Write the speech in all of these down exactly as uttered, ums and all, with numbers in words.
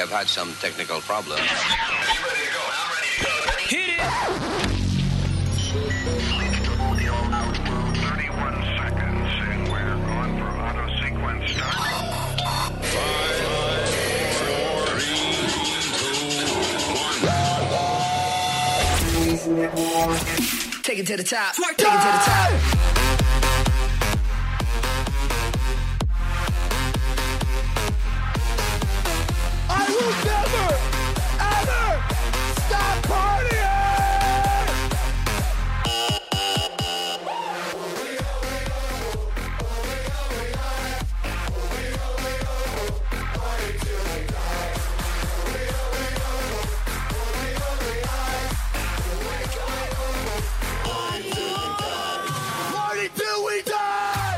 have had some technical problems. Hit it! thirty-one seconds, and we're going for auto sequence start. Five, four, three, two, one. Take it to the top. Take it to the top. I will never, ever stop partying! Party till we die!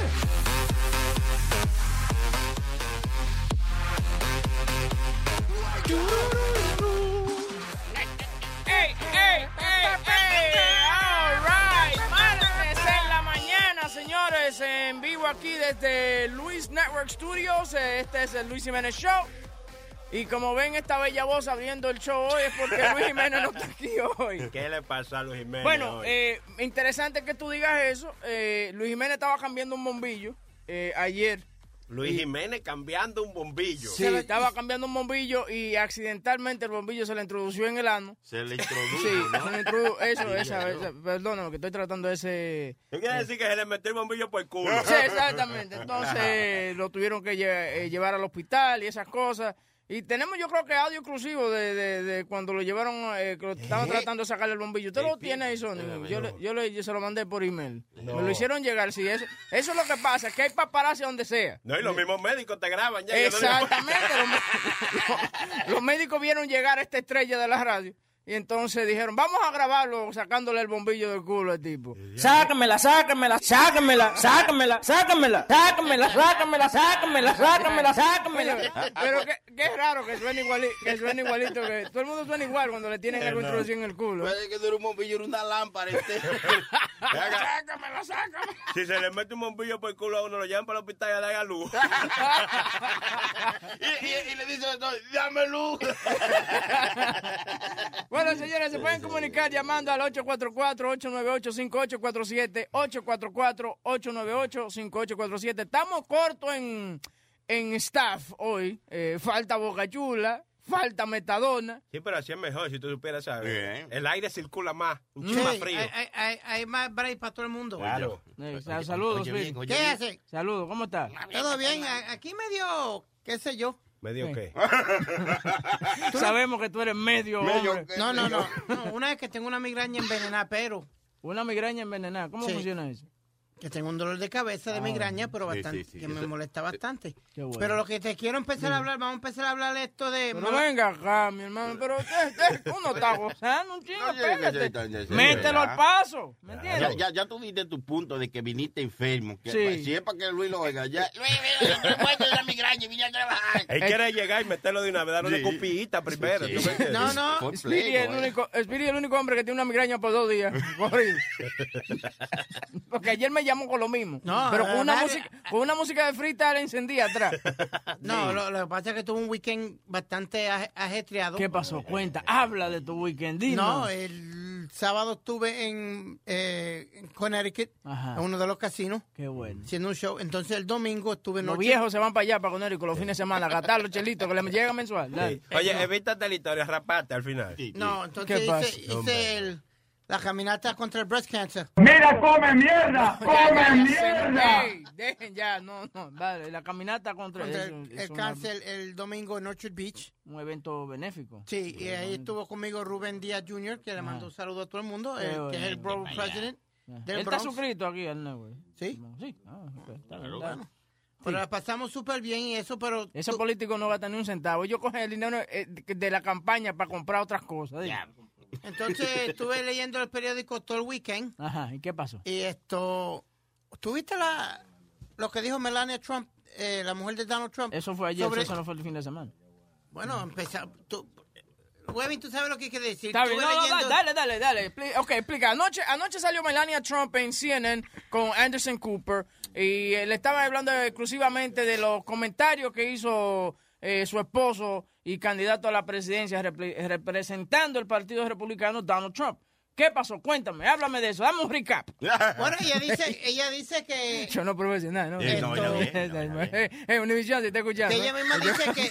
¡Ey, ey, ey, ey! All right, martes en la mañana, señores, en vivo aquí desde Luis Network Studios. Este es el Luis Jiménez Show. Y como ven esta bella voz abriendo el show hoy es porque Luis Jiménez no está aquí hoy. ¿Qué le pasa a Luis Jiménez Bueno, hoy? eh, interesante que tú digas eso. Eh, Luis Jiménez estaba cambiando un bombillo eh, ayer. Luis Jiménez cambiando un bombillo. Sí, estaba cambiando un bombillo y accidentalmente el bombillo se le introdució en el ano. Se le introdujo, Sí, ¿no? se le introdujo, eso, esa, esa, perdóname, que estoy tratando ese... ¿Qué quiere decir que se le metió el bombillo por el culo? Sí, exactamente. Entonces lo tuvieron que lle- eh, llevar al hospital y esas cosas. Y tenemos, yo creo que audio exclusivo de, de, de cuando lo llevaron, eh, que lo estaban tratando de sacarle el bombillo. ¿Usted lo tiene ahí, Sony? Yo, le- yo, le- yo se lo mandé por email. Me lo hicieron llegar, sí. Eso, eso es lo que pasa, que hay paparazzi donde sea. No, y los mismos médicos te graban ya. yo no digo- Exactamente. los, los- los médicos vieron llegar a esta estrella de la radio. Y entonces dijeron, vamos a grabarlo sacándole el bombillo del culo al tipo. Sácamela, sácamela, sácamela, sácamela, sácamela, sácamela, sácamela, sácamela, sácamela, sácamela. Pero que, que es raro que suene igualito, que suene igualito, que todo el mundo suena igual cuando le tienen algo introducido en el culo. Puede que dure un bombillo en una lámpara. Este. Sácamela, sácamela. Si se le mete un bombillo por el culo a uno, lo llevan para el hospital y le dan a luz. y, y, y le dice, dame luz. Bueno, señores, se pueden comunicar llamando al ocho cuatro cuatro, ocho nueve ocho, cinco ocho cuatro siete, ocho cuatro cuatro, ocho nueve ocho, cinco ocho cuatro siete. Estamos cortos en, en staff hoy. Eh, falta Boca Chula, falta Metadona. Sí, pero así es mejor, si tú supieras, ¿sabes? Bien. El aire circula más, un Sí, chima frío. hay, hay, hay, hay más break para todo el mundo. Claro. Eh, sal- saludos, Oye, Phil. bien, oye, ¿Qué bien. hace? Saludos, ¿cómo está? Todo bien. A- Aquí medio, qué sé yo. ¿Me dio qué? Sabemos que tú eres medio, Medio hombre. que- No, no, no, no. Una vez que tengo una migraña envenenada, pero Una migraña envenenada. ¿Cómo Sí. funciona eso? que tengo un dolor de cabeza de migraña, pero sí, bastante, sí, sí, que me eso- molesta bastante. Qué bueno. Pero lo que te quiero empezar a hablar, vamos a empezar a hablar esto de... Pero venga acá, mi hermano, pero usted, usted, uno está gozando un chingo, No, ya, ya, espérate. ya, ya, ya, Mételo ya. al paso, ¿me Ya, entiendes? ya, ya tú diste tu punto de que viniste enfermo. Que, Sí. Si es para que Luis lo oiga, ya. Luis, mira, no puedes tener la migraña y vine a trabajar. Él quiere llegar y meterlo de una vez, darle Sí. una copillita primero. Sí, ¿tú sí. me entiendes? No, no. Fue Speedy es el pleno, único, Speedy es el único hombre que tiene una migraña por dos días. Corrido. Porque ayer me llamó con lo mismo. No, pero con una, nadie- música, con una música de freestyle encendida atrás. No, lo, lo que pasa es que tuve un weekend bastante aje- ajetreado. ¿Qué pasó? Cuenta, habla de tu weekend. dinos. No, el sábado estuve en, eh, en Connecticut, Ajá. en uno de los casinos, Qué bueno. haciendo un show. Entonces el domingo estuve Los noche... viejos se van para allá, para Conérico, los fines de semana, a gastar los chelitos que les llega mensual. Dale. Oye, evítate la historia, rapate al final. Sí, sí. No, entonces ¿Qué pasa? hice, hice el, la caminata contra el breast cancer. ¡Mira, come mierda! ¡Come mierda! Ey, dejen ya, no, no, vale, la caminata contra, Contra eso el, es el una- cáncer el domingo en Orchard Beach. un evento benéfico. Sí, y ahí estuvo conmigo Rubén Díaz junior, que le mando un saludo a todo el mundo, Qué el- bueno. que es el borough president Ajá. del Él está Bronx. suscrito aquí al network. ¿Sí? Sí. Ah, ok, está bien, Claro, dale. Bueno, pero la pasamos súper bien y eso, pero... Ese tú- político no gasta ni un centavo. Ellos cogen el dinero eh, de de la campaña para comprar otras cosas. digo. Entonces estuve leyendo el periódico todo el weekend Ajá, ¿y qué pasó? y esto... ¿Tuviste la, lo que dijo Melania Trump, eh, la mujer de Donald Trump? Eso fue ayer, sobre- eso no fue el fin de semana. Bueno, empezamos... Webin, ¿tú sabes lo que quiere decir? Está bien, Estuve no, no, leyendo- dale, dale, dale. Expli- Ok, explica. Anoche, anoche salió Melania Trump en C N N con Anderson Cooper y eh, le estaban hablando exclusivamente de los comentarios que hizo eh, su esposo y candidato a la presidencia repre- representando el Partido Republicano, Donald Trump. ¿Qué pasó? Cuéntame, háblame de eso, dame un recap. Bueno, ella dice, ella dice que... Yo no profesional, ¿no? Eh, no, no, no, no, no, no. Eh, Univision, si te escuchando. Que ella misma dice que...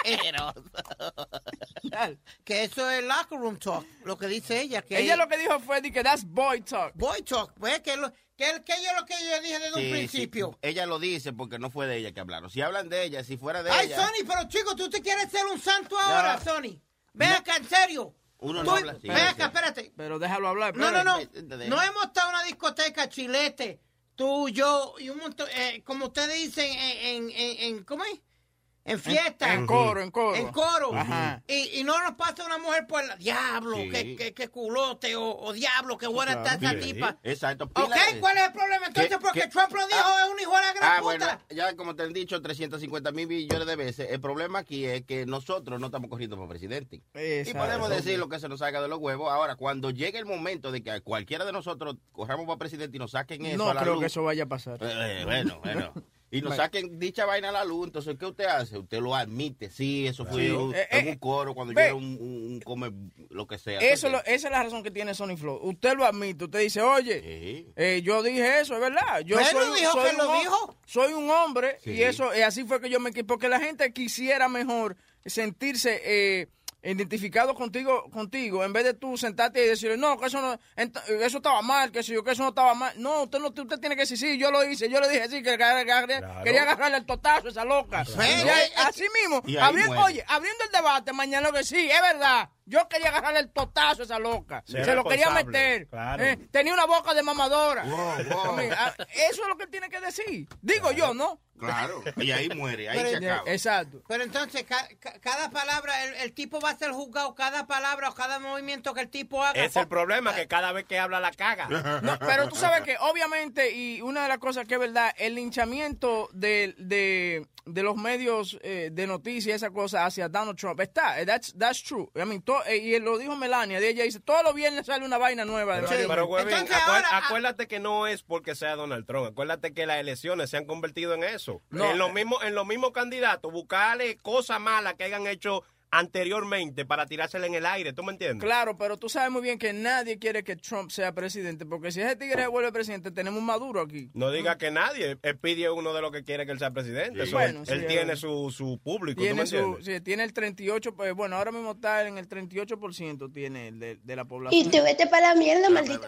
Dale. que eso es locker room talk, lo que dice ella. Que Ella lo que dijo fue de que that's boy talk. Boy talk, pues que, lo, que, que ella lo que yo dije desde Sí, un principio. sí. Ella lo dice porque no fue de ella que hablaron. Si hablan de ella, si fuera de Ay, ella... Sony, pero chico, tú te quieres ser un santo ahora, No. Sony. Ve acá, en serio. Uno Tú- no habla así. Ve acá, espérate. Pero déjalo hablar. No, no, no. espérate. No hemos estado en una discoteca, Chilete, tú, yo y un montón, eh, como ustedes dicen, en, en, en, en- ¿cómo es? En fiesta. En coro, en coro. En coro. Ajá. Y, y no nos pasa una mujer por la, diablo, Sí. que, que, que culote, o, o diablo, que buena está esa Sí, tipa. Exacto. ¿Ok? pila de- ¿Cuál es el problema? Entonces, ¿Qué- porque qué? Trump lo dijo, Ah, es un hijo de la gran Ah, puta. bueno, ya como te han dicho trescientos cincuenta mil millones de veces, el problema aquí es que nosotros no estamos corriendo por presidente. Y Exacto. podemos decir lo que se nos salga de los huevos. Ahora, cuando llegue el momento de que cualquiera de nosotros corramos para presidente y nos saquen eso No a la creo luz, que eso vaya a pasar. eh, bueno, bueno. Y nos saquen dicha vaina a la luz, entonces, ¿qué usted hace? Usted lo admite, sí, eso fue Sí. un, Eh, en eh, un coro, cuando ve. yo era un, un, un come, lo que sea. Eso lo- esa es la razón que tiene Sony Flow. Usted lo admite, usted dice, oye, Sí. eh, yo dije eso, es verdad. Yo Bueno, soy, dijo soy que un lo hom- dijo. Soy un hombre Sí. y eso, eh, así fue que yo me... qui- Porque la gente quisiera mejor sentirse... Eh, identificado contigo contigo en vez de tú sentarte y decirle no, que eso no ent- eso estaba mal, que si yo que eso no estaba mal. No, usted no usted tiene que decir sí, yo lo hice, yo le dije sí, que agarré- agarré- Claro. quería agarrarle el totazo a esa loca. Claro. Y ahí- así mismo, Y ahí abriendo, muere. oye, abriendo el debate mañana lo que sí, es verdad. Yo quería agarrarle el totazo a esa loca. Ser Se lo quería responsable, meter. claro. Eh, tenía una boca de mamadora. Wow, wow. I mean, ah, eso es lo que él tiene que decir. Digo yo, ¿no? Claro, y ahí muere, ahí Pero- se acaba. Exacto. Pero entonces, ca- ca- cada palabra, el, el tipo va a ser juzgado, cada palabra o cada movimiento que el tipo haga. Es el problema, que cada vez que habla la caga. No, pero tú sabes que obviamente, y una de las cosas que es verdad, el linchamiento de, de, de los medios eh, de noticias, esa cosa hacia Donald Trump, está, eh, that's, that's true. I mean, to- eh, y lo dijo Melania, de ella dice, todos los viernes sale una vaina nueva. de Pero, Mario pero, López. Huevín, Entonces, acuer- ahora- acuérdate que no es porque sea Donald Trump. Acuérdate que las elecciones se han convertido en eso. No, en los eh. mismos en los mismos candidatos, buscarle cosas malas que hayan hecho anteriormente para tirársela en el aire. ¿Tú me entiendes? Claro, pero tú sabes muy bien que nadie quiere que Trump sea presidente, porque si ese tigre se vuelve presidente, tenemos un Maduro aquí. No diga que nadie. Él pide uno de los que quiere que él sea presidente. Sí. Eso, Bueno, él sí, él es tiene verdad. su, su público. ¿Tú me Tiene, su, entiendes? sí, tiene el treinta y ocho, pues, bueno, ahora mismo está en el treinta y ocho por ciento tiene el de, de la población. Y te vete para la mierda, maldito.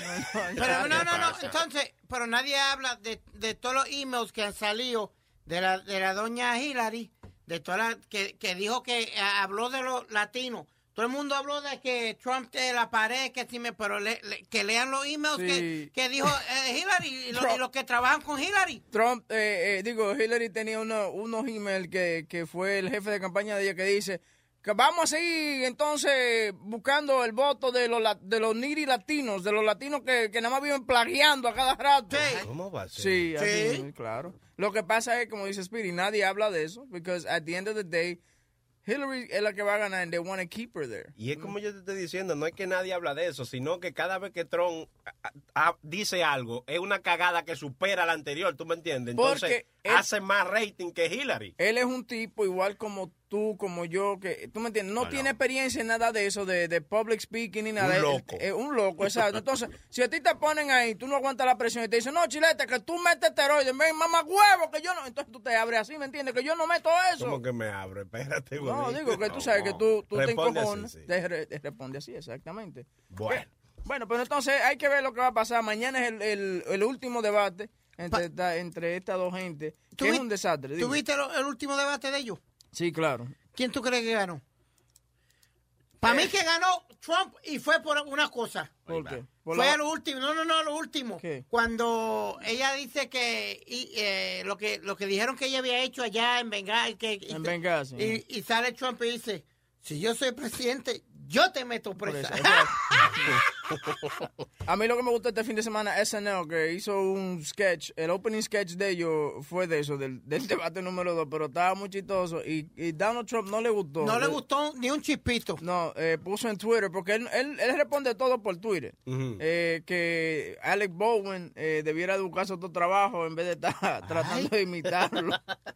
Pero no, no, no, entonces, pero nadie habla de, de todos los emails que han salido de la, de la doña Hillary, de toda la, que, que dijo que eh, habló de los latinos. Todo el mundo habló de que Trump de la pared, que sí me, pero le- le- que lean los emails Sí. que, que dijo eh, Hillary y, lo- Trump. y los que trabajan con Hillary. Trump, eh, eh, digo, Hillary tenía uno- unos emails que, que fue el jefe de campaña de ella que dice que vamos a seguir entonces buscando el voto de los, la- de los niri latinos, de los latinos que, que nada más viven plagiando a cada rato. Sí. ¿Cómo va a ser? Sí, así Sí. mismo, claro. Lo que pasa es, como dice Speedy, nadie habla de eso, because at the end of the day, Hillary es la que va a ganar and they want to keep her there. Y es como yo te estoy diciendo, no es que nadie habla de eso, sino que cada vez que Trump ah, ah, dice algo, es una cagada que supera la anterior, ¿tú me entiendes? Entonces, Porque él- hace más rating que Hillary. Él es un tipo igual como tú, como yo, que tú me entiendes, no, No, tiene no. experiencia en nada de eso, de, de public speaking ni nada. Un Es- loco. Es un loco, exacto. Entonces, si a ti te ponen ahí, tú no aguantas la presión y te dicen, no, chilete, que tú metes esteroides, ven, mamá huevo, que yo no. Entonces tú te abres así, ¿me entiendes? Que yo no meto eso. ¿Cómo que me abro? Espérate, No, güey. digo que tú sabes que tú, tú te Responde así, encojonas. sí. Te re- te responde así, exactamente. Bueno. Bueno, pero entonces hay que ver lo que va a pasar. Mañana es el, el, el último debate entre, esta- entre estas dos gentes, ¿Tú que es vi- un desastre. dime. ¿Tú viste lo- el último debate de ellos? Sí, claro. ¿Quién tú crees que ganó? Para mí que ganó Trump y fue por una cosa. ¿Por qué? Por Fue la- a lo último, no, no, no, lo último. ¿Qué? Cuando ella dice que y, eh, lo que lo que dijeron que ella había hecho allá en Benghazi, que En Benghazi. y, y sale Trump y dice, si yo soy presidente, yo te meto presa. A mí lo que me gustó este fin de semana, S N L, que hizo un sketch, el opening sketch de ellos fue de eso, del, del debate número dos, pero estaba muy chistoso y, y Donald Trump no le gustó. No le gustó ni un chispito. No, eh, puso en Twitter, porque él, él, él responde todo por Twitter, Ujú. eh, que Alec Baldwin eh, debiera de buscarse otro trabajo en vez de estar tratando de imitarlo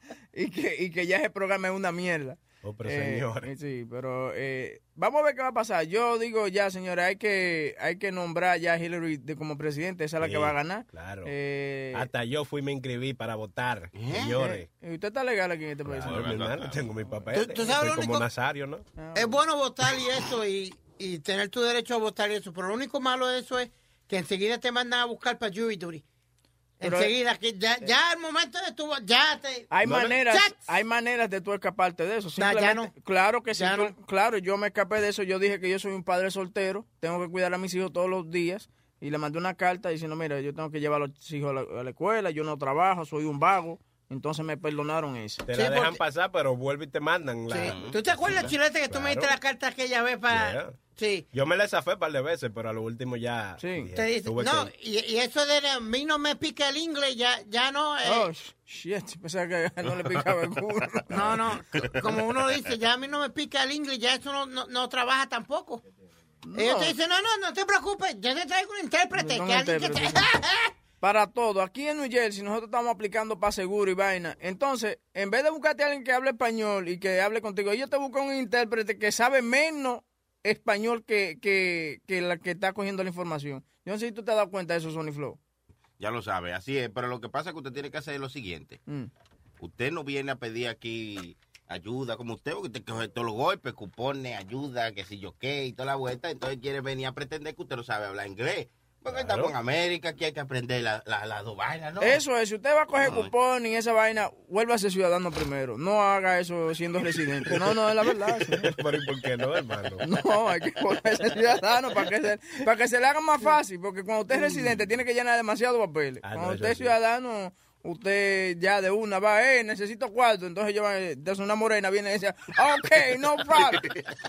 y que, y que ya ese programa es una mierda. Oh, pero Eh, señores. sí, pero eh, vamos a ver qué va a pasar. Yo digo ya, señores, hay que hay que nombrar ya a Hillary de, como presidente. Esa es la Sí, que va a ganar. Claro. Eh, Hasta yo fui, me inscribí para votar, señores. eh, usted está legal aquí en este país. Claro, señor? mi hermano, tengo mi papel. ¿Tú- tú sabes lo Soy como único- Nazario, ¿no? Es bueno votar y eso, y, y tener tu derecho a votar y eso, pero lo único malo de eso es que enseguida te mandan a buscar para jury duty. Pero- Enseguida, que ya, ya el momento de tu ya te... Hay No, no. maneras, ¡Chats! hay maneras de tú escaparte de eso. Nah, ya Simplemente- no. Claro que sí. Ya tú- no. Claro, yo me escapé de eso. Yo dije que yo soy un padre soltero, tengo que cuidar a mis hijos todos los días. Y le mandé una carta diciendo, mira, yo tengo que llevar a los hijos a la, a la escuela, yo no trabajo, soy un vago. Entonces me perdonaron eso. Te Sí, la dejan porque- pasar, pero vuelve y te mandan. La... Sí. ¿Tú te acuerdas, Chilete, que tú me diste la carta aquella vez para... Yeah. Sí. Yo me la zafé un par de veces, pero a lo último ya... Sí. dije, Te dice, tuve no, que- y, y eso de a mí no me pica el inglés, ya, ya no... eh, Oh, sh- shit. Pensaba que no le picaba el culo. No, no, c- como uno dice, ya a mí no me pica el inglés, ya eso no, no, no trabaja tampoco. Ellos te dicen, no, no, no te preocupes, yo te traigo un intérprete. Un que alguien que te... intérprete, Para todo. Aquí en New Jersey nosotros estamos aplicando para seguro y vaina. Entonces, en vez de buscarte a alguien que hable español y que hable contigo, yo te busco un intérprete que sabe menos español que, que, que la que está cogiendo la información. Yo no sé si tú te has dado cuenta de eso, Sony Flow. Ya lo sabe, así es. Pero lo que pasa es que usted tiene que hacer lo siguiente. Mm. Usted no viene a pedir aquí ayuda como usted, porque usted coge todos los golpes, cupones, ayuda, que si yo qué, y toda la vuelta. Entonces quiere venir a pretender que usted no sabe hablar inglés. Porque Claro. estamos en América, aquí hay que aprender las la, las dos vainas, ¿no? Eso es, si usted va a coger No. cupón y esa vaina, vuelva a ser ciudadano primero. No haga eso siendo residente. No, no, es la verdad. Sí. Pero ¿y por qué no, hermano? No, hay que volverse ciudadano para que, se, para que se le haga más fácil, porque cuando usted es residente tiene que llenar demasiados papeles. Ah, no, cuando eso usted es sí. ciudadano, usted ya de una va, eh, necesito cuarto, entonces yo, eh, de una morena viene y dice, ok, no problem.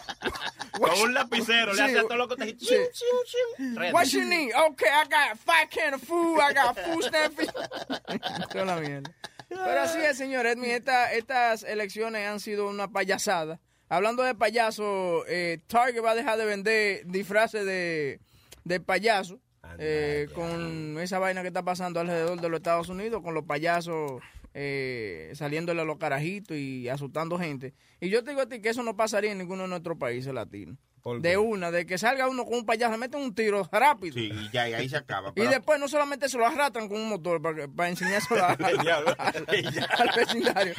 Con un lapicero, le Sí. hace todo lo que te Sí. What you need? Okay, I got five cans of food, I got food stamp. Toda la mierda. Pero así es, señor Edmi, esta, estas elecciones han sido una payasada. Hablando de payaso, eh, Target va a dejar de vender disfraces de, de payaso. Eh, con esa vaina que está pasando alrededor de los Estados Unidos, con los payasos eh, saliéndole a los carajitos y asustando gente. Y yo te digo a ti que eso no pasaría en ninguno de nuestros países latinos. ¿Por De qué? una, de que salga uno con un payaso, le meten un tiro rápido. Sí, y ya, y ahí se acaba. Y Pero- después no solamente se lo arrastran con un motor para, que- para enseñárselo a- Diablo. al vecindario.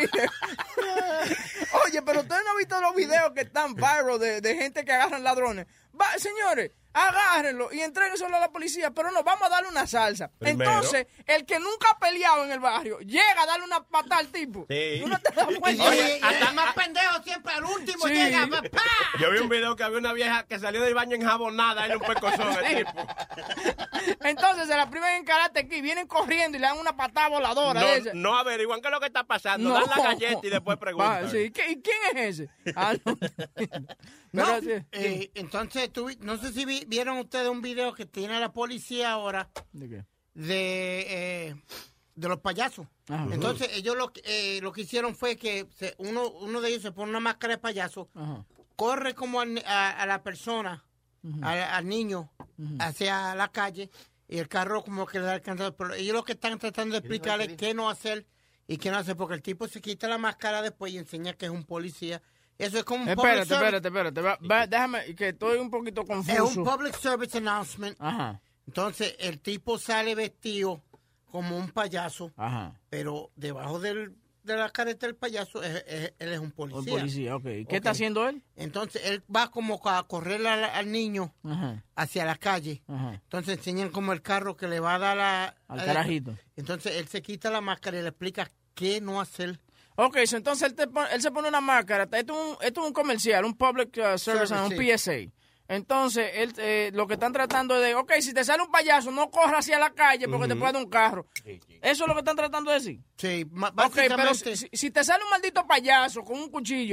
Oye, pero ustedes no han visto los videos que están viral de, de gente que agarran ladrones. Va, señores, agárrenlo y entréguenselo a la policía, pero no, vamos a darle una salsa. Primero. Entonces, el que nunca ha peleado en el barrio, llega a darle una patada al tipo. Sí. ¿Tú no te das cuenta? Oye, hasta más pendejo siempre al último Sí. llega, pa, pa. Yo vi un video que había una vieja que salió del baño enjabonada en un pecozón al tipo. Entonces, se la primen en Karate Kid, vienen corriendo y le dan una patada voladora. de esa. No, no averiguan qué es lo que está pasando. No. Dan la galleta y después preguntan. Va, sí. ¿Qué- ¿Y quién es ese? Ah, no. No, Pero sí. eh, entonces, tú, vi- no sé si vi- vieron ustedes un video que tiene la policía ahora ¿De qué? de, eh, de los payasos. Ajá. Entonces, ellos lo, que- eh, lo que hicieron fue que se- uno, uno de ellos se pone una máscara de payaso, Ajá. corre como al- a, a la persona, al, al niño, hacia la calle, y el carro como que le da el candado. Pero ellos lo que están tratando de explicarle qué no hacer y qué no hacer, porque el tipo se quita la máscara después y enseña que es un policía. Eso es como un public Espérate, service- espérate, espérate. Va- va- déjame, que estoy un poquito Es confuso. un public service announcement. Ajá, Entonces, el tipo sale vestido como un payaso, ajá. pero debajo del, de la careta del payaso, es- es- él es un Un policía. policía, ok. ¿Qué Ok. está haciendo él? Entonces, él va como a correr al, al niño Ajá, hacia la calle. ajá. Entonces, enseñan como el carro que le va a dar a... Al a- carajito. Entonces, él se quita la máscara y le explica qué no hacer. Ok, so entonces él, te pon- él se pone una máscara. Esto es un, esto es un comercial, un public uh, service, Service, un sí. P S A. Entonces, él, eh, lo que están tratando es de, ok, si te sale un payaso, no corras hacia la calle porque te puede dar un carro. Eso es lo que están tratando de decir. Sí, ma- Ok, pero básicamente... si, si- si te sale un maldito payaso con un cuchillo,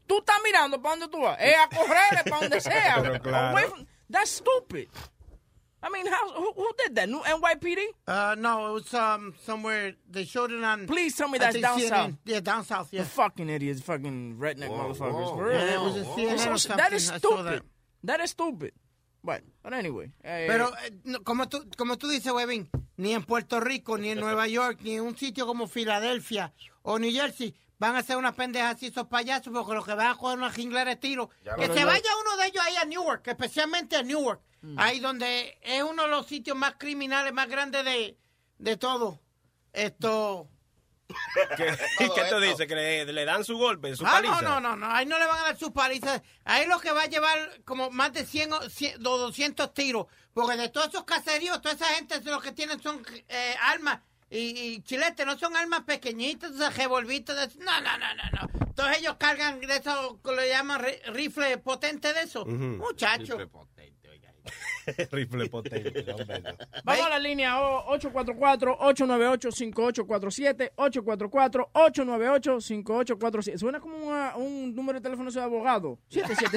Tú estás mirando para donde tú vas. Es a correr para donde sea. Pero claro. Away from- that's stupid. I mean, how, who, who did that? New N Y P D? Uh, no, it was um, somewhere, they showed it on... Please tell me I that's think down C N N. south. Yeah, down south, yeah. The fucking idiots, fucking redneck Whoa, motherfuckers. whoa. For real. Yeah, it was a Whoa, C N N Eso- or something. that is I saw stupid. that. That is stupid. Bueno, but anyway. eh, Pero, eh, no, como, tú, como tú dices, Webin, ni en Puerto Rico, ni en Nueva York, ni en un sitio como Filadelfia o New Jersey van a hacer unas pendejas así esos payasos porque lo que van a coger una jingla de tiro. Que se vaya uno de ellos ahí a Newark, especialmente a Newark, mm. ahí donde es uno de los sitios más criminales, más grandes de, de todo. Esto... ¿Qué, ¿Qué tú dices? ¿Que le, le dan su golpe, su Ah, paliza? no, no, no, no, ahí no le van a dar sus palizas. Ahí lo que va a llevar como más de cien o cien o doscientos tiros. Porque de todos esos caseríos, toda esa gente lo que tienen son eh, armas. Y, y chilete, no son armas pequeñitas, o sea, revolvitas. De... No, no, no, no, no. Todos ellos cargan de eso, que le llaman ri- rifle potente de eso. Ujú. Muchacho. Rifle potente, oiga. Rifle potente. hombre, no. Vamos a la línea ocho cuatro cuatro, ocho nueve ocho, cinco ocho cuatro siete, ocho cuatro cuatro, ocho nueve ocho, cinco ocho cuatro siete. Suena como una- un número de teléfono de abogado. siete siete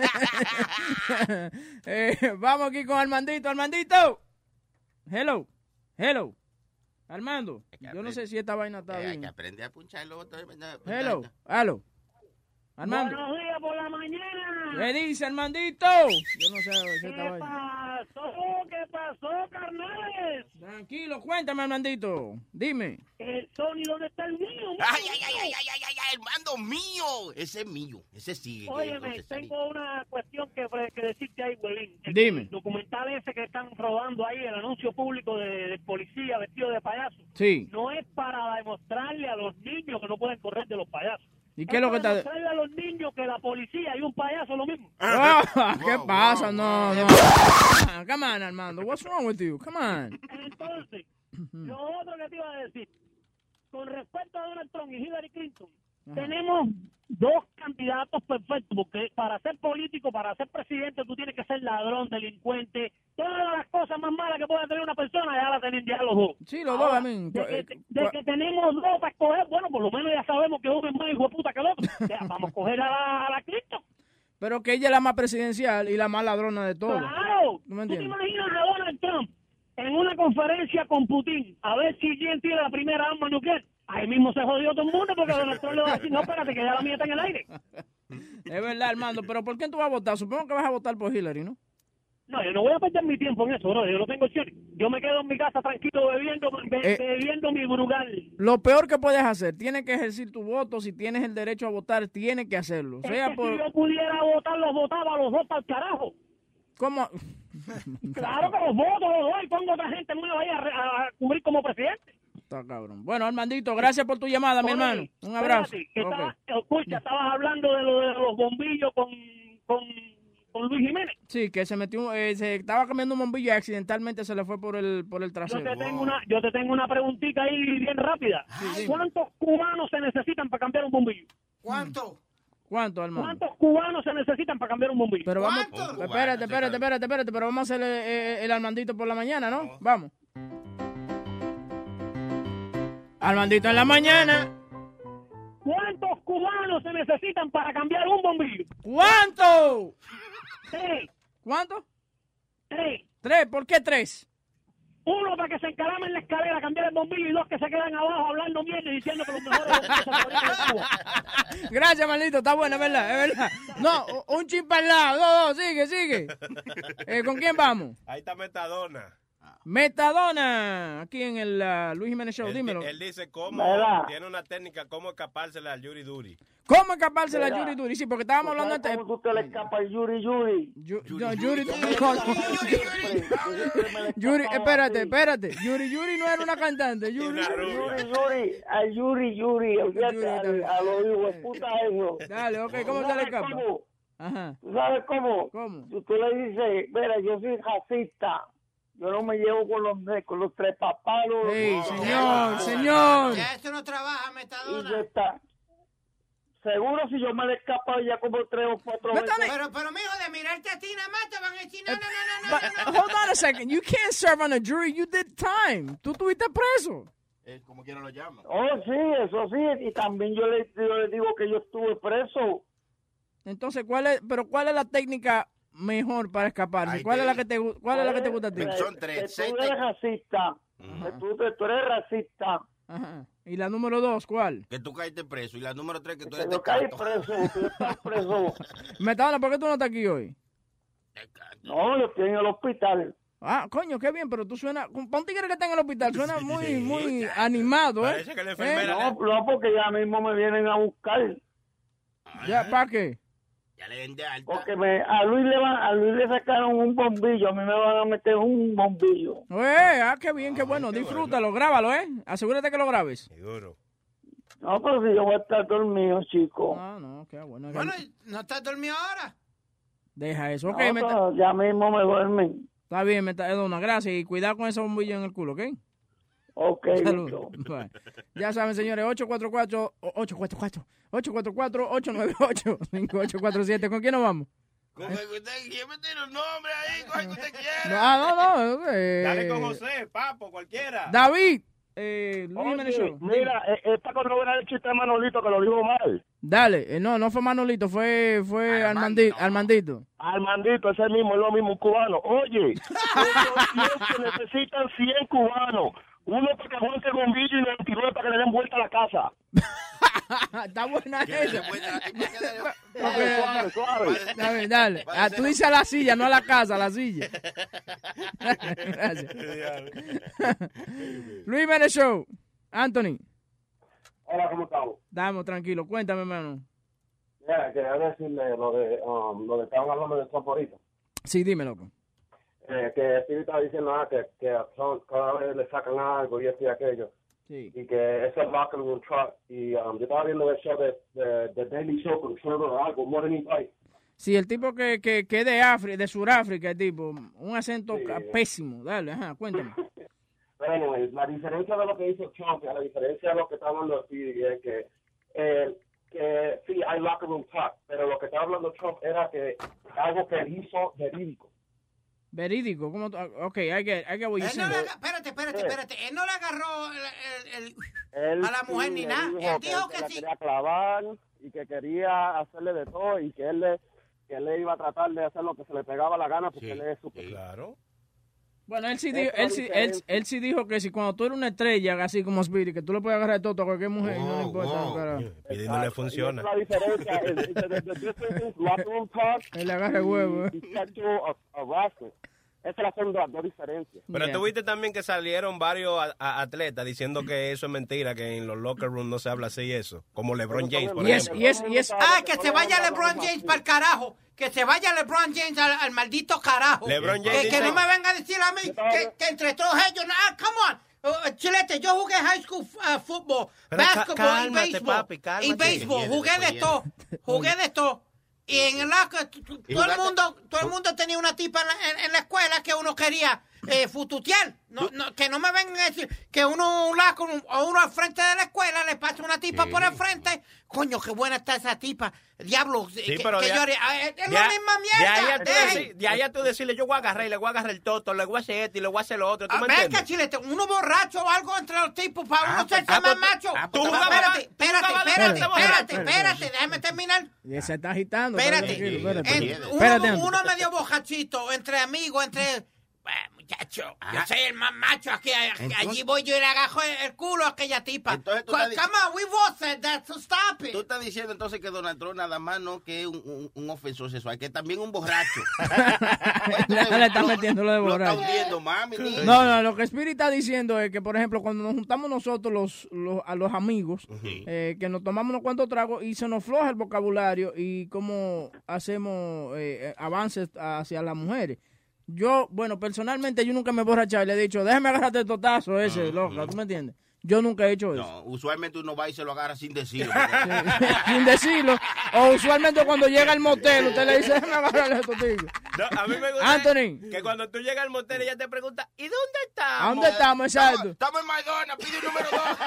siete. eh, vamos aquí con Armandito. Armandito. Hello. Hello. Armando. Yo no sé si esta vaina está Eh, hay bien. que aprender a punchar luego. todo- Hello. Hello. Armando. Buenos días por la mañana. ¿Qué dice Armandito? Yo no sé si esta ¿Qué vaina. pasó? ¿Qué pasó, carnales? Tranquilo, cuéntame, Armandito. Dime. El Sony, ¿dónde está el mío? Ay, ay, ay, ay, ay, ay, ay, ay, hermano mío. Ese es mío. Ese sigue. Óyeme, tengo una cuestión que, que decirte ahí, Huelín. El Dime. documental ese que están rodando ahí, el anuncio público de, de policía vestido de payaso, Sí. no es para demostrarle a los niños que no pueden correr de los payasos. ¿Y qué es lo que para está...? demostrarle a los niños que la policía y un payaso es lo mismo. Ah, ¿qué Wow, pasa? wow. No, no. Ah, Come on, Armando. What's wrong with you? Come on. Entonces, lo otro que te iba a decir, con respecto a Donald Trump y Hillary Clinton, Ajá. tenemos dos candidatos perfectos, porque para ser político, para ser presidente, tú tienes que ser ladrón, delincuente, todas las cosas más malas que pueda tener una persona, ya las tienen ya los dos. Sí, los dos, Ahora, I mean, de, pues, que, eh, de pues- que tenemos dos para escoger, bueno, por lo menos ya sabemos que uno es más hijo de puta que el otro. O sea, vamos a coger a la, a la Clinton. Pero que ella es la más presidencial y la más ladrona de todos. Claro. ¿No me ¿Tú te entiendes? imaginas a Donald Trump en una conferencia con Putin a ver si quién tira la primera arma nuclear? Ahí mismo se jodió todo el mundo porque Donald Trump le va a decir, no, espérate, que ya la mía está en el aire. Es verdad, Armando. Pero ¿por qué tú vas a votar? Supongo que vas a votar por Hillary, ¿no? No, yo no voy a perder mi tiempo en eso, bro. Yo no tengo opción. Yo me quedo en mi casa tranquilo bebiendo, be- Eh. bebiendo mi Brugal. Lo peor que puedes hacer, tienes que ejercer tu voto. Si tienes el derecho a votar, tienes que hacerlo. Es Sea que por... si yo pudiera votar, los votaba los dos para el carajo. ¿Cómo? Claro que los voto, los dos, y pongo otra gente nueva ahí a, re- a cubrir como presidente. Está cabrón. Bueno, Armandito, gracias por tu llamada, mi Oye, hermano. Un abrazo. espérate, que Ok. estaba- escucha, estabas hablando de lo de los bombillos con, con, con Luis Jiménez. Sí, que se metió, eh, se estaba cambiando un bombillo y accidentalmente se le fue por el por el Yo trasero. te tengo una, yo te tengo una preguntita ahí bien rápida. ¿Cuántos cubanos se necesitan para cambiar un bombillo? ¿Cuánto? ¿Cuánto, hermano? ¿Cuántos cubanos se necesitan para cambiar un bombillo? Pero vamos, ¿Cuánto? espérate, espérate, espérate, espérate, pero vamos a hacer el, el Armandito por la mañana, ¿no? Vamos. Armandito en la mañana. ¿Cuántos cubanos se necesitan para cambiar un bombillo? ¿Cuánto? Tres, ¿Cuánto? tres. Tres, ¿por qué tres? Uno para que se encaramen en la escalera a cambiar el bombillo y dos que se quedan abajo hablando mierda y diciendo que los mejores bombillos se fabrican en Cuba. Gracias, maldito, está bueno, es verdad, es verdad. No, un chip al lado, no, no, sigue, sigue. Eh, ¿Con quién vamos? Ahí está Metadona. Metadona, aquí en el uh, Luis Jiménez Show, Él, dímelo. él dice cómo, ¿Verdad? tiene una técnica cómo escapársela al Yuri Duri. ¿Cómo escaparse la ¿Verdad? Yuri Duri? Sí, porque estábamos hablando antes. ¿Cómo tú te le escapas al Yuri Yuri? Yu- no, Yuri, Yuri, espérate, espérate. Yuri Yuri no era una cantante. Y Yuri, una rubia. Yuri, al Yuri Yuri, olvídate, al- a los hijos de puta eso. Dale, ok, ¿cómo se le ¿Sabes escapa? cómo? Ajá, ¿Tú sabes cómo? ¿cómo? Si tú le dices, mira, yo soy racista, yo no me llevo con los, con los tres papalos. Ey, no, señor, no, señor. Ya eso no trabaja, Y ya Metadona. está. Seguro si yo me le escapa ya como tres o cuatro Metadona- veces. Pero, pero, mijo, de mirarte a ti nada más te van a decir, no, no, no, no, But, no, no. hold on a second. You can't serve on a jury. You did time. Tú estuviste preso. Eh, como quiera lo llaman. Oh, sí, eso sí. Y también yo le, yo le digo que yo estuve preso Entonces, ¿cuál es, pero cuál es la técnica mejor para escaparse? Ahí ¿Cuál te- es la que te gu- cuál es la que te gusta a ti? Son tres. Que seis tú te- eres racista. Ujú. Que tú, que tú eres racista. Ajá. ¿Y la número dos, cuál? Que tú caíste preso. Y la número tres, que tú Que eres yo caí tecato. preso. Tú estás preso. Metadona, ¿por qué tú no estás aquí hoy? Tecato. No, yo estoy en el hospital. Ah, coño, qué bien, pero tú suena... Para un tigre que está en el hospital, suena muy, Sí, muy ya. animado, ¿eh? Parece que la ¿Eh? enfermera No, no, porque ya mismo me vienen a buscar. ¿Ya, para qué? Ya le den de alta. Porque me, a Luis le van, a Luis le sacaron un bombillo. A mí me van a meter un bombillo. Eh, ah, qué bien, qué bueno. Disfrútalo, grábalo, ¿eh? Asegúrate que lo grabes. Seguro. No, pero si yo voy a estar dormido, chico. Ah, no, qué bueno. Bueno, ¿no estás dormido ahora? Deja eso, ok. No, meta- pero ya mismo me duermen. Está bien, Metadona, gracias. Y cuidado con ese bombillo en el culo, ¿ok? Ok, Saludos. Bye. Ya saben, señores, ocho cuatro cuatro, ocho cuatro cuatro, ocho cuatro cuatro, ocho nueve ocho, cinco ocho cuatro siete. ¿Con quién nos vamos? Con el que usted quiera meter un nombre ahí, con el que usted No, quiera. ah, no, no. eh, Dale con José, Papo, cualquiera. David, eh, Luis Jiménez Oye, Show. mira, eh, esta cuando era el chiste de Manolito que lo dijo mal. Dale, eh, no, no fue Manolito, fue, fue Armandito. Armandito. Armandito, ese mismo, es lo mismo, un cubano. Oye, ellos que necesitan cien cubanos. Uno para que aguante el bombillo y veintinueve para que le den vuelta a la casa. Está buena Que le esa. den vuelta a la tipa que le- Suave, suave, suave. Dale, dale. Ah, tú dices a la silla, no a la casa, a la silla. Gracias. Luis Jiménez Show. Anthony, Hola, ¿cómo estamos? damos tranquilo. Cuéntame, hermano. Mira, quería decirle lo de, um, lo de estaban hablando de Trump ahorita. Sí, dime, loco. Eh, que Steve estaba diciendo ah, que, que a Trump cada vez le sacan algo y esto y aquello. Sí. Y que es el locker room truck. Y um, yo estaba viendo el show de, de, de Daily Show con Trevor o algo, Modern Fight. Sí, el tipo que, que, que es de África, de Sudáfrica, el tipo. Un acento Sí. ca- pésimo. Dale, ajá, cuéntame. Pero anyway, la diferencia de lo que hizo Trump y a la diferencia de lo que está hablando Speedy es que, eh, que sí, hay locker room talk, pero lo que está hablando Trump era que algo que él hizo verídico. Verídico, ¿cómo? tú- Ok, I get, I get what you're Él no saying. le, aga- espérate, espérate, espérate. Él no le agarró el, el- el- Él a la mujer sí ni le nada. Él dijo que la sí. quería clavar y que quería hacerle de todo y que él le, que él le iba a tratar de hacer lo que se le pegaba la gana porque Sí, él es súper. sí. Claro. Bueno, él sí, Esa dijo, es la él, sí, él, diferencia. él sí dijo que si cuando tú eres una estrella, así como Spirit, que tú le puedes agarrar todo a cualquier mujer y no le Wow, importa. wow. carajo. Pidi no le funciona. La diferencia es, es, the, the difference is locker room talk Él le agarra el huevo. y sexual harassment. Esas son las dos diferencias. Pero Yeah. tú viste también que salieron varios a- a- atletas diciendo que eso es mentira, que en los locker rooms no se habla así eso. Como LeBron James, por Y es, ejemplo. y es, y es, Ah, que se vaya LeBron James para el carajo. Que se vaya LeBron James al, al maldito carajo. LeBron que, James que dice- no me venga a decir a mí que, que entre todos ellos. Ah, come on. Uh, Chilete, yo jugué high school uh, football, Pero ca- basketball cálmate, y béisbol. papi, cálmate. y béisbol. Viene Jugué de después, todo. Jugué de todo. Y en el locker, t- t- ¿Y todo el jugaste? mundo, todo el mundo tenía una tipa en la, en- en la escuela que uno quería eh, fututear. No, no, que no me vengan a decir que uno un locker room, o uno al frente de la escuela le pasa una tipa Sí. por el frente. Coño, qué buena está esa tipa. Diablo, Sí, que, pero que de- llore. Ah, es es De la a- misma De ahí, mierda. a tú dejen. decir- de ahí a tú decirle, yo voy a agarrar y le voy a agarrar el toto, le voy a hacer esto y le voy a hacer lo otro. ¿Tú Ah, me venga, entiendes? Chilete, uno borracho o algo entre los tipos para Ah, uno pues, ser ah, más pues, macho. ah, tú No, jugabas- espérate, tú espérate, jugabas espérate, de espérate, borracho. espérate, déjame terminar. y se está agitando. Espérate. tranquilo, espérate. En- Espérate. uno, Espérate, Anthony. uno medio bojachito, entre amigos, entre... Bueno, muchacho, yo Ah. soy el más macho aquí. Entonces- Allí voy yo y le agajo el, el culo a aquella tipa. Entonces tú Co- estás di- Come on, we both said that, so stop it. Tú estás diciendo entonces que Donald Trump nada más no que es un, un, un ofensor sexual, que también un borracho. Le está metiendo lo de Lo está borracho. hundiendo, mami. niño. No, no, lo que Spirit está diciendo es que, por ejemplo, cuando nos juntamos nosotros los, los a los amigos, eh, que nos tomamos unos cuantos tragos y se nos floja el vocabulario y cómo hacemos eh, eh, avances hacia las mujeres. Yo, bueno, personalmente yo nunca me he borrachado y le he dicho, déjame agarrarte el totazo ese, loca, ¿tú me entiendes? Yo nunca he hecho eso. No, usualmente uno va y se lo agarra sin decirlo. Sin decirlo. O usualmente cuando llega al motel, usted le dice, déjame agarrarle estos tigres. No, a mí me gusta Anthony. que cuando tú llegas al motel ella te pregunta, ¿y dónde estamos? ¿A dónde estamos? Exacto. Estamos en Madonna, pide el número dos.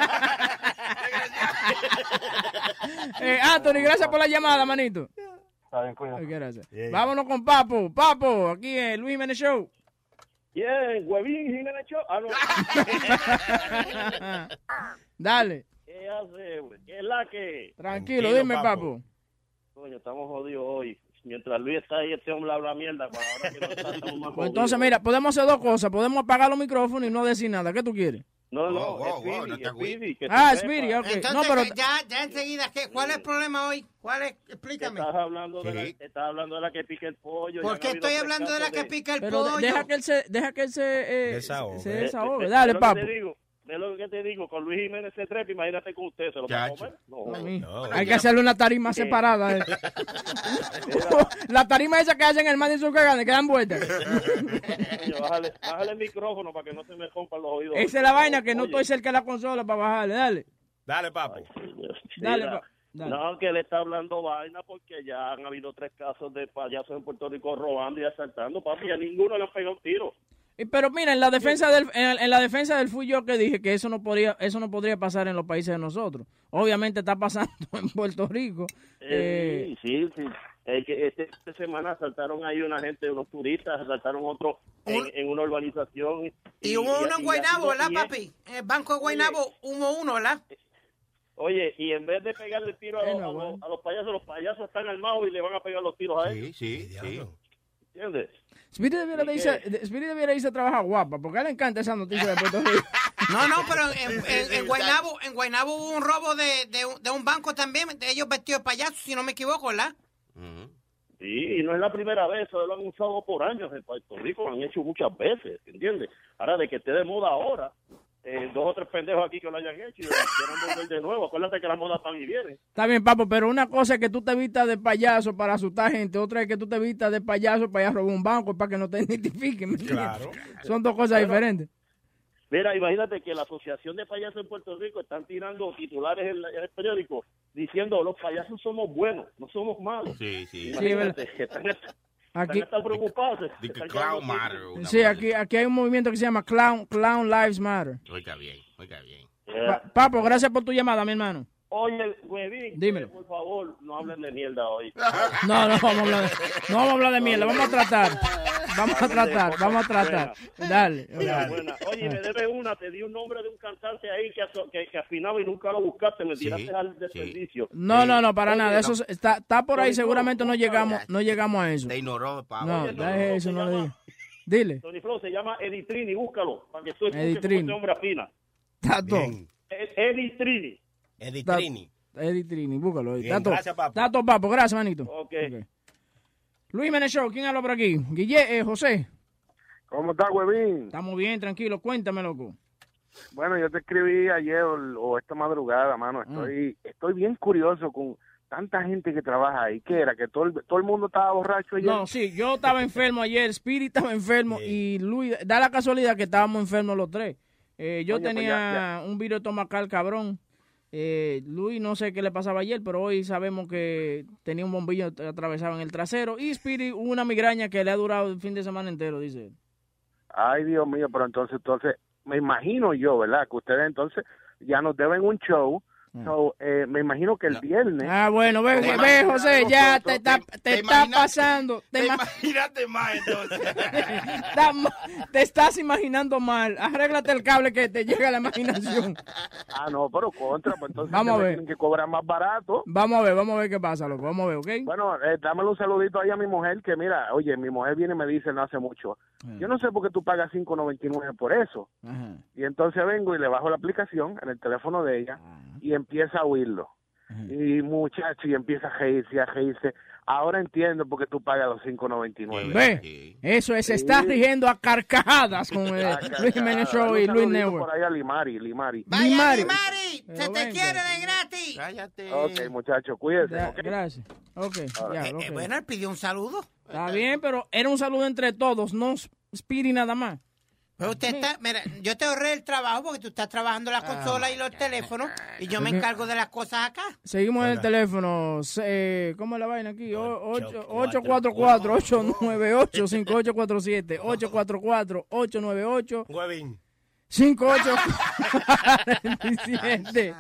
Eh, Anthony, gracias por la llamada, manito. Está bien, cuidado. Ok, gracias. Yeah. Vámonos con Papo. Papo, aquí en Luis Jiménez Show. Bien, huevín, Jiménez Show. Ah, no. Dale, ¿Qué hace, güey? ¿Qué es la que? tranquilo, Tranquilo, dime, Papo. Papo. Coño, estamos jodidos hoy. Mientras Luis está ahí, este hombre habla mierda. Para ahora que no está, estamos más Pues entonces, jodidos. mira, podemos hacer dos cosas. Podemos apagar los micrófonos y no decir nada. ¿Qué tú quieres? No, no, Wow, wow, es wow, Speedy, no es está güey. Speedy, que Ah, tú sepas. Speedy, ok. Entonces, No, pero... que ya, ya enseguida, ¿qué, ¿cuál es el problema hoy? ¿Cuál es? Explícame. Estás hablando, de la, Sí. estás hablando de la que pica el pollo. ¿Por ya qué han habido estoy tres hablando de la casos que pica el Pero de- pollo? deja que él se... Deja que él se... Eh, Desahogue. se Eh, desahogue. eh, Dale, es lo papo. que te digo, es lo que te digo, con Luis Jiménez se trepa, imagínate con usted, ¿se lo va a Chacho. comer? No. Mami, No, hay que hacerle una tarima separada. eh. La tarima esa que hacen en el Madison Square Garden, que dan vueltas. Coño, bájale, bájale el micrófono para que no se me rompan los oídos. Esa es la vaina, que no Oye, estoy cerca de la consola para bajarle. Dale. Dale, papo. Dale, mira, pa- dale. No, que él está hablando vaina porque ya han habido tres casos de payasos en Puerto Rico robando y asaltando, papi, a ninguno le han pegado un tiro. Y- Pero mira, en la defensa del en, en la defensa del fui yo que dije que eso no podría eso no podría pasar en los países de nosotros. Obviamente está pasando en Puerto Rico. Eh, Eh, sí, sí. Es que este, esta semana asaltaron ahí una gente, unos turistas, asaltaron otro en, en una urbanización. Y hubo uno en y- Guaynabo, y- ¿verdad, y- papi? En el Banco de Guaynabo hubo uno, ¿verdad? Oye, y en vez de pegarle tiro a, los- a los, a los payasos, los payasos están armados y le van a pegar los tiros a ellos. Sí, sí, sí. ¿Entiendes? Speedy debiera, de irse, de- Speedy debiera irse a trabajar guapa, porque a él le encanta esa noticia de Puerto Rico. No, no, pero en, en, en Guaynabo, en Guaynabo hubo un robo de, de, un- de un banco también, de ellos vestidos de payasos, si no me equivoco, ¿verdad? Sí, y no es la primera vez, eso lo han usado por años en Puerto Rico, lo han hecho muchas veces, ¿entiendes? Ahora, de que esté de moda ahora, eh, dos o tres pendejos aquí que lo hayan hecho y lo quieran volver de nuevo. Acuérdate que las modas van y vienen. Está bien, papo, pero una cosa es que tú te vistas de payaso para asustar gente, otra es que tú te vistas de payaso para ir a robar un banco para que no te identifiquen. ¿me entiendes? Claro. Son dos cosas Bueno, diferentes. Mira, imagínate que la Asociación de Payasos en Puerto Rico están tirando titulares en, la- en el periódico diciendo los payasos somos buenos, no somos malos. Sí, sí. Imagínate, que están, están Aquí- hasta preocupados. Di que están Clown quedando- Matter. una Sí, aquí, aquí hay un movimiento que se llama Clown, Clown Lives Matter. Oiga bien, oiga bien. Pa- Papo, gracias por tu llamada, mi hermano. Oye, Huevín, Dímelo. por favor, no hablen de mierda hoy. No, no vamos a hablar de, no vamos a hablar de mierda, vamos a tratar. Vamos a tratar, vamos a tratar. Dale. Buena, dale. buena. Oye, me debe una, te di un nombre de un cantante ahí que, aso- que, que afinaba y nunca lo buscaste, me tiraste al desperdicio. No, no, no, para Oye, nada. Eso no. está, está por ahí, Tony seguramente no Flow, llegamos, no llegamos a eso. Te ignoró, Pablo. No, Oye, deje Tony eso, Flow no se le llama- diga. Dile. Tony Flow se llama Editrini, búscalo, para que tú escuches Editrini. cómo ese hombre afina. Está todo. Ed- Editrini. Editrini. Editrini, búscalo. ahí. Bien, Está todo. gracias, papo. Está todo, papo. Gracias, manito. Ok. Ok. Luis Jiménez Show, ¿quién habla por aquí? Guille, eh, José. ¿Cómo estás, huevín? Estamos bien, tranquilo. Cuéntame, loco. Bueno, yo te escribí ayer o, o esta madrugada, mano. Estoy estoy bien curioso con tanta gente que trabaja ahí. ¿Qué era? ¿Que todo el, todo el mundo estaba borracho ayer? No, sí, yo estaba enfermo ayer, Spirit estaba enfermo y Luis, da la casualidad que estábamos enfermos los tres. Eh, yo Coño, pues tenía ya- un virus estomacal cabrón. Eh, Luis no sé qué le pasaba ayer, pero hoy sabemos que tenía un bombillo atravesado en el trasero. Y Spirit una migraña que le ha durado el fin de semana entero, dice él. Ay, Dios mío, pero entonces, entonces, me imagino yo, ¿verdad? Que ustedes entonces ya nos deben un show. So, eh, me imagino que el viernes... Ah, bueno, ve, ve, ve, José, ya te está, te está pasando. Te, ima- Imagínate más, entonces. está ma- te estás imaginando mal. Arréglate el cable que te llega a la imaginación. Ah, no, pero contra, pues entonces Vamos a me ver. tienen que cobrar más barato. Vamos a ver, vamos a ver qué pasa, loco. Vamos a ver, ¿ok? Bueno, eh, dámele un saludito ahí a mi mujer, que mira, oye, mi mujer viene y me dice no hace mucho, yo no sé por qué tú pagas cinco noventa y nueve por eso. Ajá. Y entonces vengo y le bajo la aplicación en el teléfono de ella y empieza a oírlo. Y muchacho, y empieza a reírse, a reírse. Ahora entiendo por qué tú pagas los cinco noventa y nueve. Ve, eso es, se está riendo a carcajadas con el Luis Jiménez Show y Luis Network. Por ahí a Limari, Limari. Vaya, Limari. Limari, se Pero te venga. quiere de gratis. Cállate. Ok, muchachos, cuídense. Ya, ¿ok? gracias. Ok, ya, Eh, ok. eh, bueno, él pidió un saludo. Está bien, pero era un saludo entre todos, no Speedy nada más. Pero usted está, mira, yo te ahorré el trabajo porque tú estás trabajando la consola y los teléfonos y yo me encargo de las cosas acá. Seguimos en el teléfono. se- ¿Cómo es la vaina aquí? ocho cuatro cuatro, ocho nueve ocho, cinco ocho cuatro siete. ocho cuatro cuatro, ocho nueve ocho, Huevín. cinco ocho cuatro siete.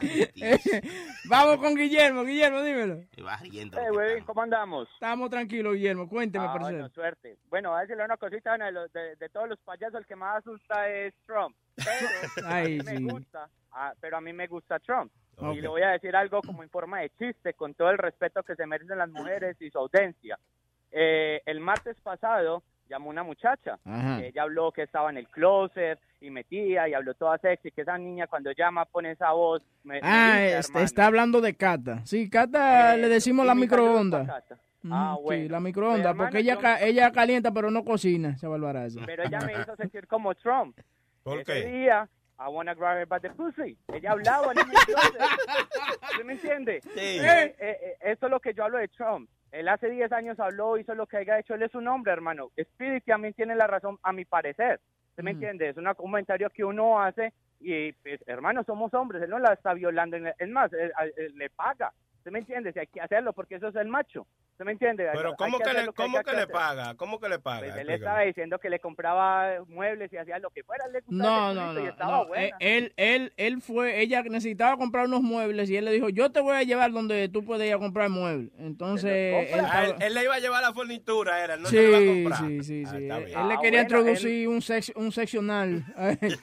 Vamos con Guillermo. Guillermo, dímelo. Te vas riendo. Eh, güey, ¿cómo andamos? Estamos tranquilos, Guillermo. Cuénteme, Ah, parcero. bueno, suerte. Bueno, a decirle una cosita, Ana, de, los- de, de todos los payasos, el que más asusta es Trump. Pero Ay, a mí sí. me gusta, ah, pero a mí me gusta Trump. Y le voy a decir algo como en forma de chiste, con todo el respeto que se merecen las mujeres y su audiencia. Eh, el martes pasado llamó una muchacha. Ajá. Ella habló que estaba en el closet y metía y habló toda sexy, que esa niña cuando llama pone esa voz. Me, Ah, me dice, es- hermano. está hablando de Cata. Sí, Cata Eh, le decimos y la mi saludo microondas. pa' Cata. Mm, Ah, sí, bueno. la microondas, Mi hermana, porque ella, yo- ca- ella calienta pero no cocina, esa barbaraza. Pero ella me hizo sentir como Trump. ¿Por Ese qué? día, I wanna grab her by the pussy. Ella hablaba en el closet. ¿Sí me entiende? Sí. Eh, eh, eh, eso es lo que yo hablo de Trump. Él hace diez años habló, hizo lo que haya hecho. Él es un hombre, hermano. Spirit también tiene la razón, a mi parecer. ¿Sí me Mm. entiende? Es un comentario que uno hace y, pues, hermano, somos hombres. Él no la está violando. Es más, él- él le paga. ¿Sí me entiende? Si hay que hacerlo porque eso es el macho. ¿Sí me entiende? Pero Hay ¿cómo que hacer le, lo que hay cómo que le hacer. paga? ¿Cómo que le paga? Pues él Explícame. estaba diciendo que le compraba muebles y hacía lo que fuera. Él le gustaba No, ese no, culito y no, estaba no. buena. Eh, Él, él, él fue, ella necesitaba comprar unos muebles y él le dijo, yo te voy a llevar donde tú puedes ir a comprar muebles. Entonces, él Ah, él, estaba- él le iba a llevar la fornitura, era, él no sí, se la iba a comprar. sí, sí, Ah, sí. está Él, bien. él le Ah, quería bueno, introducir un, sec- un seccional. a él.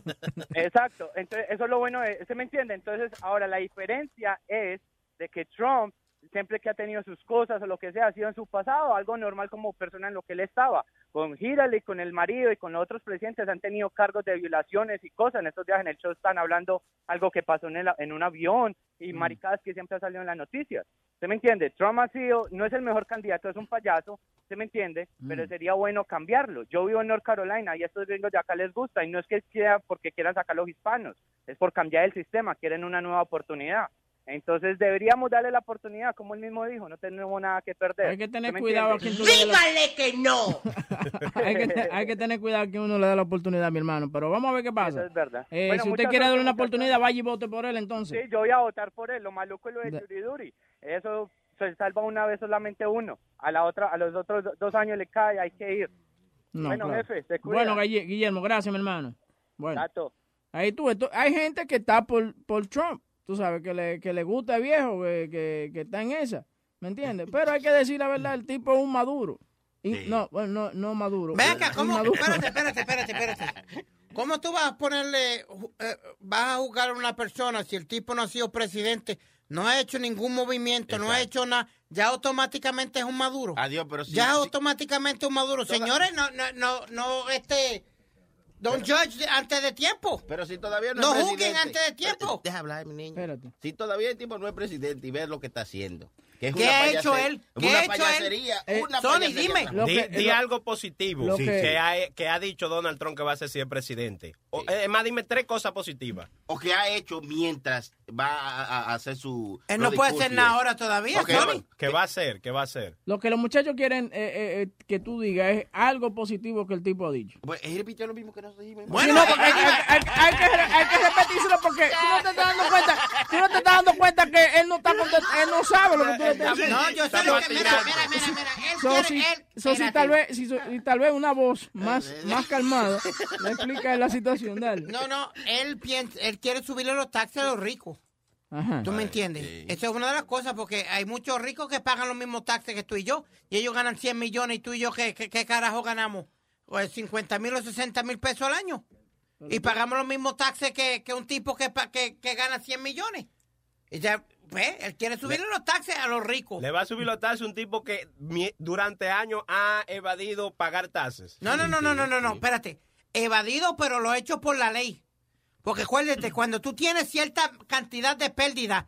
Exacto, entonces eso es lo bueno, de- ¿se me entiende? Entonces ahora la diferencia es de que Trump, siempre que ha tenido sus cosas o lo que sea, ha sido en su pasado algo normal como persona en lo que él estaba. Con Hillary, con el marido y con los otros presidentes han tenido cargos de violaciones y cosas. En estos días en el show están hablando algo que pasó en, el- en un avión y maricadas que siempre ha salido en las noticias. ¿Se me entiende? Trump ha sido, no es el mejor candidato, es un payaso, ¿se me entiende? Pero sería bueno cambiarlo. Yo vivo en North Carolina y a estos gringos de acá les gusta y no es que sea porque quieran sacar los hispanos, es por cambiar el sistema, quieren una nueva oportunidad. Entonces deberíamos darle la oportunidad, como él mismo dijo, no tenemos nada que perder. Hay que tener ¿Se me cuidado a entiende? quien tú le das la- ¡Dígale que no! hay, que te- hay que tener cuidado que uno le da la oportunidad, mi hermano. Pero vamos a ver qué pasa. Eso es verdad. Eh, Bueno, si usted mucha quiere darle suerte, una muchachos. oportunidad, vaya y vote por él entonces. Sí, yo voy a votar por él. Lo maluco es lo de Da- Yuriduri. Eso se salva una vez solamente uno. A la otra, a los otros do- dos años le cae, hay que ir. No, bueno, claro. jefe, se cuida. Bueno, Galle- Guillermo, gracias, mi hermano. Bueno, Tato. ahí tú, esto- hay gente que está por, por Trump, tú sabes, que le, que le gusta el viejo, que, que, que está en esa, ¿me entiendes? Pero hay que decir la verdad, el tipo es un maduro. Y, Sí. No, bueno, no, no maduro. Ven acá, ¿cómo? Inmaduro. Espérate, espérate, espérate, espérate. ¿Cómo tú vas a ponerle, ju- eh, vas a juzgar a una persona si el tipo no ha sido presidente, no ha hecho ningún movimiento, no ha hecho nada, ya automáticamente es un maduro? Adiós, pero sí. Ya sí. automáticamente un maduro. Señores, no, no, no, no, este, don't judge antes de tiempo. Pero si todavía no, No es juzguen presidente. antes de tiempo. Deja hablar, mi niño. Espérate. Si todavía el tipo no es presidente y ves lo que está haciendo. Que es ¿Qué una ha hecho payase- él? ¿Qué una ha hecho él? payasería, Eh, una Sony, payasería dime. tras- Lo Di, que- di lo- algo positivo lo que, que- ha, que ha dicho Donald Trump que va a hacer si es presidente. O, Sí. Es más, dime tres cosas positivas. O que ha hecho mientras va a, a- a hacer su... Él los no puede hacer discursos. nada ahora todavía, Ok, Sony. bueno. ¿Qué va a hacer? ¿Qué va a hacer? Lo que los muchachos quieren eh, eh, eh, que tú digas es algo positivo que el tipo ha dicho. Pues él repitió lo mismo que nosotros dijimos. Bueno, Sí, no, eh, porque hay, hay- hay- hay que, hay que repetírselo porque tú no te estás dando cuenta, tú no te estás dando cuenta que él no está contest- él no sabe lo que tú le estás diciendo. No, yo sé lo que... Mira, mira, mira, mira. Él So, quiere... si, él, so, si espérate. tal vez, si, so- y tal vez una voz más, más calmada le explica la situación, dale. No, no, él piensa, él quiere subirle los taxes a los ricos. Ajá. ¿Tú me entiendes? sí. Esa es una de las cosas porque hay muchos ricos que pagan los mismos taxes que tú y yo y ellos ganan cien millones y tú y yo, ¿qué, qué, qué carajo ganamos? Pues cincuenta mil o sesenta mil pesos al año. Y pagamos los mismos taxes que, que un tipo que, pa- que, que gana cien millones. Y ya, pues, él quiere subirle los taxes a los ricos. Le va a subir los taxes a un tipo que mi- durante años ha evadido pagar taxes. No, no, no, no, no, no, no, espérate. Evadido, pero lo hecho por la ley. Porque acuérdate, cuando tú tienes cierta cantidad de pérdida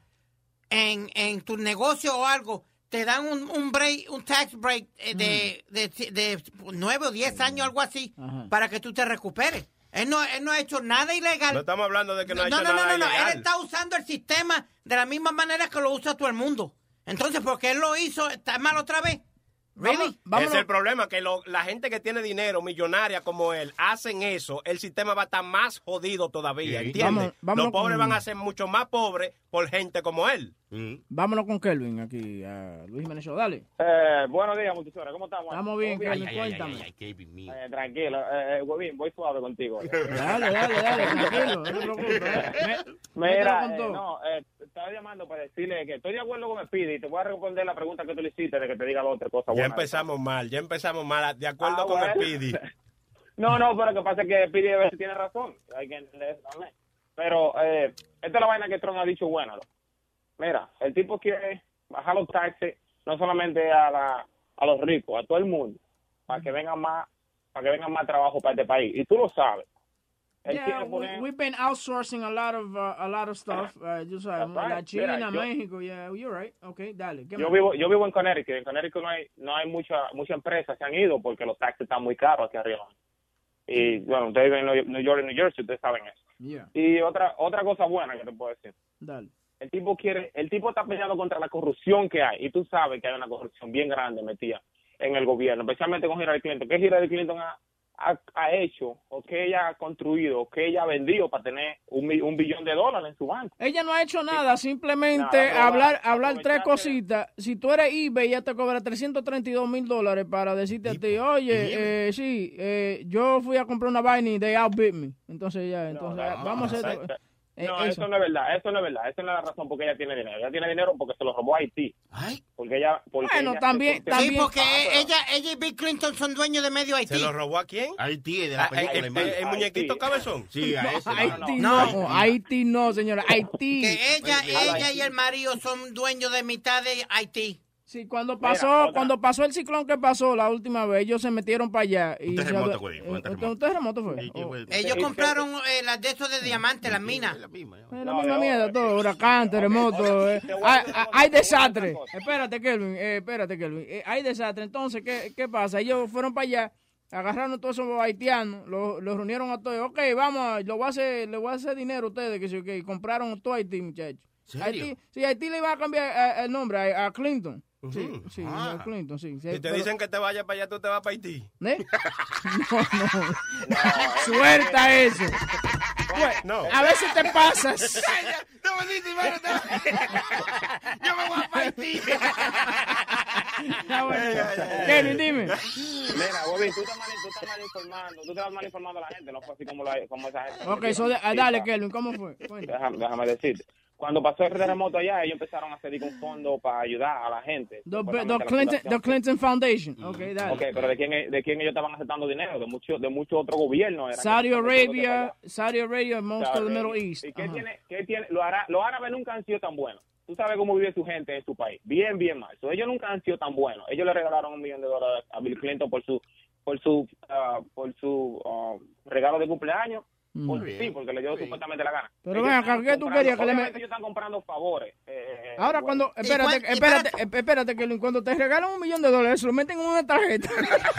en, en tu negocio o algo, te dan un, un break, un tax break eh, de, de, de nueve o diez años, algo así, Ajá. para que tú te recuperes. Él no, él no ha hecho nada ilegal. No estamos hablando de que no, ha no, hecho no, no, nada no, no, ilegal. él está usando el sistema de la misma manera que lo usa todo el mundo. Entonces, porque él lo hizo, está mal otra vez. Really? Vamos- vámonos. Es el problema, que lo- la gente que tiene dinero, millonaria como él, hacen eso, el sistema va a estar más jodido todavía, Sí. ¿entiendes? Vamos- vámonos Los pobres con- van a ser mucho más pobres por gente como él. Mm. Vámonos con Kelvin aquí, a Luis Jiménez Show, dale. Eh, buenos días, muchachos. ¿Cómo estamos? Estamos bien, ¿Todo Ay, Kelvin, ay, ay, ay, cuéntame. ay, Kevin, mío. Eh, tranquilo, eh, Huevín, voy suave contigo. Dale, dale, dale, tranquilo, no te preocupes. eh. Me- Mira, mételo con eh, todo. no, eh, estaba llamando para decirle que estoy de acuerdo con Speedy y te voy a responder la pregunta que tú le hiciste de que te diga dos o tres cosas Ya buenas. empezamos mal, ya empezamos mal, de acuerdo Ah, con bueno. Speedy. No, no, pero lo que pasa es que Speedy a veces tiene razón. Hay que entender eso también. Pero eh, esta es la vaina que Trump ha dicho buena. ¿no? Mira, el tipo quiere bajar los taxes no solamente a la a los ricos, a todo el mundo, para que venga más para que venga más trabajo para este país. Y tú lo sabes. Él Yeah, quiere we, poner... we've been outsourcing a lot of uh, a lot of stuff. Uh, you sabes, That's right. la China, Mira, yo- México. Yeah, you're right. Okay, dale. ¿qué Yo más? vivo, yo vivo en Connecticut. En Connecticut no hay, no hay mucha, mucha empresas se han ido porque los taxes están muy caros aquí arriba. Y bueno, ustedes viven en New York y New Jersey, ustedes saben eso. Yeah, Y otra, otra cosa buena que te puedo decir. dale. El tipo quiere, el tipo está peleando contra la corrupción que hay. Y tú sabes que hay una corrupción bien grande metida en el gobierno, especialmente con Hillary Clinton. ¿Qué Hillary Clinton ha, ha, ha hecho o que ella ha construido o que ella ha vendido para tener un, mi- un billón de dólares en su banco? Ella no ha hecho nada, simplemente Nada, no, hablar, va, hablar tres aprovecharse- cositas. Si tú eres eBay, ella te cobra trescientos treinta y dos mil dólares para decirte a ti, oye, eh, sí, eh, yo fui a comprar una vaina y they outbid me. Entonces ya, entonces no, vamos a hacer... exacto. eh, No, eso. eso no es verdad, eso no es verdad, eso no es la razón porque ella tiene dinero. Ella tiene dinero porque se lo robó a Haití. Porque ella, porque Bueno, ella también- se- también- Sí, porque Ah, pero- ella, ella y Bill Clinton son dueños de medio Haití. ¿Se lo robó a quién? Haití, de Ah, la el, película. el- el- el muñequito Haití. cabezón. Sí, a ese. Haití no, no, Haití no, señora, Haití. Que ella, Oye, ella y el marido son dueños de mitad de Haití. Sí, cuando Mira, pasó, otra- cuando pasó el ciclón que pasó la última vez, ellos se metieron para allá. Y Un terremoto, se- güey, eh, fue un terremoto. ¿Un terremoto fue? Sí, Oh. fue- Ellos Sí, compraron eh, las de esos de diamante, las minas. la misma, ya. Es la No, misma no, mierda, eh, todo, huracán, terremoto. eh. te voy a Hay, decir una hay- cosa, hay te voy a decir desastre. una cosa. Espérate, Kelvin, eh, espérate, Kelvin. Eh, hay desastre. Entonces, ¿qué, ¿qué pasa? Ellos fueron para allá, agarraron todos esos haitianos, los los reunieron a todos. Ok, vamos, lo voy a hacer, le voy a hacer dinero a ustedes, que sí, ok. Compraron todo Haití, muchachos. ¿Serio? Haití, sí, Haití le iba a cambiar eh, el nombre a, a Clinton. Sí, Ujú. sí, Ah. a Clinton, sí. sí, Si te pero- dicen que te vayas para allá, tú te vas para Haití. ¿Eh? No, no. Suelta eso. Pues, No. a veces te pasas. No, bendito, hermano, no. Yo me voy a Haití. Está bueno. Kelvin, dime. Mira, Bobby, tú estás mal, tú estás mal informando, tú estás mal informando a la gente, no fue así como, la, como esa gente. Ok, so, de- ah, dale, Kelvin, ¿cómo fue? Cuenta. Déjame, déjame decirte. Cuando pasó el terremoto allá, ellos empezaron a hacer digo, un fondo para ayudar a la gente. The, supuestamente the a la Clinton, fundación. the Clinton Foundation. Ok, dale. Ok, pero ¿de quién, de quién ellos estaban aceptando dinero? De muchos de mucho otro gobierno. Era Saudi que estaban metiéndote para Arabia, allá. Saudi Arabia, most of the Saudi Middle Arabia. East. ¿Y qué Ajá. tiene, qué tiene? Los, ára- los árabes nunca han sido tan buenos. Tú sabes cómo vive su gente en su país. Bien, bien mal. So, ellos nunca han sido tan buenos. Ellos le regalaron un millón de dólares a Bill Clinton por su por su ah, por su ah, regalo de cumpleaños. Por- bien. sí, porque le dio Sí. supuestamente la gana. Pero Ellos ven están acá, ¿qué tú comprando- querías que le me- obviamente ellos están comprando favores. eh, eh, Ahora bueno. cuando, espérate, cuán- y espérate, espérate, espérate, Kelvin, cuando te regalan un millón de dólares, se lo meten en una tarjeta.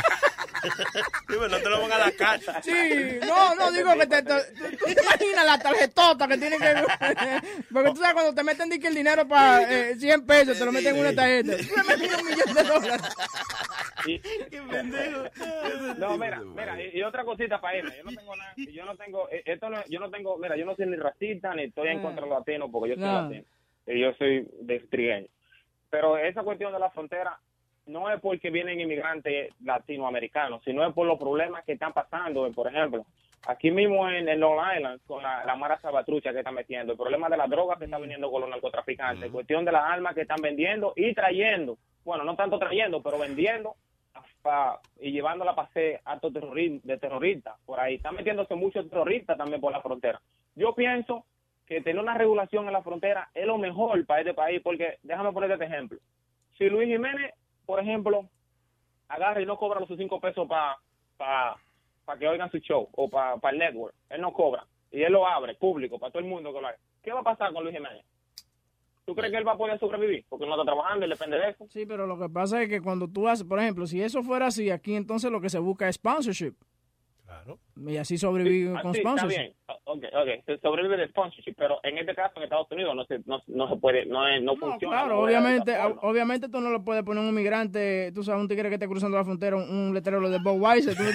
Dime, no te lo van a dar cash. Sí, no, no, digo que te, te- tú, tú te imaginas la tarjetota que tienen que... Porque tú sabes cuando te meten di que el dinero para eh, cien pesos, te lo meten en una tarjeta. Tú le metes un millón de dólares. Y- Qué pendejo. No, mira, mira, y, y otra cosita para irme. Yo no tengo nada, yo no tengo, eh, esto no, yo no tengo, mira, yo no soy ni racista ni estoy en Ah. contra de los latinos porque yo soy No. latino. Y yo soy de trigueño. Pero esa cuestión de la frontera no es porque vienen inmigrantes latinoamericanos, sino es por los problemas que están pasando. Por ejemplo, aquí mismo en, en Long Island, con la, la Mara Salvatrucha que están metiendo, el problema de las drogas que están viniendo con los narcotraficantes, cuestión de las armas que están vendiendo y trayendo, bueno, no tanto trayendo, pero vendiendo pa- y llevándola para hacer actos terrori- de terroristas. Por ahí están metiéndose muchos terroristas también por la frontera. Yo pienso que tener una regulación en la frontera es lo mejor para este país, porque déjame ponerte este ejemplo. Si Luis Jiménez, por ejemplo, agarra y no cobra los cinco pesos para pa, pa que oigan su show o para pa el network, él no cobra y él lo abre público para todo el mundo que lo haga. ¿Qué va a pasar con Luis Jiménez? ¿Tú crees que él va a poder sobrevivir? Porque no está trabajando, él depende de eso. Sí, pero lo que pasa es que cuando tú haces, por ejemplo, si eso fuera así, aquí entonces lo que se busca es sponsorship. Claro. Y así sobreviven Ah, con sí, está sponsorship. bien. Ok, ok. Se sobrevive de sponsorship, pero en este caso en Estados Unidos no se, no, no se puede, no, es- no, No, funciona. claro, no fuera de obviamente, esa forma. o- obviamente tú no le puedes poner a un inmigrante, tú sabes, un tigre que esté cruzando la frontera, un, un letrero de Budweiser. tú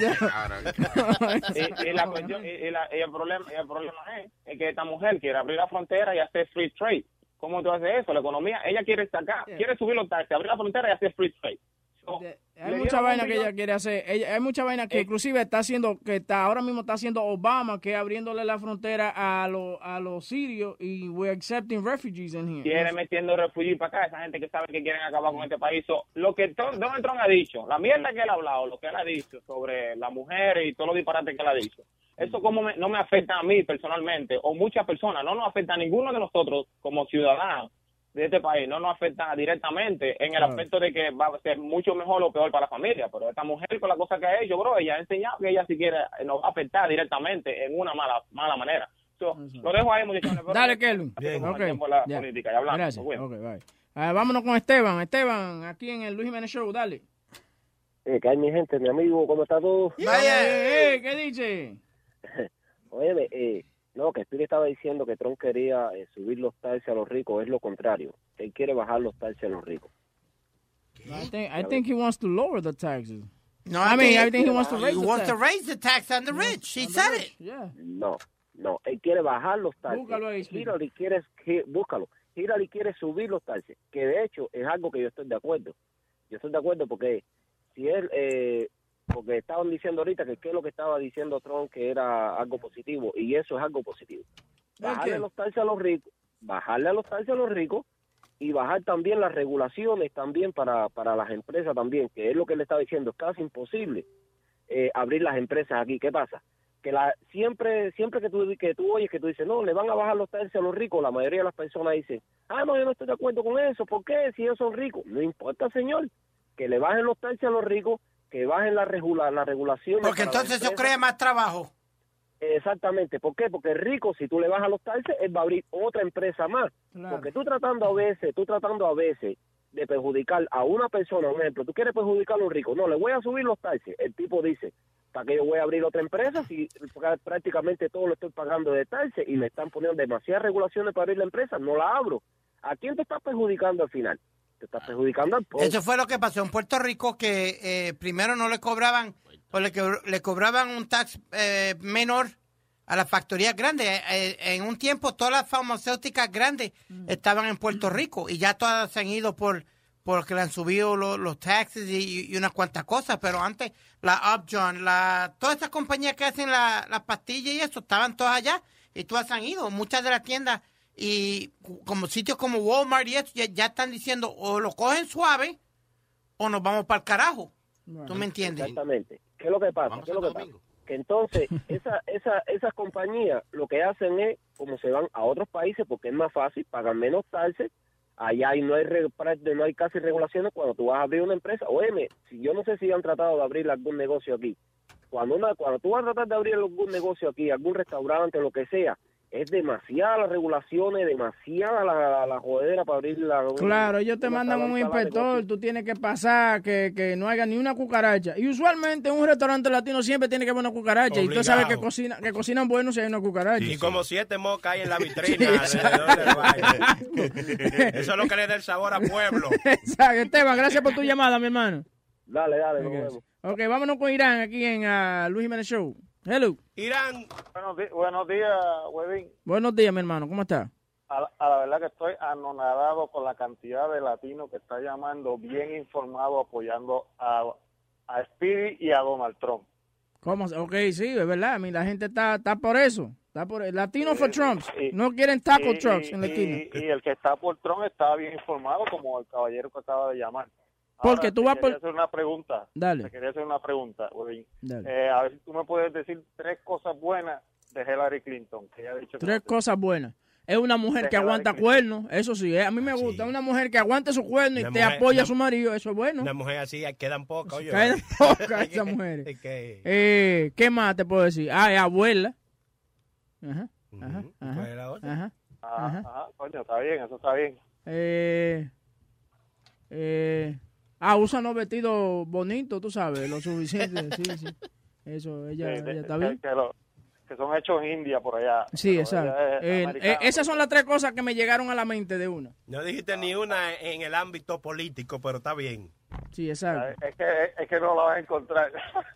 no y, y la cuestión, y, y la- y el problema, y el problema es, es que esta mujer quiere abrir la frontera y hacer free trade. ¿Cómo tú haces eso? La economía, ella quiere sacar, quiere subir los taxes, abrir la frontera y hacer free trade. So, Hay le mucha dieron vaina un que millón- ella quiere hacer. Ella, hay mucha vaina que Eh. inclusive está haciendo, que está ahora mismo está haciendo Obama, que es abriéndole la frontera a, los a los sirios y we're accepting refugees in here. quiere metiendo refugiados para acá, esa gente que sabe que quieren acabar con este país. So, lo que Trump- Donald Trump ha dicho, la mierda que él ha hablado, lo que él ha dicho sobre la mujer y todos los disparates que él ha dicho, Eso como me- no me afecta a mí personalmente, o muchas personas, no nos afecta a ninguno de nosotros como ciudadanos de este país, no nos afecta directamente en el Claro. aspecto de que va a ser mucho mejor o peor para la familia, pero esta mujer con la cosa que ha hecho, bro, ella ha enseñado que ella si quiere nos va a afectar directamente en una mala mala manera. So, lo dejo ahí, muchachones. pero- Dale, Kelvin. Así como Ok, el tiempo de la ya. política, y hablando, Gracias. pues, bueno. Ok, bye. Ah, vámonos con Esteban. Esteban, aquí en el Luis Jiménez Show, dale. Eh, ¿qué hay, mi gente? Mi amigo, ¿cómo está todo? Vaya. Eh, eh, ¿qué dice? Óyeme, eh, no, que Speedy estaba diciendo que Trump quería eh, subir los taxes a los ricos, es lo contrario. Él quiere bajar los taxes a los ricos. I think, I think he wants to lower the taxes. No, I mean, I think he wants to raise he the wants tax. to raise the tax on the rich. He said it. Yeah. No, no, él quiere bajar los taxes. Búscalo ahí, Speedy. Hillary quiere, que- búscalo. Hillary quiere subir los taxes, que de hecho es algo que yo estoy de acuerdo. Yo estoy de acuerdo porque si él, eh, porque estaban diciendo ahorita que qué es lo que estaba diciendo Trump que era algo positivo, y eso es algo positivo. Bajarle Ok. los taxes a los ricos, bajarle a los taxes a los ricos y bajar también las regulaciones también para, para las empresas también, que es lo que le estaba diciendo, es casi imposible eh, abrir las empresas aquí. ¿Qué pasa? Que la siempre siempre que tú que tú oyes que tú dices, no, le van a bajar los taxes a los ricos, la mayoría de las personas dicen, ah, no, yo no estoy de acuerdo con eso, ¿por qué? Si ellos son ricos. No importa, señor, que le bajen los taxes a los ricos, que bajen la, regula la regulación. Porque entonces eso crea más trabajo. Exactamente, ¿por qué? Porque el rico, si tú le bajas los taxes, él va a abrir otra empresa más. Claro. Porque tú tratando a veces, tú tratando a veces de perjudicar a una persona, un ejemplo, tú quieres perjudicar a un rico, no, le voy a subir los taxes. El tipo dice, ¿para qué yo voy a abrir otra empresa si prácticamente todo lo estoy pagando de taxes y me están poniendo demasiadas regulaciones para abrir la empresa? No la abro. ¿A quién te estás perjudicando al final? Te estás perjudicando al pobre. Eso fue lo que pasó en Puerto Rico, que eh, primero no le cobraban, o le, co- le cobraban un tax eh, menor a las factorías grandes. Eh, eh, en un tiempo todas las farmacéuticas grandes estaban en Puerto Rico y ya todas se han ido por porque le han subido lo- los taxes y, y unas cuantas cosas, pero antes la Upjohn, la, todas estas compañías que hacen la- las pastillas y eso, estaban todas allá y todas han ido. Muchas de las tiendas y como sitios como Walmart y eso ya, ya están diciendo o lo cogen suave o nos vamos para el carajo. ¿Tú me entiendes? Exactamente. ¿Qué es lo que pasa? ¿Qué es lo que pasa? Que entonces esa, esa, esas compañías lo que hacen es, como se van a otros países porque es más fácil, pagan menos taxes, allá y no hay re- práct- no hay casi regulaciones cuando tú vas a abrir una empresa. Óyeme, si yo no sé si han tratado de abrir algún negocio aquí, cuando una cuando tú vas a tratar de abrir algún negocio aquí, algún restaurante, lo que sea, es demasiada las regulaciones, demasiada la, la jodera para abrir la... Claro, ellos te una mandan sala- un sala de inspector, negocio. tú tienes que pasar, que, que no haya ni una cucaracha. Y usualmente en un restaurante latino siempre tiene que haber una cucaracha. Y tú Obligado. sabes que, cocina, que cocinan bueno si hay una cucaracha. Y como siete moscas hay en la Sí, vitrina. exacto. alrededor del baile. Eso es lo que le da el sabor a pueblo. Exacto. Esteban, gracias por tu llamada, mi hermano. Dale, dale, nos Ok. vemos. Ok, vámonos con Irán aquí en ah, Luis Jiménez Show. Hello. Irán. Buenos, di- buenos días, Webin. Buenos días, mi hermano. ¿Cómo está? A, la- a la verdad que estoy anonadado con la cantidad de latinos que está llamando, bien informado, apoyando a, a Speedy y a Donald Trump. ¿Cómo? Ok, sí, es verdad. A mí la gente está, está por eso. Está por Latino for Trumps. y- No quieren taco Y- trucks y- en la esquina. Y, y el que está por Trump está bien informado, como el caballero que acaba de llamar. Porque Ahora, tú te vas quería por- hacer una pregunta. Dale. Te quería hacer una pregunta, Webin. Dale. Eh, a ver si tú me puedes decir tres cosas buenas de Hillary Clinton, que ella ha dicho que Tres cosas buenas. Es una mujer que Déjala aguanta de- cuernos, eso sí, eh, a mí me gusta. Una mujer que aguante su cuerno y Una te mujer- apoya una- a su marido, eso es bueno. Una mujer así, quedan pocas, oye. Caen pocas esas mujeres. Es que- Eh, ¿Qué más te puedo decir? Ah, es abuela. Ajá, ajá, ¿Cuál ajá, es la otra? ajá, Ah, ajá. ajá, coño, está bien, eso está bien. Eh, eh, ah, usa unos vestidos bonitos, tú sabes, lo suficiente. Sí, sí. Eso, ella, Sí, de- ella está que- bien. Que, lo- que son hechos en India por allá. Sí, Pero exacto. ella es Eh, americana. eh, esas son las tres cosas que me llegaron a la mente de una. No dijiste ni una en el ámbito político, pero está bien. Sí, exacto. Es que, es que no la vas a encontrar.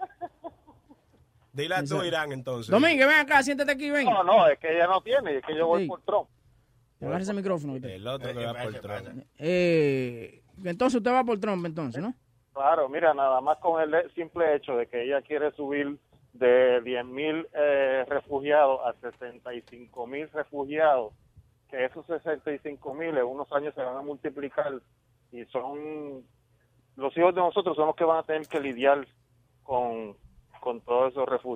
Dile a tú, Exacto. Irán, entonces. Domingue, ven acá, siéntate aquí, ven. No, no, es que ella no tiene, es que yo voy Sí. por Trump. Agarra ese micrófono. ahorita. El otro que va por Trump. Eh, entonces usted va por Trump, entonces, ¿no? Claro, mira, nada más con el simple hecho de que ella quiere subir de diez mil eh, refugiados a sesenta y cinco mil refugiados, que esos sesenta y cinco mil en unos años se van a multiplicar y son los hijos de nosotros son los que van a tener que lidiar con, con todos esos refugiados.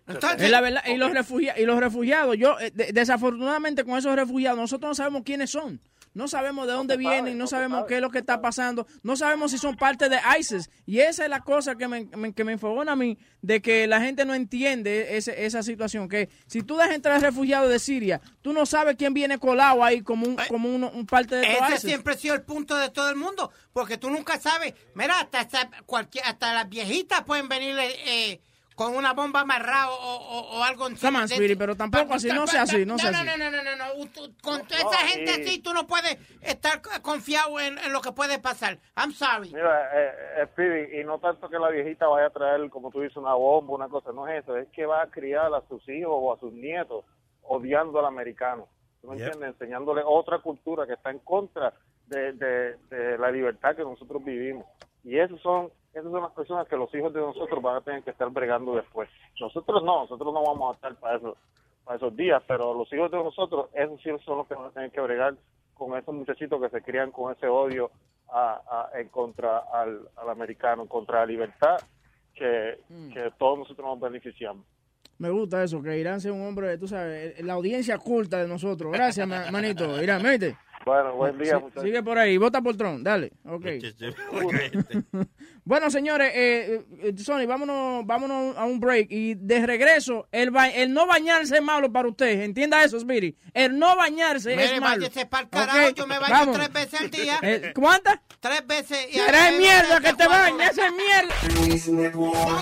Entonces, Es la verdad. Y los, refugia- y los refugiados, yo, eh, de- desafortunadamente con esos refugiados, nosotros no sabemos quiénes son. No sabemos de dónde vienen, no sabemos qué es lo que está pasando, no sabemos si son parte de ISIS. Y esa es la cosa que me, me- que me enfogona a mí, de que la gente no entiende ese- esa situación. Que si tú dejas entrar refugiados de Siria, tú no sabes quién viene colado ahí como un, como un, un parte de todo ese ISIS. siempre ha sido el punto de todo el mundo, porque tú nunca sabes. Mira, hasta, hasta, cualquier, hasta las viejitas pueden venir eh, con una bomba amarrada o, o, o algo encima. Come on, sweetie, pero tampoco así, no sea así, no sea no, así. no, no, no, no, no. Tú- Con No, esa gente y- así, tú no puedes estar confiado en, en lo que puede pasar. I'm sorry. Mira, eh, eh, Speedy, y no tanto que la viejita vaya a traer, como tú dices, una bomba, una cosa, no es eso, es que va a criar a sus hijos o a sus nietos odiando al americano. ¿Tú me Yep. entiendes? Enseñándole otra cultura que está en contra de, de, de la libertad que nosotros vivimos. Y esos son, esas son las personas que los hijos de nosotros van a tener que estar bregando después. Nosotros no, nosotros no vamos a estar para eso, para esos días, pero los hijos de nosotros, esos sí son los que van a tener que bregar con esos muchachitos que se crían con ese odio a, a- en contra al, al americano, en contra la libertad que, que todos nosotros nos beneficiamos. Me gusta eso, que Irán sea un hombre, tú sabes, la audiencia culta de nosotros. Gracias, ma- manito. Irán, ¿viste? Bueno, buen día, Sí, muchachos. sigue por ahí, vota por Trump, dale. Ok. Bueno, señores, eh, eh, Sony, vámonos, vámonos a un break. Y de regreso, el, ba- el no bañarse es malo para usted. Entienda eso, Speedy. El no bañarse Mire, es malo. váyase pa'l carajo, Ok, yo me baño vamos. tres veces al día. Eh, ¿Cuántas? Tres veces. y Será a- de mierda que te cuatro. bañes, esa es mierda.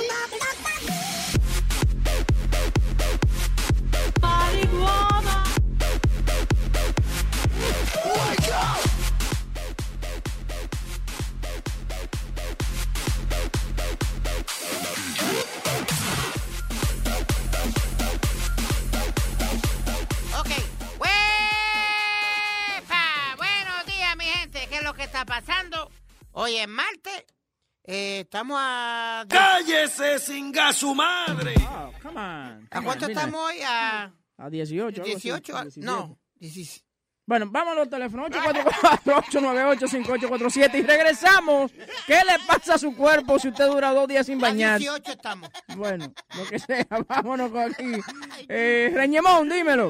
Ok. ¡Huepa! Buenos días, mi gente. ¿Qué es lo que está pasando? Hoy es martes. Eh, estamos a... ¡Cállese, singa su madre! Oh, come on. ¿A cuánto Mira, estamos hoy? A A dieciocho. algo así, dieciocho. diecisiete. No, diecisiete. Bueno, vamos a los teléfonos ocho cuatro cuatro, ocho nueve ocho, cinco ocho cuatro siete y regresamos. ¿Qué le pasa a su cuerpo si usted dura dos días sin A bañar? dieciocho estamos. Bueno, lo que sea, vámonos con aquí. Eh, Reñemón, dímelo.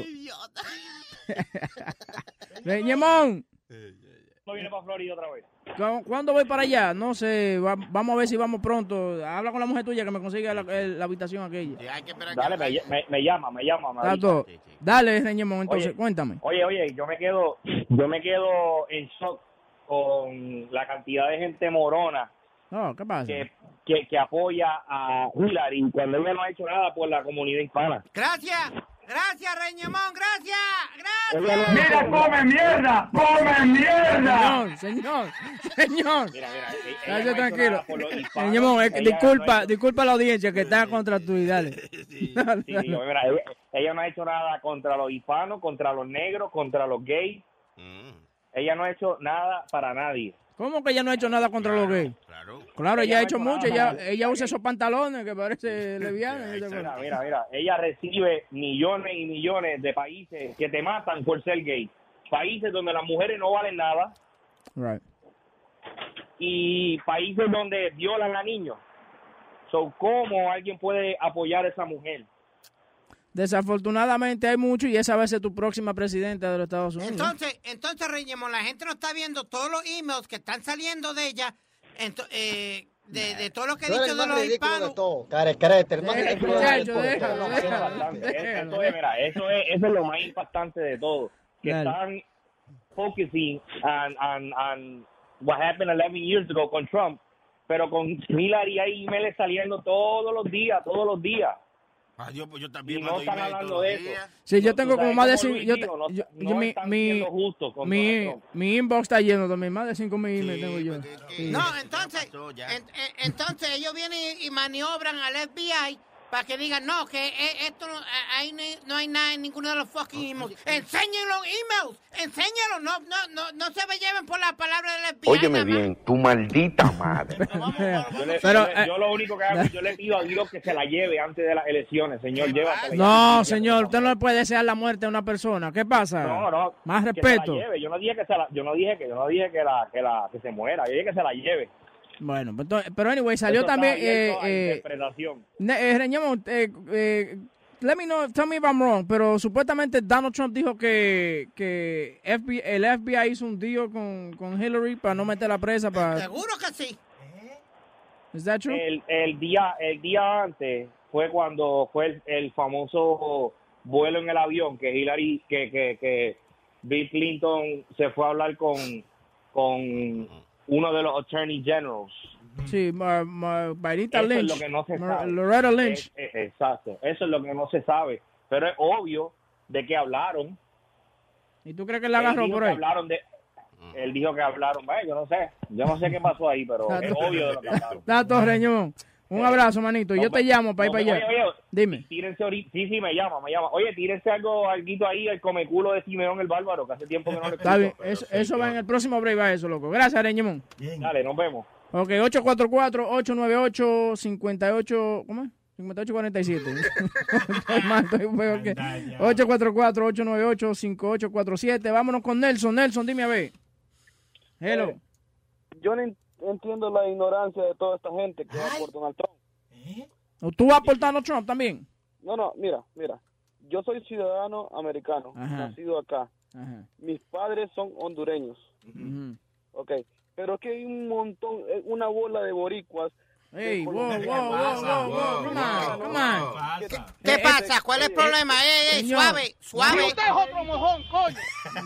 Reñemón, No viene para Florida otra vez. ¿cu- ¿cuándo voy para allá? No sé, va- vamos a ver si vamos pronto. Habla con la mujer tuya que me consiga la, el- la habitación aquella. Sí, hay que esperar Dale, que... me, me, me llama, me llama. me Está avisa. todo. Dale, Reñemón, entonces, Oye. cuéntame. Oye, oye, yo me quedo, yo me quedo en shock con la cantidad de gente morona No, ¿qué pasa? que, que, que apoya a Hillary cuando ella no ha hecho nada por la comunidad hispana. Gracias. Gracias, Reñemón. Gracias. Ella Gracias. no ha hecho- ¡Mira, come mierda! ¡Come mierda! Señor, señor, señor. Mira, mira, ella- ella Quédate no ha hecho tranquilo. nada por los hispanos. Reñemón, eh, Ella no disculpa, ha hecho- disculpa a la audiencia que está contra tu y dale. Dale, Sí, dale. sí, mira, ella, ella no ha hecho nada contra los hispanos, contra los negros, contra los gays. Mm, Ella no ha hecho nada para nadie. ¿Cómo que ella no ha hecho nada contra los gays? claro. Claro, ella Ella ha no hecho ha hecho mucho. nada. Ella, ella usa esos pantalones que parece leviana. ¿sí te Mira, acuerdas? mira, mira, ella recibe millones y millones de países que te matan por ser gay. Países donde las mujeres no valen nada Right. y países donde violan a niños. So, ¿cómo alguien puede apoyar a esa mujer? Desafortunadamente hay mucho y esa va a ser tu próxima presidenta de los Estados Unidos. Entonces, entonces, Reñemón, la gente no está viendo todos los emails que están saliendo de ella, ento- eh, de, de todo lo que he Tú eres dicho el de más los ridículo hispanos. de todo. Carecrete, el más Eh, ridículo de muchacho, todo. déjalo, déjalo, Bastante. déjalo. Eso es, mira, eso es, eso es lo más impactante de todo. Que Dale. están focusing on, on, on what happened eleven years ago con Trump, pero con Hillary hay emails saliendo todos los días, todos los días. Ah, yo, pues yo también Y no mando están email hablando todos de los eso. días. Sí, yo Tú tengo como sabes más de cómo cinco. Luis Yo, dijo, no- yo- no yo- mi, están mi, siendo justos con mi, Donald Trump. mi inbox está lleno también. Más de cinco mil emails tengo yo. Sí. No, entonces, en- en- entonces ellos vienen y maniobran al F B I para que digan, no, que eh, esto no, eh, ahí no, hay- no hay nada en ninguno de los fucking emails. Enseñen los emails, enséñenlos, no, no, no, no se me lleven por la palabra del F B I. Óyeme nada más. bien, tu maldita madre. Yo, le- Pero, yo le- eh, yo lo único que hago, yo le pido a Dios que se la lleve antes de las elecciones, señor, llévatela. No, señor, usted no le puede desear la muerte a una persona. ¿Qué pasa? No, no. Más que respeto. se la lleve. Yo no dije que se la, yo no dije que yo no dije que la que la que se muera, yo dije que se la lleve. Bueno, pues entonces- pero anyway, salió Eso está también... abierto a Eh, eh, interpretación. ne- eh, Reñemo, eh, eh, let me know, tell me if I'm wrong, pero supuestamente Donald Trump dijo que, que F B I, el F B I hizo un deal con, con Hillary para no meter la presa. Para... Seguro que sí. ¿Es that true? El, el día el día antes fue cuando fue el, el famoso vuelo en el avión que Hillary, que, que, que Bill Clinton se fue a hablar con, con uno de los Attorney Generals. Sí, Mar, Mar, Marita Eso Lynch. es lo que no se Mar- sabe. Loretta Lynch. Es- es- exacto, eso es lo que no se sabe. Pero es obvio de que hablaron. ¿Y tú crees que la Él agarró dijo por que ahí? hablaron de, él dijo que hablaron, bueno, yo no sé, yo no sé qué pasó ahí, pero es obvio de lo que hablaron. Dato, Reñón. Un abrazo, manito. Yo te llamo para ir No, para allá. oye, oye, Dime. Tírense ahorita, sí, sí, me llama, me llama. Oye, tírense algo, alguito ahí, el comeculo de Simeón el Bárbaro, que hace tiempo que no le escucho. Está bien, eso, eso va en el próximo break, va eso, loco. Gracias, Reñemón. Dale, nos vemos. Ok, ocho cuatro cuatro, ocho nueve ocho, cinco ocho, ¿cómo es? cincuenta y ocho cuarenta y siete. Estoy mal, estoy feo, ok. ocho cuatro cuatro, ocho nueve ocho, cinco ocho cuatro siete. Vámonos con Nelson. Nelson, dime a ver. Hello. Eh, yo no en- entiendo la ignorancia de toda esta gente que va por Donald Trump. ¿O ¿Tú vas aportando Trump también? No, no, mira, mira. Yo soy ciudadano americano, Ajá. nacido acá. Ajá. Mis padres son hondureños, Ujú. ok. Pero es que hay un montón, eh, una bola de boricuas. Ey, de wow, colombianos. wow, wow, wow, wow, come on, come on. ¿Qué Eh, pasa? ¿Cuál es el problema? Ey, ey, señor. suave, suave. No, usted es otro mojón, coño.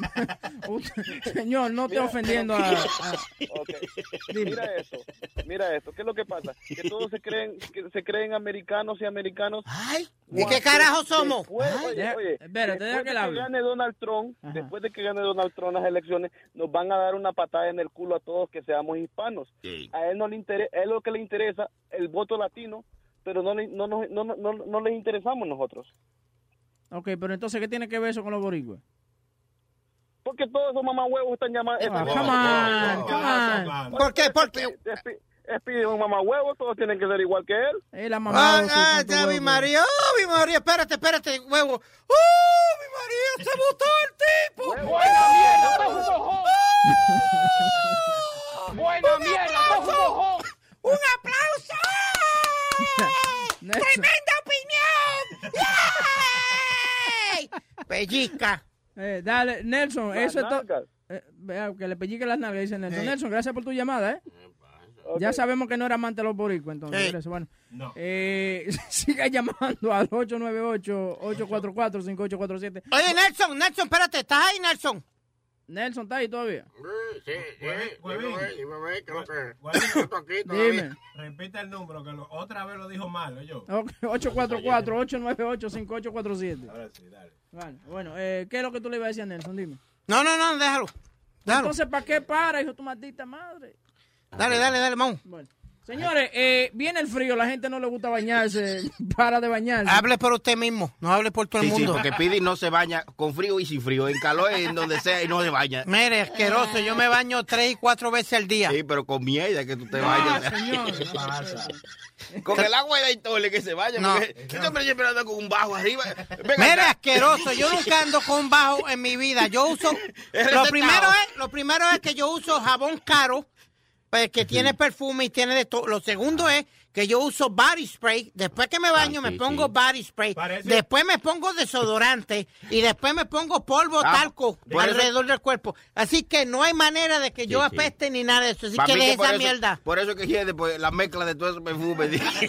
Señor, no te ofendiendo a... a- Ok. Mira eso, mira esto. ¿Qué es lo que pasa? Que todos se creen, que se creen americanos y americanos. Ay, ¿de qué carajo somos? Después, Ay, oye, ya, oye, espérate, deja después que de él que hable. gane Donald Trump, Ajá. después de que gane Donald Trump las elecciones, nos van a dar una patada en el culo a todos que seamos hispanos. A él no le interesa, a él lo que le interesa el voto latino, pero no le, no, no, no, no, no, no les interesamos nosotros. Ok, pero entonces, ¿qué tiene que ver eso con los boricuas? Porque todos esos mamahuevos están llamando. Ah, come on, come on. ¿Por qué? ¿Por qué? Pide un mamahuevo, todos tienen que ser igual que él. Eh, la Ah, ah, ya, mi María, oh, mi María, espérate, espérate, huevo. ¡Oh, mi María, se botó el tipo! ¡Buena mierda, coge un ¡Oh! mojón! ¡Oh! ¡Buena ¡Un mierda, aplauso! coge un mojón! ¡Un aplauso! Nelson. ¡Tremenda opinión! ¡Yay! Pellizca. Eh, dale, Nelson, Las eso es todo. nalgas. Eh, vea, que le pellique las nalgas, dice Nelson. Sí. Nelson, gracias por tu llamada, ¿eh? Ya sabemos que no era amante de los boricuas, entonces. Sí. por eso, bueno. Eh, siga llamando al ocho nueve ocho, ocho cuatro cuatro, cinco ocho cuatro siete. Oye, Nelson, Nelson, espérate, ¿estás ahí, Nelson? Nelson, ¿está ahí todavía? Sí, sí, dime, dime, que lo que... Dime. Repita el número, que lo- otra vez lo dijo mal, yo. Ok, ocho cuatro cuatro, ocho nueve ocho, cinco ocho cuatro siete. Ahora sí, dale. Vale, bueno, eh, ¿qué es lo que tú le ibas a decir a Nelson? Dime. No, no, no, déjalo. Déjalo. Entonces, ¿para qué para, hijo de tu maldita madre? Dale, dale, dale, vamos. Bueno, señores, eh, viene el frío, la gente no le gusta bañarse, para de bañarse. Hable por usted mismo, no hable por todo el Sí, sí, mundo. porque Pidi no se baña con frío y sin frío, en calor en donde sea y no se baña. Mire, asqueroso, yo me baño tres y cuatro veces al día. Sí, pero con mierda que tú te No, bañas. señor. Con el agua de la Intole que se vaya. No. Porque este hombre siempre anda con un bajo arriba. Venga Mire, acá. asqueroso, yo nunca ando con bajo en mi vida. Yo uso, Es lo recetado. primero es, lo primero es que yo uso jabón caro, pues, que tiene perfume y tiene de todo. Lo segundo es que yo uso body spray. Después que me baño, Ah, sí, me pongo sí. body spray. Parece- Después me pongo desodorante y después me pongo polvo Ah, talco por eso- alrededor del cuerpo. Así que no hay manera de que yo sí. apeste ni nada de eso. Así Pa' que mí deje por esa eso- mierda. Por eso que quiere pues, la mezcla de todo ese perfume.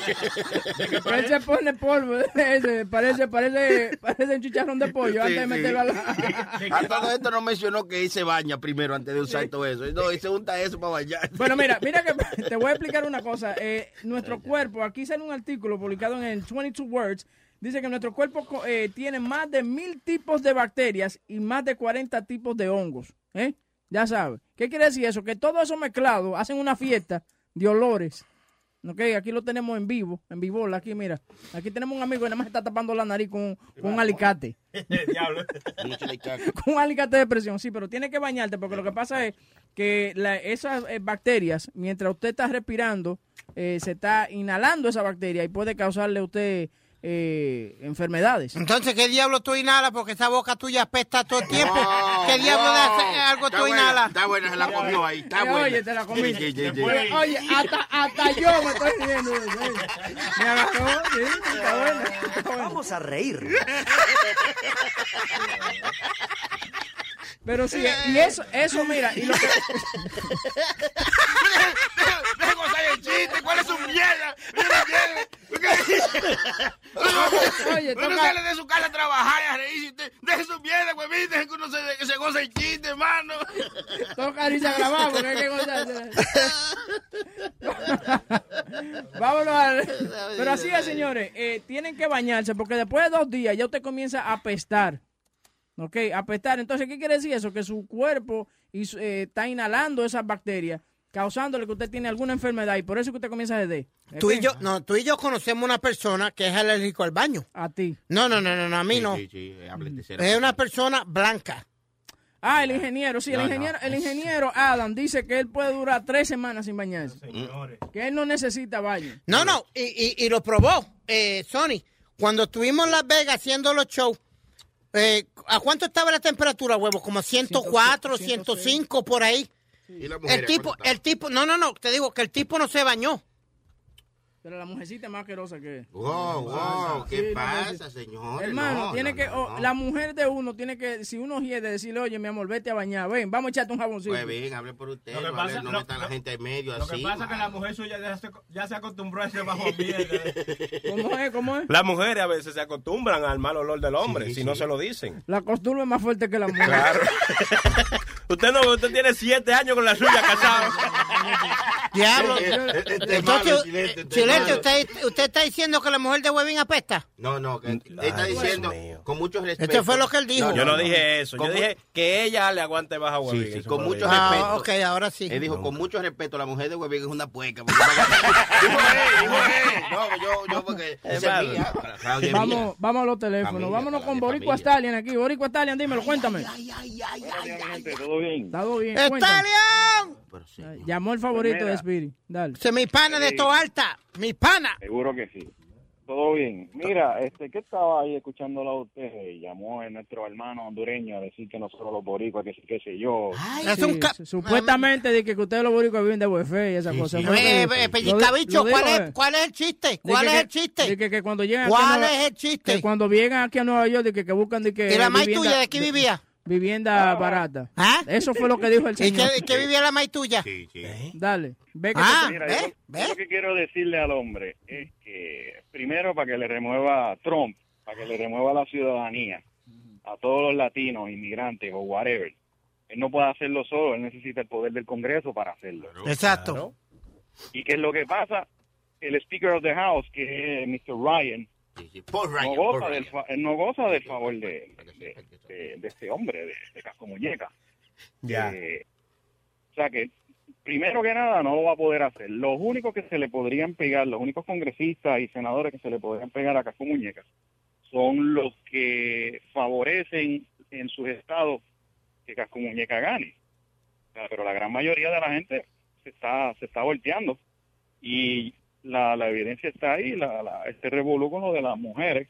Él se pone polvo, ese, parece, parece, parece un chicharrón de pollo Sí, antes de sí. meterlo a la... A todo esto no mencionó que él se baña primero antes de usar todo eso. No, él se unta eso para bañar. Bueno, mira, mira que te voy a explicar una cosa. Eh, nuestro cuerpo, aquí sale un artículo publicado en el veintidós Words, dice que nuestro cuerpo co- eh, tiene más de mil tipos de bacterias y más de cuarenta tipos de hongos. ¿eh? Ya sabes. ¿Qué quiere decir eso? Que todo eso mezclado hacen una fiesta de olores. Ok, aquí lo tenemos en vivo, en vivo, aquí mira. Aquí tenemos un amigo que nada más está tapando la nariz con, con un alicate. Diablo. Con un alicate de presión, sí, pero tiene que bañarte porque lo que pasa es que la- esas eh, bacterias, mientras usted está respirando, eh, se está inhalando esa bacteria y puede causarle a usted eh, enfermedades. Entonces, ¿qué diablo tú inhalas? Porque esa boca tuya apesta todo el tiempo. ¿qué diablo de hacer algo Está tú buena, inhalas? Está buena, se la comió ahí. Está Eh, buena. Oye, te la comiste. Sí, sí, sí, Después, sí. Oye, hasta, hasta yo me estoy riendo de eso. ¿eh? Me agarró, sí, está bueno. Está bueno. Vamos a reír. Pero sí, y eso, eso mira, y lo que... Deja gozar el chiste, ¿cuál es su mierda? Oye, uno toca- sale de su casa a trabajar y a reírse. Usted, deje su mierda, güey, deje que uno se, que se goce el chiste, hermano. Toca risa grabado porque hay que gozarse. Vámonos a... Pero así es, señores, eh, tienen que bañarse porque después de dos días ya usted comienza a apestar. ¿Ok? Apestar. Entonces, ¿qué quiere decir eso? Que su cuerpo y su- eh, está inhalando esas bacterias, causándole que usted tiene alguna enfermedad y por eso que usted comienza a de. Tú y yo, no, tú y yo conocemos una persona que es alérgico al baño. A ti. No, no, no, no, no, a mí Sí, no. sí, sí, háblate cera. Es una persona blanca. Ah, el ingeniero, sí, el No, no. ingeniero, el ingeniero Adam dice que él puede durar tres semanas sin bañarse. Que él no necesita baño. No, no, y, y, y lo probó, eh, Sony. Cuando estuvimos en Las Vegas haciendo los shows, eh, ¿a cuánto estaba la temperatura, huevo? Como ciento cuatro, ciento cinco, por ahí. ¿Y la mujer, El tipo, el tipo, no, no, no, te digo que el tipo no se bañó. Pero la mujercita es más asquerosa que él. Wow, wow, ¿qué Sí, no, pasa, sí. señor? Hermano, No, tiene no, que, no, o- no. la mujer de uno tiene que, si uno hiede, decirle, oye, mi amor, vete a bañar, ven, vamos a echarte un jaboncito. Pues bien, hable por usted, Lo que no, pasa- hable- no lo- meta a la lo- gente en medio Lo así. que pasa es que la mujer suya ya se, ya se acostumbró a ese bajo ambiente. ¿Cómo es? ¿Cómo es? Las mujeres a veces se acostumbran al mal olor del hombre, Sí, si sí. no se lo dicen. La costumbre es más fuerte que la mujer. Claro. Usted no, usted tiene siete años con la suya casado. Diablo. Este es Entonces, malo, Chilete, este es Chilete, malo. usted, usted está diciendo que la mujer de Huevín apesta. No, no, que él está Ay, diciendo Dios mío. con mucho respeto. Este fue lo que él dijo. Yo no dije eso, yo Con dije que ella le aguante baja Sí, huevín. sí, Eso con fue lo mucho que dije. respeto. Ah, ok, ahora sí. Él dijo, con mucho respeto, la mujer de Huevín es una pueca. porque- dijo él, dijo él. No, yo, yo porque esa es malo. mía, para la oye Vamos, mía. vamos a los teléfonos. Familia, Vámonos con familia, Boricua familia. Stallion aquí. Boricua Stallion, dímelo, cuéntame. ¿Todo bien? Todo bien, cuéntame. ¡Stallion! Pero sí, Ay, Llamó el favorito Pues mira. de Spirit. Dale. Se mi pana de Sí. Toalta, mi pana. Seguro que sí. Todo bien. Mira, este, que estaba ahí escuchándolo a usted y llamó a nuestro hermano hondureño a decir que nosotros los boricuas, que sí, qué sé yo. Es Sí, un ca- su- supuestamente de que, que ustedes los boricuas viven de buffet y esas cosas. Eh, Fue lo que eh, dijo. eh, Lo Pellizcabicho, di- lo ¿cuál dijo, es, eh. ¿cuál es el chiste? De ¿Cuál que- es el que- chiste? de que, que cuando llegan aquí a ¿Cuál Nueva- es el chiste? que cuando llegan aquí a Nueva York de que, que buscan de que ¿Y la maíz vivienda- tuya de aquí vivía? vivienda barata. ¿Ah? Eso fue lo que dijo el ¿Y señor. qué, qué vivía la maíz tuya? Sí, sí. Dale. Ve que Ah, Mira, ¿ves? yo, yo ¿ves? lo que quiero decirle al hombre es que primero para que le remueva Trump, para que le remueva la ciudadanía a todos los latinos, inmigrantes o whatever. Él no puede hacerlo solo, él necesita el poder del Congreso para hacerlo. Exacto. ¿Y qué es lo que pasa? El Speaker of the House, que es mister Ryan, Sí, sí. Paul no Ryan, Paul goza, del, Ryan. fa- él no goza del favor de, de, de- de este hombre, de, de Casco Muñeca. Ya. Eh, o sea que, primero que nada, no lo va a poder hacer. Los únicos que se le podrían pegar, los únicos congresistas y senadores que se le podrían pegar a Casco Muñeca son los que favorecen en sus estados que Casco Muñeca gane. O sea, pero la gran mayoría de la gente se está se está volteando. Y la, la evidencia está ahí, la, la, este revolú con lo de las mujeres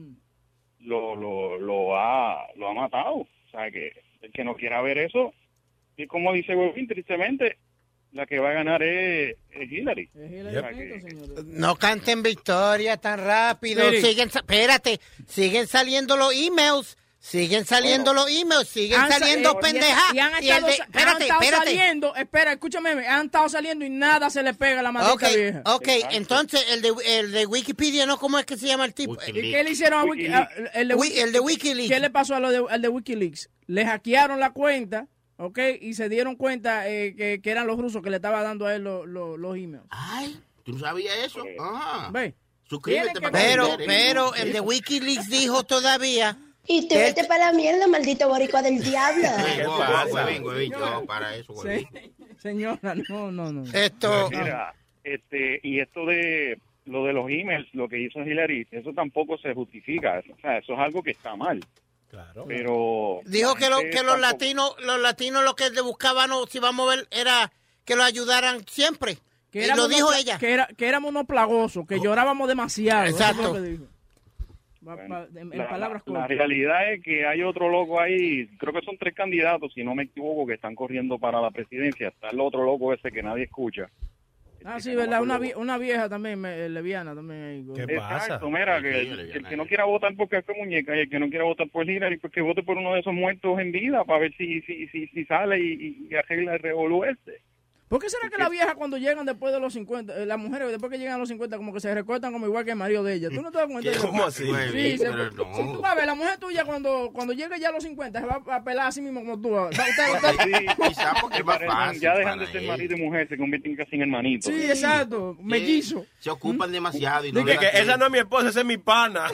lo, lo, lo, ha, lo ha matado. O sea, que el que no quiera ver eso, y como dice Webin, tristemente, la que va a ganar es, es Hillary. Es Hillary O sea, Clinton, que- señor. No canten victoria tan rápido. Spirit. Siguen, sa- espérate, siguen saliendo los emails. Siguen saliendo los emails, siguen Han sa- saliendo eh, pendejas. Y han Y el estado, de- sa- han espérate, estado espérate. saliendo, espera, escúchame, han estado saliendo y nada se le pega a la maldita Ok, vieja. ok, entonces el de, el de Wikipedia, ¿no? ¿Cómo es que se llama el tipo? ¿Y qué le hicieron a Wiki, a- el, de, Wi- Wiki- el de Wikileaks. ¿Qué le pasó a lo de, al de Wikileaks? Le hackearon la cuenta, ¿ok? Y se dieron cuenta eh, que, que eran los rusos que le estaban dando a él los, los, los emails. Ay, ¿tú no sabías eso? Ajá. Ve. Suscríbete Tiene para que- que Pero, te enteres. pero el de Wikileaks dijo todavía. Y te Él- vete para la mierda, maldito boricua del diablo. Hey, wow, pasa? wow, huevín, huevín, no, para eso, huevín. Sí. Señora, no, no, no. Esto. Mira, este, y esto de lo de los emails, lo que hizo Hillary, eso tampoco se justifica. O sea, eso es algo que está mal. Claro. Pero Dijo la que, lo, gente que los tampoco- latinos, los latinos lo que le buscaban, o si vamos a ver, era que lo ayudaran siempre. Que Y éramos lo dijo unos pla- ella. Que, era, que éramos unos plagosos, que llorábamos demasiado. Eso Exacto. fue lo que dijo. Pa- pa- en, en La, palabras la- la cortas. realidad es que hay otro loco ahí, creo que son tres candidatos, si no me equivoco, que están corriendo para la presidencia. Está el otro loco ese que nadie escucha. Ah, sí, ¿verdad? Una, vie- una vieja también, me- lesbiana también. Ahí. Exacto, mira, que el, que el que no quiera votar por Café Muñeca y el que no quiera votar por Hillary, pues que vote por uno de esos muertos en vida para ver si si si, si sale y, y arregla el revolú este. ¿Por qué será que las viejas cuando llegan después de los cincuenta, eh, las mujeres después que llegan a los cincuenta como que se recortan como igual que el marido de ella? ¿Tú no te das cuenta? de eso? ¿Cómo así? Sí, se- Pero no. si tú vas a ver, la mujer tuya cuando, cuando llegue ya a los cincuenta se va a pelar así mismo como tú. Va- usted- usted- Sí, parecen- ya dejan de ser marido y mujer, se convierten casi en hermanitos. Sí, exacto, mellizo. Se ocupan demasiado y no Dije le que dan esa no es mi esposa, esa es mi pana.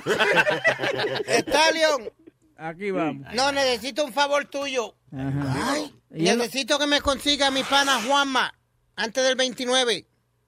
Stallion. Aquí vamos. No, necesito un favor tuyo. Ay, necesito que me consiga a mi pana Juanma antes del veintinueve.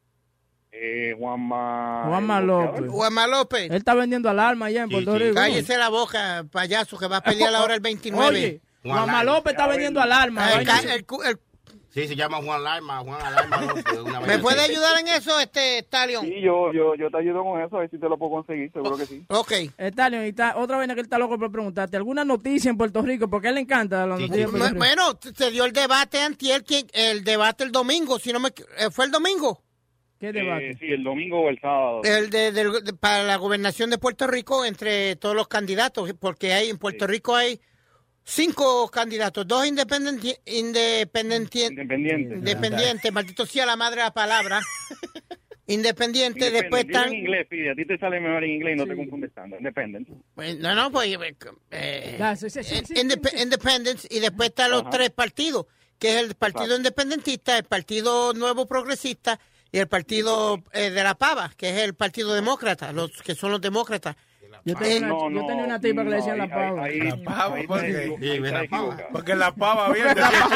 Eh, Juanma... Juanma el López. boxeador. Juanma López. Él está vendiendo alarma allá en Puerto Rico. Cállese la boca, payaso, que va a pelear ahora el veintinueve. Oye, Juanma López está vendiendo alarma. El vaina. ca- el cu- el- Sí, se llama Juan Alarma, Juan Alarma López, una ¿Me vaina puede así. ayudar en eso, este Stallion? Sí, yo, yo, yo te ayudo con eso, a ver si te lo puedo conseguir, seguro que sí. Ok. Stallion, y está, otra vez que él está loco por preguntarte, ¿alguna noticia en Puerto Rico? Porque a él le encanta las noticias de Puerto Rico. Bueno, se dio el debate antier, quien- el debate el domingo, si no me equ- eh, fue el domingo, ¿Qué Eh, sí, el domingo o el sábado. el de, del- de- para la gobernación de Puerto Rico entre todos los candidatos, porque hay en Puerto Rico hay cinco candidatos, dos independientes, independientes, Independiente. independientes, maldito sea la madre de la palabra, independiente, después Dilo están, en inglés, pide, a ti te sale mejor en inglés y no te confundes tanto. Independent. pues, no, no, pues, eh, Ya, sí, sí, sí, sí, Indep- Independence, y después están los Ajá. tres partidos, que es el Partido Exacto. Independentista, el Partido Nuevo Progresista y el Partido eh, de la Pava, que es el Partido Demócrata, los que son los demócratas. Yo tenía, No, una, yo no, tenía una tipa que le decían no, la ahí- pava. ahí- La pava, ahí ¿por te qué? equivo- Sí, ahí ve te la pava. equivocas. Porque la pava viene.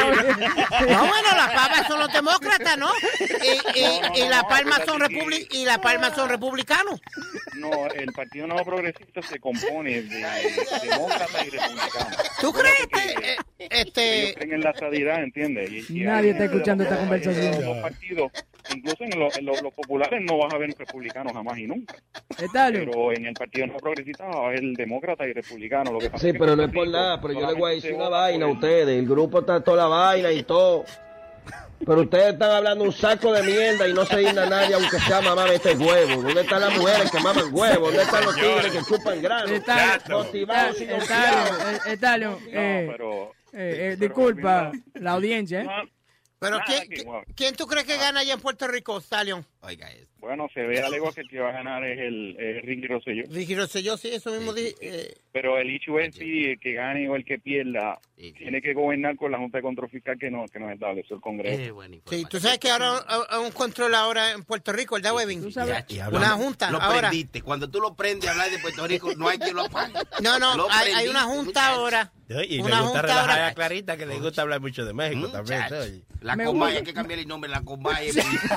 No, bueno, las Pavas son los demócratas, ¿no? Y, y- No, no, y no, las no, Palmas pero son aquí- republi- y las Palmas son republicanos. No, el Partido Nuevo Progresista se compone de demócratas y republicanos. ¿Tú crees que eh, Ellos este creen en la estadidad, ¿entiendes? Y- y Nadie hay- está escuchando esta hay- conversación. hay dos partidos, incluso en, lo- en lo- los populares no vas a ver republicanos jamás y nunca. Stallion, Pero en el Partido Nuevo Progresista va a haber demócrata y republicano. Lo que pasa Sí, es que pero en no es Puerto por Rico nada, pero yo le voy a solamente decir se una vota vaina a por el- ustedes. El grupo está toda la vaina y todo. Pero ustedes están hablando un saco de mierda y no se digna nadie, aunque sea mamá este huevo. ¿Dónde están las mujeres que maman huevo? ¿Dónde están los tigres que chupan grano? Stallion, Motivados y Stallion, confiados. eh, Stallion, No, eh, pero... eh, eh, disculpa la audiencia, ¿eh? No, pero nada ¿quién, que- quién- quién tú crees que gana allá en Puerto Rico, Stallion? Oiga eso. Bueno, se ve a legua que el que va a ganar es el es Ricky Rosselló. Ricky Rosselló, sí, eso mismo dije. eh, Pero el hecho es si el que gane o el que pierda Sí, sí. tiene que gobernar con la Junta de Control Fiscal que nos, que nos estableció el Congreso. Eh, buena Sí, información. tú sabes que ahora hay hay un control ahora en Puerto Rico, ¿verdad, Webin? Tú sabes, Y Una hablando- junta, Lo ahora. prendiste. Cuando tú lo prendes a hablar de Puerto Rico, no hay quien lo apague. No, no, Lo hay, hay una prendiste, junta muchacho. ahora. Y Una le gusta junta relajar ahora. a Clarita, que le gusta hablar mucho de México también. Muchacho. ¿sabes? La Me Comay, gusta. hay que cambiar el nombre, la Comay.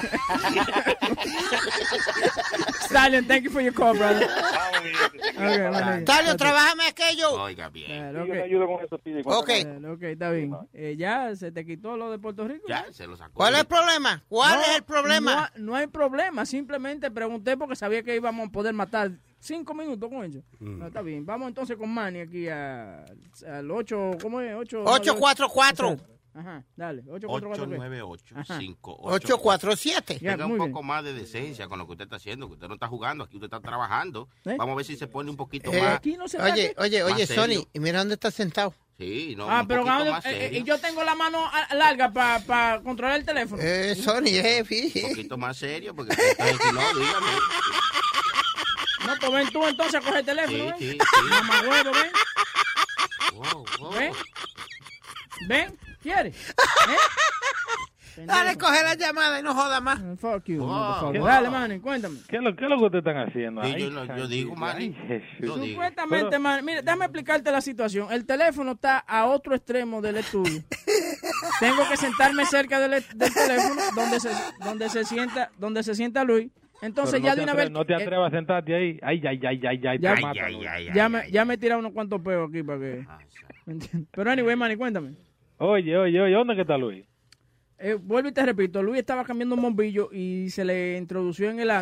Stallion, thank you for your call, brother. Vamos, mi gente, se cuidan. Okay, bueno, Stallion, trabájame aquello. Oiga bien. eh, Yo ok. te ayudo con eso, Speedy. Ok. Eh, ok, está bien. Eh, ya se te quitó lo de Puerto Rico. Ya, se lo sacó. ¿Cuál es el problema? ¿Cuál No, es el problema? No, no hay problema, simplemente pregunté porque sabía que íbamos a poder matar cinco minutos con ellos. Mm. No, está bien, vamos entonces con Manny aquí a- al ocho, ¿cómo es? ocho ocho cuatro cuatro, Ajá, dale, ocho cuatro cuatro. ocho nueve ocho cinco ocho cuatro siete. Ya, Tenga un muy poco bien. más de decencia con lo que usted está haciendo, que usted no está jugando, aquí usted está trabajando. ¿Eh? Vamos a ver si se pone un poquito Eh, más. Aquí no se Oye, trata- oye, Más oye, serio. Sony, y mira dónde estás sentado. Sí, no, Ah, un pero poquito ¿dónde- más eh, eh, serio. y yo tengo la mano a- larga para controlar el teléfono. Eh, Sony, eh, Un fíjate. poquito más serio, porque entonces, si no, dígame. No, pues ven tú entonces a coger el teléfono, Sí, ¿ven? sí, sí. Mamá huevo, ven, Wow, wow. ven, ven, ¿quieres? ¿Eh? Dale, coge la llamada y no joda más. Eh, Fuck you, Wow. motherfucker. Dale, Manny, cuéntame. ¿Qué es lo, qué es lo que ustedes están haciendo? Sí, Ay, yo, lo- yo digo, Manny. ay, Jesús. Yo digo. Supuestamente, Pero- man, mira, déjame explicarte la situación. El teléfono está a otro extremo del estudio. Tengo que sentarme cerca del, del teléfono donde se, donde se sienta, donde se sienta Luis. Entonces Pero ya no de te una atre- vez No te eh, atrevas a sentarte ahí. Ay, ay, ay, ay, ay, Ya- te Ay, matan, ay, güey. ay, ya ay, me, ay. ya me he tirado unos cuantos peos aquí para que. ¿me entiendes? Pero anyway, Manny, cuéntame. Oye, oye, oye, ¿dónde que está Luis? Eh, vuelvo y te repito, Luis estaba cambiando un bombillo y se le introdució en el ano.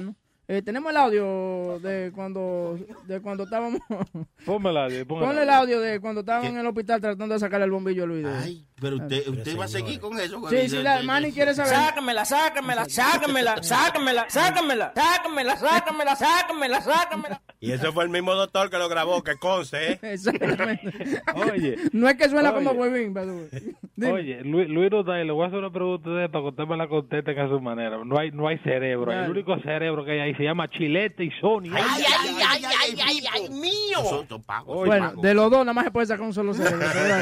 Eh, tenemos el audio de cuando de cuando estábamos... Ponme el audio. Ponme Ponle el audio de cuando estábamos en el hospital tratando de sacarle el bombillo a Luis. Ay, pero usted, usted va a seguir con eso. Sí, sí, la Manny quiere saber. Sácamela, sácamela, sácamela, sácamela, sácamela, sácamela, sácamela, sácamela, sácamela. Y ese fue el mismo doctor que lo grabó, que conste, ¿eh? Exactamente. Oye. No es que suena Oye. como huevín, pero... Oye, Luis, Luis Roday, le voy a hacer una pregunta de para que usted me la conteste a su manera. No hay, no hay cerebro. Dale. El único cerebro que hay ahí se llama Chilete y Sony. Ay, ay, ay, ay, ay, ay, ay, mío. Bueno, de los dos nada más se puede sacar un solo cerebro.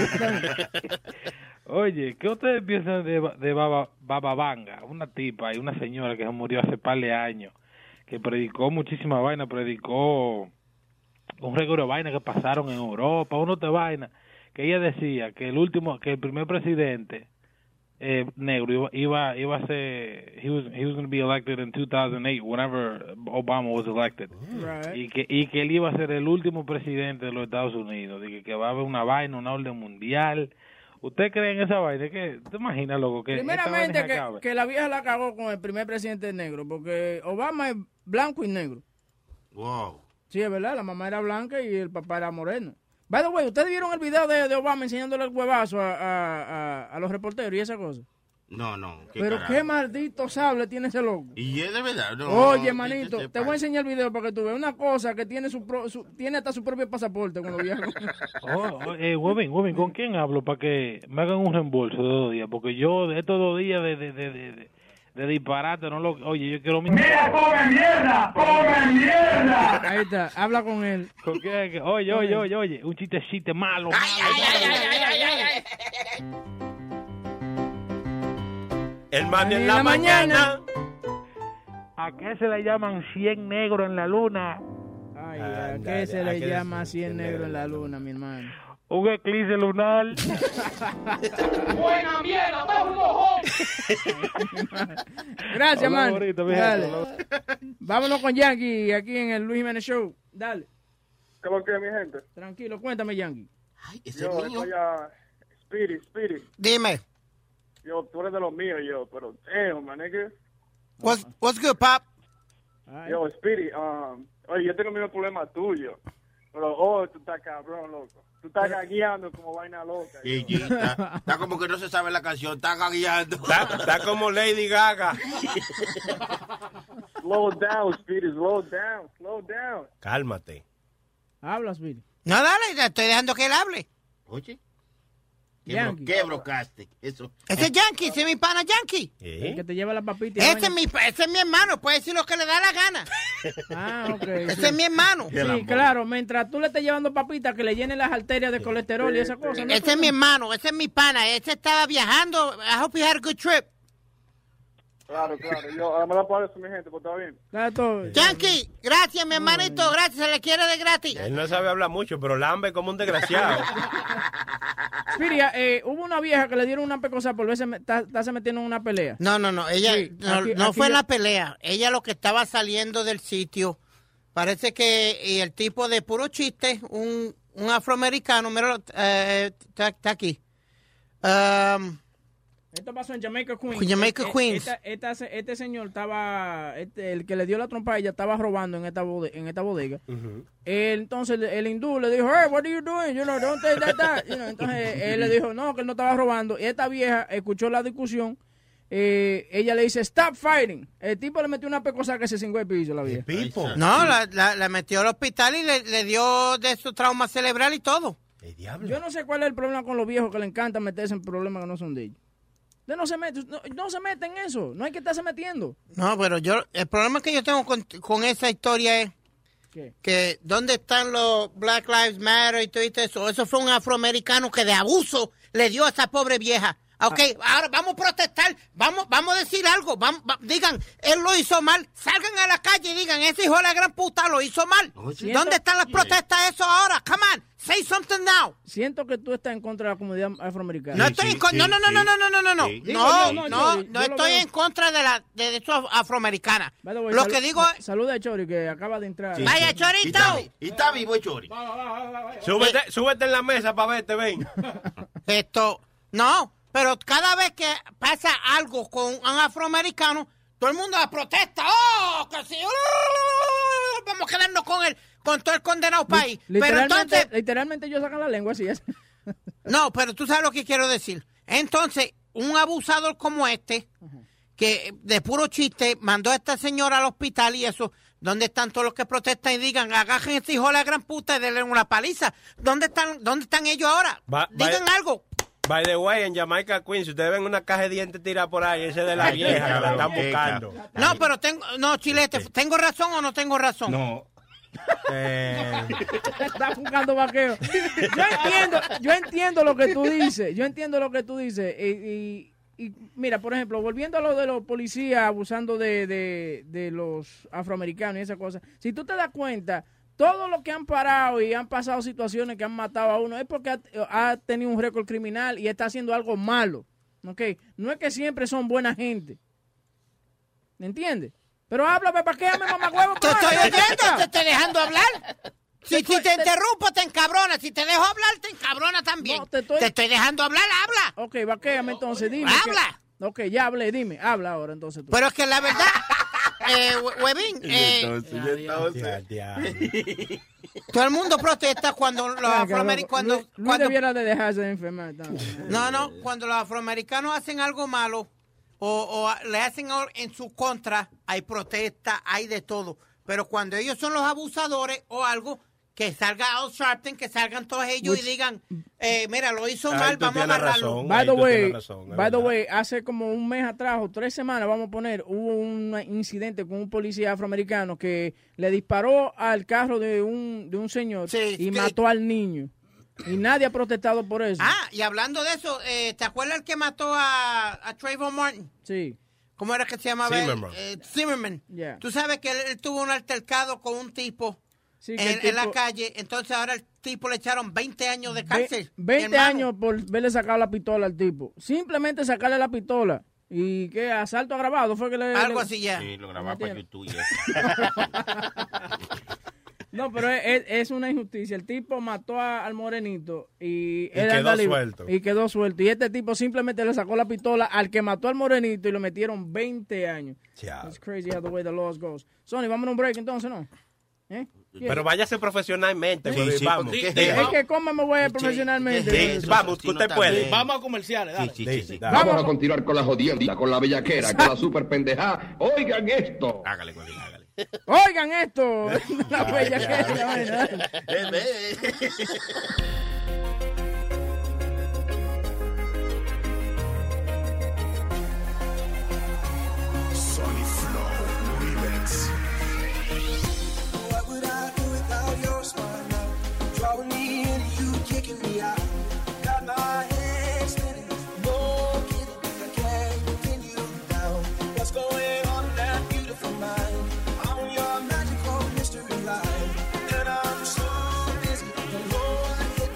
Oye, ¿qué ustedes piensan de, de Baba, Baba Vanga? Una tipa y una señora que se murió hace par de años, que predicó muchísima vaina, predicó un récord de vaina que pasaron en Europa, uno de vaina, que ella decía que el último, que el primer presidente eh, negro iba, iba iba a ser, he was, he was going to be elected in two thousand eight, whenever Obama was elected, Right. y que y que él iba a ser el último presidente de los Estados Unidos, y que, que va a haber una vaina, una orden mundial. ¿Usted cree en esa vaina? ¿Qué? ¿Te imaginas, loco? Que Primeramente, esta vaina se que, acabe? que la vieja la cagó con el primer presidente negro, porque Obama es blanco y negro. Wow. Sí, es verdad, la mamá era blanca y el papá era moreno. By the way, ¿ustedes vieron el video de, de Obama enseñándole el huevazo a, a, a, a los reporteros y esa cosa? No, no. ¿qué Pero carajo? qué maldito sable tiene ese loco. Y es de verdad. No, Oye, no, manito, que te voy a enseñar el video para que tú veas una cosa que tiene su, pro- su tiene hasta su propio pasaporte cuando viaja. Oh, oh, eh, Webin, Webin, ¿con quién hablo para que me hagan un reembolso de dos días? Porque yo de estos dos días de, de, de, de, de, de disparate, no lo... Oye, yo quiero... Mi... ¡Mira, come mierda! ¡Come mierda! Ahí está, habla con él. ¿Con quién? Oye, oye, oye, oye, un chistecito malo, malo, malo. El man en la mañana. ¿A qué se le llaman cien negros en la luna? Ay, ¿a qué se le llama así el negro en la luna, mi hermano? Un eclipse lunar. ¡Buena mierda! ¡Estás un mojón! Gracias, Hablamos man. ahorita, mi Dale. gente. Vámonos con Yankee aquí en el Luis Jiménez Show. Dale. ¿Qué es lo que es, mi gente? Tranquilo, cuéntame, Yankee. Yo estoy a... Speedy, Speedy. Dime. Yo, tú eres de los míos, yo, pero damn, my nigga. What's, what's good, Pop? Yo, Speedy, um, oye, yo tengo el mismo problema tuyo. Pero, oh, tú estás cabrón, loco. Tú estás gagueando como vaina loca. Y, y está, está como que no se sabe la canción, está gagueando. Está, está como Lady Gaga. Slow down, Speedy, slow down, slow down. Cálmate. Habla, Speedy. No, dale, le estoy dejando que él hable. Oye. Yankee. ¿Qué brocaste? Eso. Ese es Yankee, ese es mi pana Yankee. El que te lleva la papita. y la Ese vaina. es, mi, ese es mi hermano, puede decir lo que le da la gana. Ah, ok. Ese sí. es mi hermano. Sí, claro, mientras tú le estés llevando papitas que le llenen las arterias de colesterol y esa cosa. ¿no? Ese es mi hermano, ese es mi pana. Ese estaba viajando. I hope you had a good trip. Claro, claro. Yo, ahora me la pago eso, mi gente, pues está bien. Claro, todo. Yankee, gracias, mi hermanito, gracias, se le quiere de gratis. Él no sabe hablar mucho, pero lambe como un desgraciado. Spiria, eh, hubo una vieja que le dieron una pecosa por verse estarse metiendo en una pelea. No, no, no, ella Sí, no, aquí- no aquí fue yo- la pelea. Ella lo que estaba saliendo del sitio, parece que y el tipo de puro chiste, un, un afroamericano, mira, eh, está, está aquí. Um, Esto pasó en Jamaica, Queens. Jamaica, Eh, eh, Queens. esta- esta- este señor estaba, este, el que le dio la trompa a ella estaba robando en esta, bode- en esta bodega. Él, entonces el, el hindú le dijo, hey, what are you doing? You know, don't take that, that. You know, entonces él le dijo, no, que él no estaba robando. Y esta vieja escuchó la discusión. Eh, ella le dice, stop fighting. El tipo le metió una pecosa que se cingó el piso, la vieja. no, la, la, la metió al hospital y le, le dio de su trauma cerebral y todo. Yo no sé cuál es el problema con los viejos que le encanta meterse en problemas que no son de ellos. De no se mete, no, no se mete en eso. No hay que estarse metiendo. No, pero yo, el problema que yo tengo con, con esa historia es ¿Qué? que ¿dónde están los Black Lives Matter y todo eso? Eso fue un afroamericano que de abuso le dio a esa pobre vieja. Ok, ahora vamos a protestar, vamos, vamos a decir algo, vamos, va- digan, él lo hizo mal, salgan a la calle y digan, ese hijo de la gran puta lo hizo mal. Siento- ¿Dónde están las protestas de eso ahora? Come on, say something now. Siento que tú estás en contra de la comunidad afroamericana. No estoy en contra, no, no, no, no, no, no, no, no, Sí. no, Digo, no, no, no, Chori, no yo lo estoy veo. en contra de la de, de eso afroamericana. By the way, Lo salu- que digo es, Saluda a Chori, que acaba de entrar. vaya Chorito. Y está, y está vivo el Chori. Súbete, súbete en la mesa para verte, ven. Esto, no, pero cada vez que pasa algo con un afroamericano, todo el mundo protesta. ¡Oh! Que sí, ¡oh! Vamos a quedarnos con el, con todo el condenado país. Pero entonces... Literalmente ellos sacan la lengua así es. No, pero tú sabes lo que quiero decir. Entonces, un abusador como este, que de puro chiste mandó a esta señora al hospital y eso, ¿dónde están todos los que protestan y digan, agajen ese hijo de la gran puta y denle una paliza? ¿Dónde están, dónde están ellos ahora? Va, Digan va, algo. By the way, en Jamaica, Queens, si ustedes ven una caja de dientes tirada por ahí, ese de la vieja, que la están buscando. No, pero tengo, no, Chilete, ¿tengo razón o no tengo razón? No. Eh... Está buscando vaqueo. Yo entiendo, yo entiendo lo que tú dices. Yo entiendo lo que tú dices. Y, y, y mira, por ejemplo, volviendo a lo de los policías abusando de, de, de los afroamericanos y esas cosas. Si tú te das cuenta, todos los que han parado y han pasado situaciones que han matado a uno es porque ha, ha tenido un récord criminal y está haciendo algo malo. ¿Okay? No es que siempre son buena gente. ¿Me entiendes? Pero háblame, ¿para qué? Mamá huevo. Te estoy oyendo, te estoy dejando hablar. Si, si te interrumpo, te encabrona. Si te dejo hablar, te encabrona también. No, te, estoy... te estoy dejando hablar, habla. Ok, vaquéame entonces, dime. Habla. Que... Ok, ya hablé, dime. Habla ahora entonces tú. Pero es que la verdad, eh, Huevín, eh, entonces, entonces. todo el mundo protesta cuando los afroamericanos... Luis, Luis debiera de dejarse de enfermar. No, no, cuando los afroamericanos hacen algo malo, O, o le hacen en su contra, hay protesta, hay de todo. Pero cuando ellos son los abusadores o algo, que salga Al Sharpton, que salgan todos ellos Which, y digan, eh, mira, lo hizo mal, vamos a agarrarlo. Razón, by the way, razón, by the way, hace como un mes atrás o tres semanas, vamos a poner, hubo un incidente con un policía afroamericano que le disparó al carro de un, de un señor sí, y que, mató al niño. Y nadie ha protestado por eso. Ah, y hablando de eso, eh, ¿te acuerdas el que mató a, a Trayvon Martin? Sí. ¿Cómo era que se llamaba? Zimmerman. Eh, Zimmerman. Yeah. Tú sabes que él, él tuvo un altercado con un tipo, sí, en, tipo en la calle, entonces ahora el tipo le echaron veinte años de cárcel. veinte años por verle sacado la pistola al tipo. Simplemente sacarle la pistola. ¿Y qué? ¿Asalto agravado? ¿Fue que le, Algo le... así ya. Sí, lo grababa para YouTube. No, pero es, es una injusticia. El tipo mató a, al morenito y, y quedó suelto. Y quedó suelto. Y este tipo simplemente le sacó la pistola al que mató al morenito y lo metieron veinte años. Yeah. It's crazy how the way the laws goes. Sony, vamos a un break entonces, ¿no? ¿Eh? Pero váyase profesionalmente. Sí, sí, vamos. Sí, sí, es que cómo me voy profesionalmente. Sí, vamos, que usted puede. Vamos a comerciales, dale. Sí, sí, sí, vamos. vamos a continuar con la jodienda, con la bellaquera, con la super pendejada. Oigan esto. Hágale, hágale, hágale. Oigan esto. La bellaquera. Sonny Flow Remix. What would I do without your smile now? Drawing me in, you kicking me out. Got my head spinning, no kidding, I can't pin you down. What's going on in that beautiful mind? I'm your magical mystery ride, and I'm so busy. The Lord hit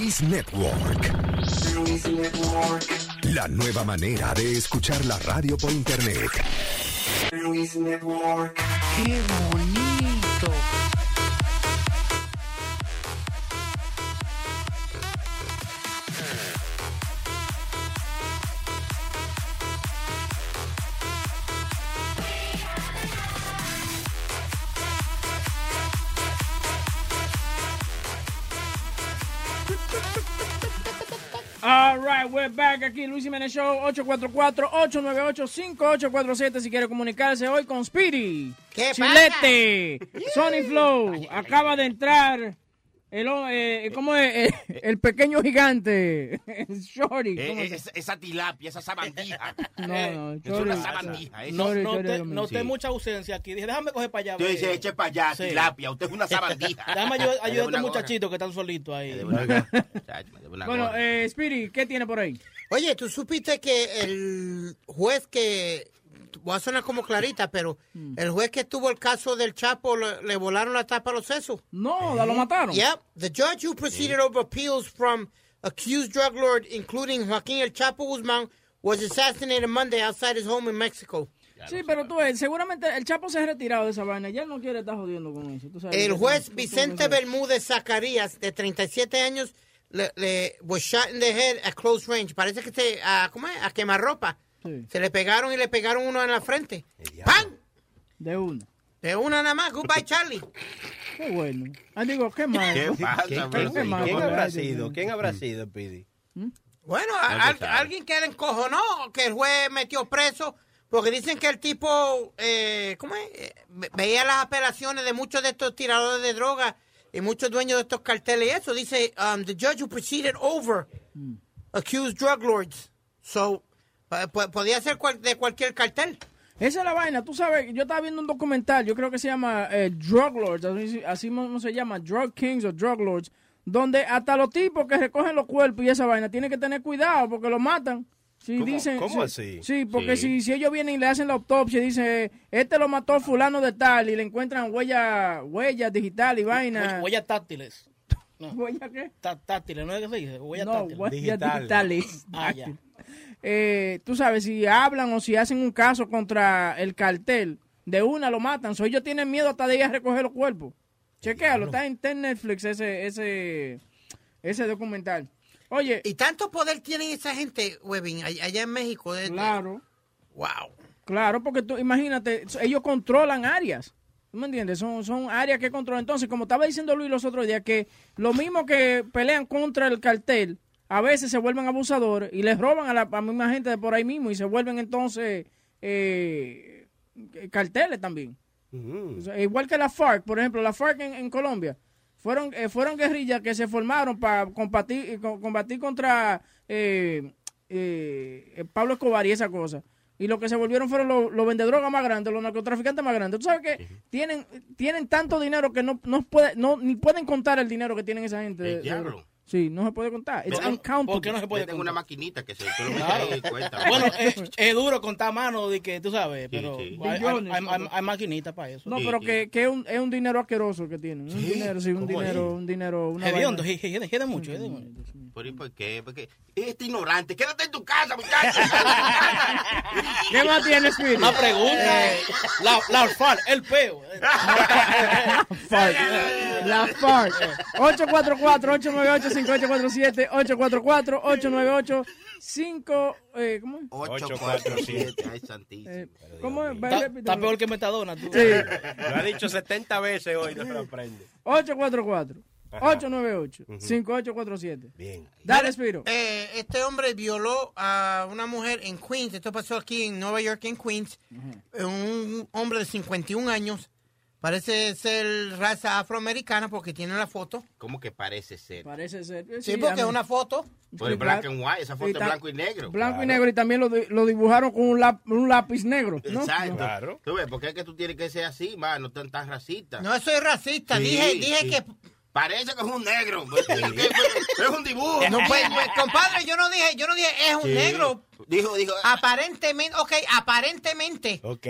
Luis Network. Luis Network. La nueva manera de escuchar la radio por internet. Luis Network. ¡Qué bonito! All right, we're back aquí, Luis Jiménez Show, ocho cuatro cuatro, ocho nueve ocho, cinco ocho cuatro siete si quiere comunicarse hoy con Speedy. ¿Qué Chilete, Sony Flow, acaba de entrar el, eh, ¿cómo es? El, el pequeño gigante, Shorty. ¿cómo Eh, se- es- esa tilapia, esa sabandija. No, no, es Chori. una sabandija. eso. No, Sorry, noté, sorry, Domingo. noté Sí. mucha ausencia aquí. Dije, déjame coger para allá. Tú ve. dices, eche para allá, Sí. tilapia. Usted es una sabandija. Déjame ayudar ayudar a Me debe estos una gorra. muchachitos que están solitos ahí. Me debe una gorra. Chacho, me debe una Bueno, gorra. eh, Speedy, ¿qué tiene por ahí? Oye, ¿tú supiste que el juez que... Voy a sonar como clarita, pero el juez que tuvo el caso del Chapo le, le volaron la tapa a los sesos. No, lo mataron. Yep. The judge who proceeded over appeals from accused drug lord, including Joaquín El Chapo Guzmán, was assassinated Monday outside his home in Mexico. Sí, pero tú ves, seguramente el Chapo se ha retirado de esa vaina. Ya él no quiere estar jodiendo con eso. tú sabes. El Ya juez está- Vicente Bermúdez Zacarías, de treinta y siete años, le, le was shot in the head at close range. Parece que se, a, ¿cómo es? A quemarropa. Sí. Se le pegaron y le pegaron uno en la frente. ¡Pam! De una. De una nada más. Goodbye, Charlie. Qué bueno. Ah, digo, qué mal. ¿Qué pasa, ¿Quién, bro? quién- mal, quién porque- habrá ay, sido? Dios ¿Quién habrá sido, Speedy? Bueno, No a- se al- sabe. alguien que le encojonó, que el juez metió preso, porque dicen que el tipo, eh, ¿cómo es? Eh, ve- veía las apelaciones de muchos de estos tiradores de droga y muchos dueños de estos carteles y eso. Dice, um, the judge who proceeded over accused drug lords. So, pa- po- podía ser cual- de cualquier cartel. Esa es la vaina. Tú sabes, yo estaba viendo un documental, yo creo que se llama eh, Drug Lords, así, así mismo se llama, Drug Kings o Drug Lords, donde hasta los tipos que recogen los cuerpos y esa vaina tienen que tener cuidado porque los matan. Si ¿Cómo- dicen, cómo sí, así? Sí, porque Sí. Si, si ellos vienen y le hacen la autopsia y dicen, este lo mató fulano de tal y le encuentran huellas huellas digitales y vaina. Huellas huellas táctiles. No. ¿Huellas qué? Tá- Táctiles, ¿no es que se dice? Huellas No, táctiles. huellas Digital. digitales. Ah, ya. Eh, tú sabes, si hablan o si hacen un caso contra el cartel, de una lo matan. So, ellos tienen miedo hasta de ir a recoger los cuerpos. Chequéalo, está en, está en Netflix ese, ese, ese documental. Oye. Y tanto poder tienen esa gente, Webin, all- allá en México. de- de- Claro. Wow. Claro, porque tú, imagínate, ellos controlan áreas. ¿Tú me entiendes? Son, son áreas que controlan. Entonces, como estaba diciendo Luis los otros días, que lo mismo que pelean contra el cartel, a veces se vuelven abusadores y les roban a la, a la misma gente de por ahí mismo y se vuelven entonces eh, carteles también. O sea, igual que la FARC, por ejemplo, la FARC en, en Colombia, fueron eh, fueron guerrillas que se formaron para combatir, eh, co- combatir contra eh, eh, Pablo Escobar y esa cosa. Y lo que se volvieron fueron los, los vendedrogas más grandes, los narcotraficantes más grandes. Tú sabes que tienen tienen tanto dinero que no, no, puede, no ni pueden contar el dinero que tienen esa gente. de- El de- diablo. Sí, no se puede contar. It's uncountable. ¿Por qué no se puede Yo tengo contar? una maquinita que se tú lo metes Claro. ahí y cuenta. Bueno, es, es duro contar a mano de que tú sabes, pero sí. hay, hay, Billones. hay- hay- hay maquinitas para eso. No, pero que, que es, un, es un dinero asqueroso que tienen. Un Sí, dinero, sí, un ¿cómo dinero, es? un dinero. Una Hediondo, vaina. he- he- he- he de mucho, he de mucho. ¿Por, y por qué? Porque este ignorante, quédate en tu casa, muchacho. ¿Qué más tienes, Speedy? Una pregunta. La, la alfal, el peo. FARC. La FARC. ocho cuatro cuatro, ocho nueve ocho, cinco ocho cuatro siete, ocho cuatro cuatro, ocho nueve ocho, cinco... Eh, ¿Cómo es? ocho cuatro siete, ay, santísimo. Eh, ¿Cómo es? Está, está peor que Metadona. Tú. Sí. Lo ha dicho setenta veces hoy, no se lo aprende. ocho cuatro cuatro, ocho nueve ocho, cinco ocho cuatro siete. Bien. Dale, Spiro. Eh, este hombre violó a una mujer en Queens. Esto pasó aquí en Nueva York, en Queens. Un hombre de cincuenta y un años. Parece ser raza afroamericana porque tiene la foto. ¿Cómo que parece ser? Parece ser. Sí, porque es una foto. Pues black and white, esa foto Sí, es ta- blanco y negro. Blanco y Claro. negro y también lo, di- lo dibujaron con un, lap- un lápiz negro. ¿no? Exacto. Claro. Tú ves, porque es que tú tienes que ser así, man, no tan, tan racista. No soy racista. Sí, dije dije sí. que... Parece que es un negro. Es un dibujo. No, pues, pues, compadre, yo no dije, yo no dije es un Sí. negro. Dijo, dijo. Aparentemente, ok, aparentemente. Ok.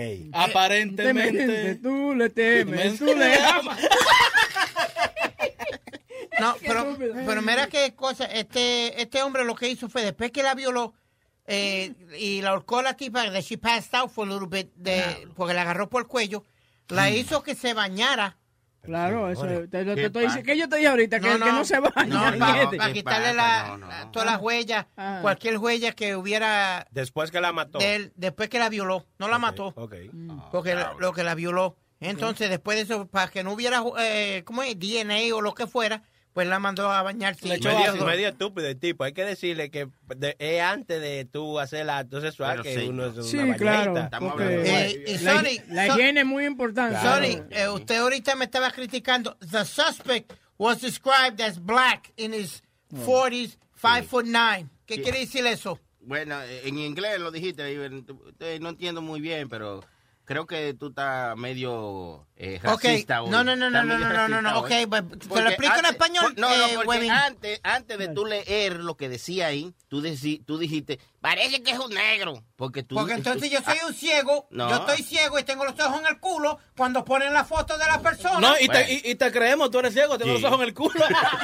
Aparentemente. Tú le temes, tú le amas. No, pero, pero mira qué cosa, este, este hombre lo que hizo fue, después que la violó, eh, y la ahorcó a la tipa, de she passed out for a little bit, de, porque la agarró por el cuello, la hizo que se bañara. Claro, eso te, te, te estoy diciendo. ¿Qué yo te dije ahorita? Que, no, no, que no se baña. No, para pa quitarle la, no, no, la, todas las huellas, ah. cualquier huella que hubiera. Después que la mató. De él, después que la violó. No la okay, mató. Okay. Porque oh, lo que la violó. Entonces, okay. después de eso, para que no hubiera, eh, ¿cómo es? D N A o lo que fuera, pues la mandó a bañarse. Medio, medio estúpido el tipo. Hay que decirle que de, es antes de tú hacer el acto sexual que sí, uno es sí, una claro, Estamos hablando eh, y Sonny, la, la higiene es muy importante. Claro. Sonny, eh, usted ahorita me estaba criticando. The suspect was described as black in his oh. forties, five sí. foot nine. ¿Qué sí. quiere decir eso? Bueno, en inglés lo dijiste. No entiendo muy bien, pero... Creo que tú estás medio eh, racista okay. hoy. No, no, no, no, no, no, no, no, ok, pues, te lo explico en español. No, no, porque eh, antes, antes de tú leer lo que decía ahí, tú, deci, tú dijiste, parece que es un negro. Porque tú... Porque entonces yo soy un ciego, no. yo estoy ciego y tengo los ojos en el culo cuando ponen la foto de la persona. No, y, bueno. te, y, y te creemos, tú eres ciego, tengo sí. los ojos en el culo.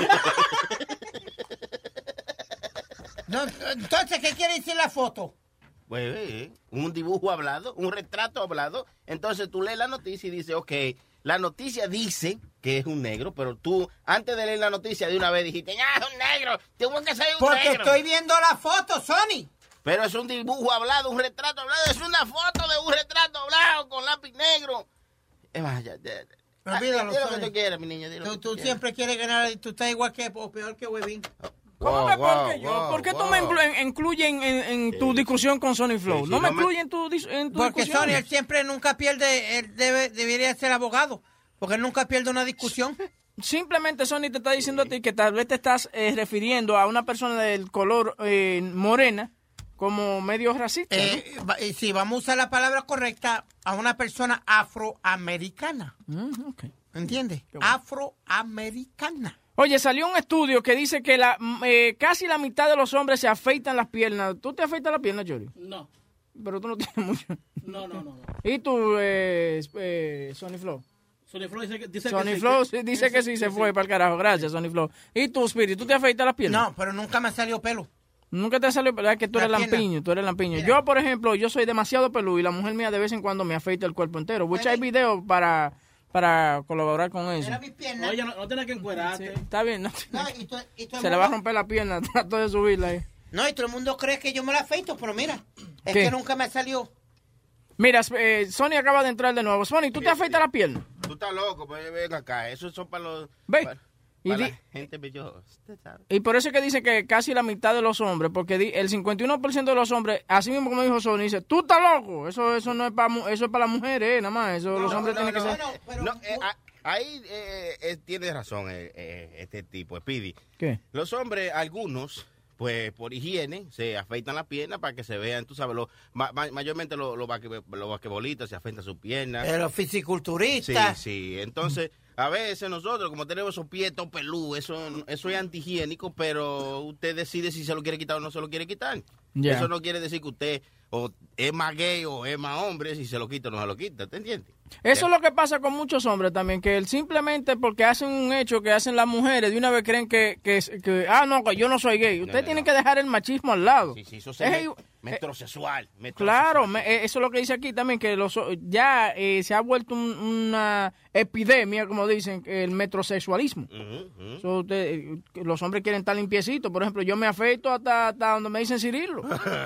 No, entonces, ¿qué quiere decir la foto? Pues, eh, un dibujo hablado, un retrato hablado. Entonces tú lees la noticia y dices, ok, la noticia dice que es un negro, pero tú, antes de leer la noticia, de una vez dijiste, ¡ah, es un negro! Tengo que ser un Porque negro. Porque estoy viendo la foto, Sonny. Pero es un dibujo hablado, un retrato hablado. Es una foto de un retrato hablado con lápiz negro. Es más, ya, ya. Ah, olvídalo, dilo lo que tú quieras, mi niña. Tú, tú siempre quieres ganar, tú estás igual que, o peor que Webin. ¿Cómo wow, que wow, peor que yo? Wow, ¿Por qué wow. tú me inclu incluyes en, en, en sí. tu discusión con Sonny Flow? Sí, sí, no me incluyen en tu, en tu porque discusión. Sonny, él siempre nunca pierde, él debe, debería ser abogado, porque él nunca pierde una discusión. Simplemente Sonny te está diciendo a ti que tal vez te estás eh, refiriendo a una persona del color eh, morena como medio racista. Eh, ¿no? Sí, vamos a usar la palabra correcta, a una persona afroamericana. Mm, okay. ¿Entiendes? Bueno. Afroamericana. Oye, salió un estudio que dice que la eh, casi la mitad de los hombres se afeitan las piernas. ¿Tú te afeitas las piernas, Chori? No. Pero tú no tienes mucho. No, no, no. no. ¿Y tú, eh, eh, Sonny Flow? Sonny Flow dice que, dice Sonny que Flow sí. dice que sí, que se sí. fue para el carajo. Gracias, Sonny Flow. ¿Y tú, Spirit? ¿Tú te afeitas las piernas? No, pero nunca me salió pelo. Nunca te salió pelo. Es que tú la eres pierna. lampiño, tú eres lampiño. Mira. Yo, por ejemplo, yo soy demasiado peludo y la mujer mía de vez en cuando me afeita el cuerpo entero. Which hay videos para... para colaborar con eso. Oye, no, no tienes que encuerarte. Sí, está bien. No, no, y tú, y tú se le va a romper la pierna, trato de subirla ahí. No, y todo el mundo cree que yo me la afeito, pero mira, es ¿Qué? que nunca me salió. Mira, eh, Sony acaba de entrar de nuevo. Sony, ¿tú te afeitas la pierna? Tú estás loco, pues ven acá. Eso son para los... Ve. Para, y para di, la gente bellosa. Y por eso es que dice que casi la mitad de los hombres, porque di, el cincuenta y uno por ciento de los hombres, así mismo como dijo Sony, dice, tú estás loco. Eso eso no es para eso es para las mujeres, eh, nada más. Eso no, los hombres no, tienen no, que no, ser... No, pero, no, eh, a, ahí eh, eh, tiene razón eh, eh, este tipo, Speedy. ¿Qué? Los hombres, algunos... pues por higiene se afeitan las piernas para que se vean, tú sabes, lo, ma, ma, mayormente los lo, lo lo basquetbolistas se afeitan sus piernas. Eh, los fisiculturistas. Sí, sí, entonces a veces nosotros como tenemos esos pies todo peludos, eso, eso es antihigiénico, pero usted decide si se lo quiere quitar o no se lo quiere quitar. Yeah. Eso no quiere decir que usted o es más gay o es más hombre, si se lo quita o no se lo quita, ¿te entiendes? Eso es lo que pasa con muchos hombres también, que simplemente porque hacen un hecho que hacen las mujeres, de una vez creen que, que, que ah, no, que yo no soy gay. Usted no, no, tiene no. que dejar el machismo al lado. Sí, sí, eso es me, metrosexual, metrosexual. Claro, me, eso es lo que dice aquí también, que los, ya eh, se ha vuelto un, una epidemia, como dicen, el metrosexualismo. Uh-huh, uh-huh. So, usted, los hombres quieren estar limpiecitos. Por ejemplo, yo me afeito hasta, hasta donde me dicen Cirilo.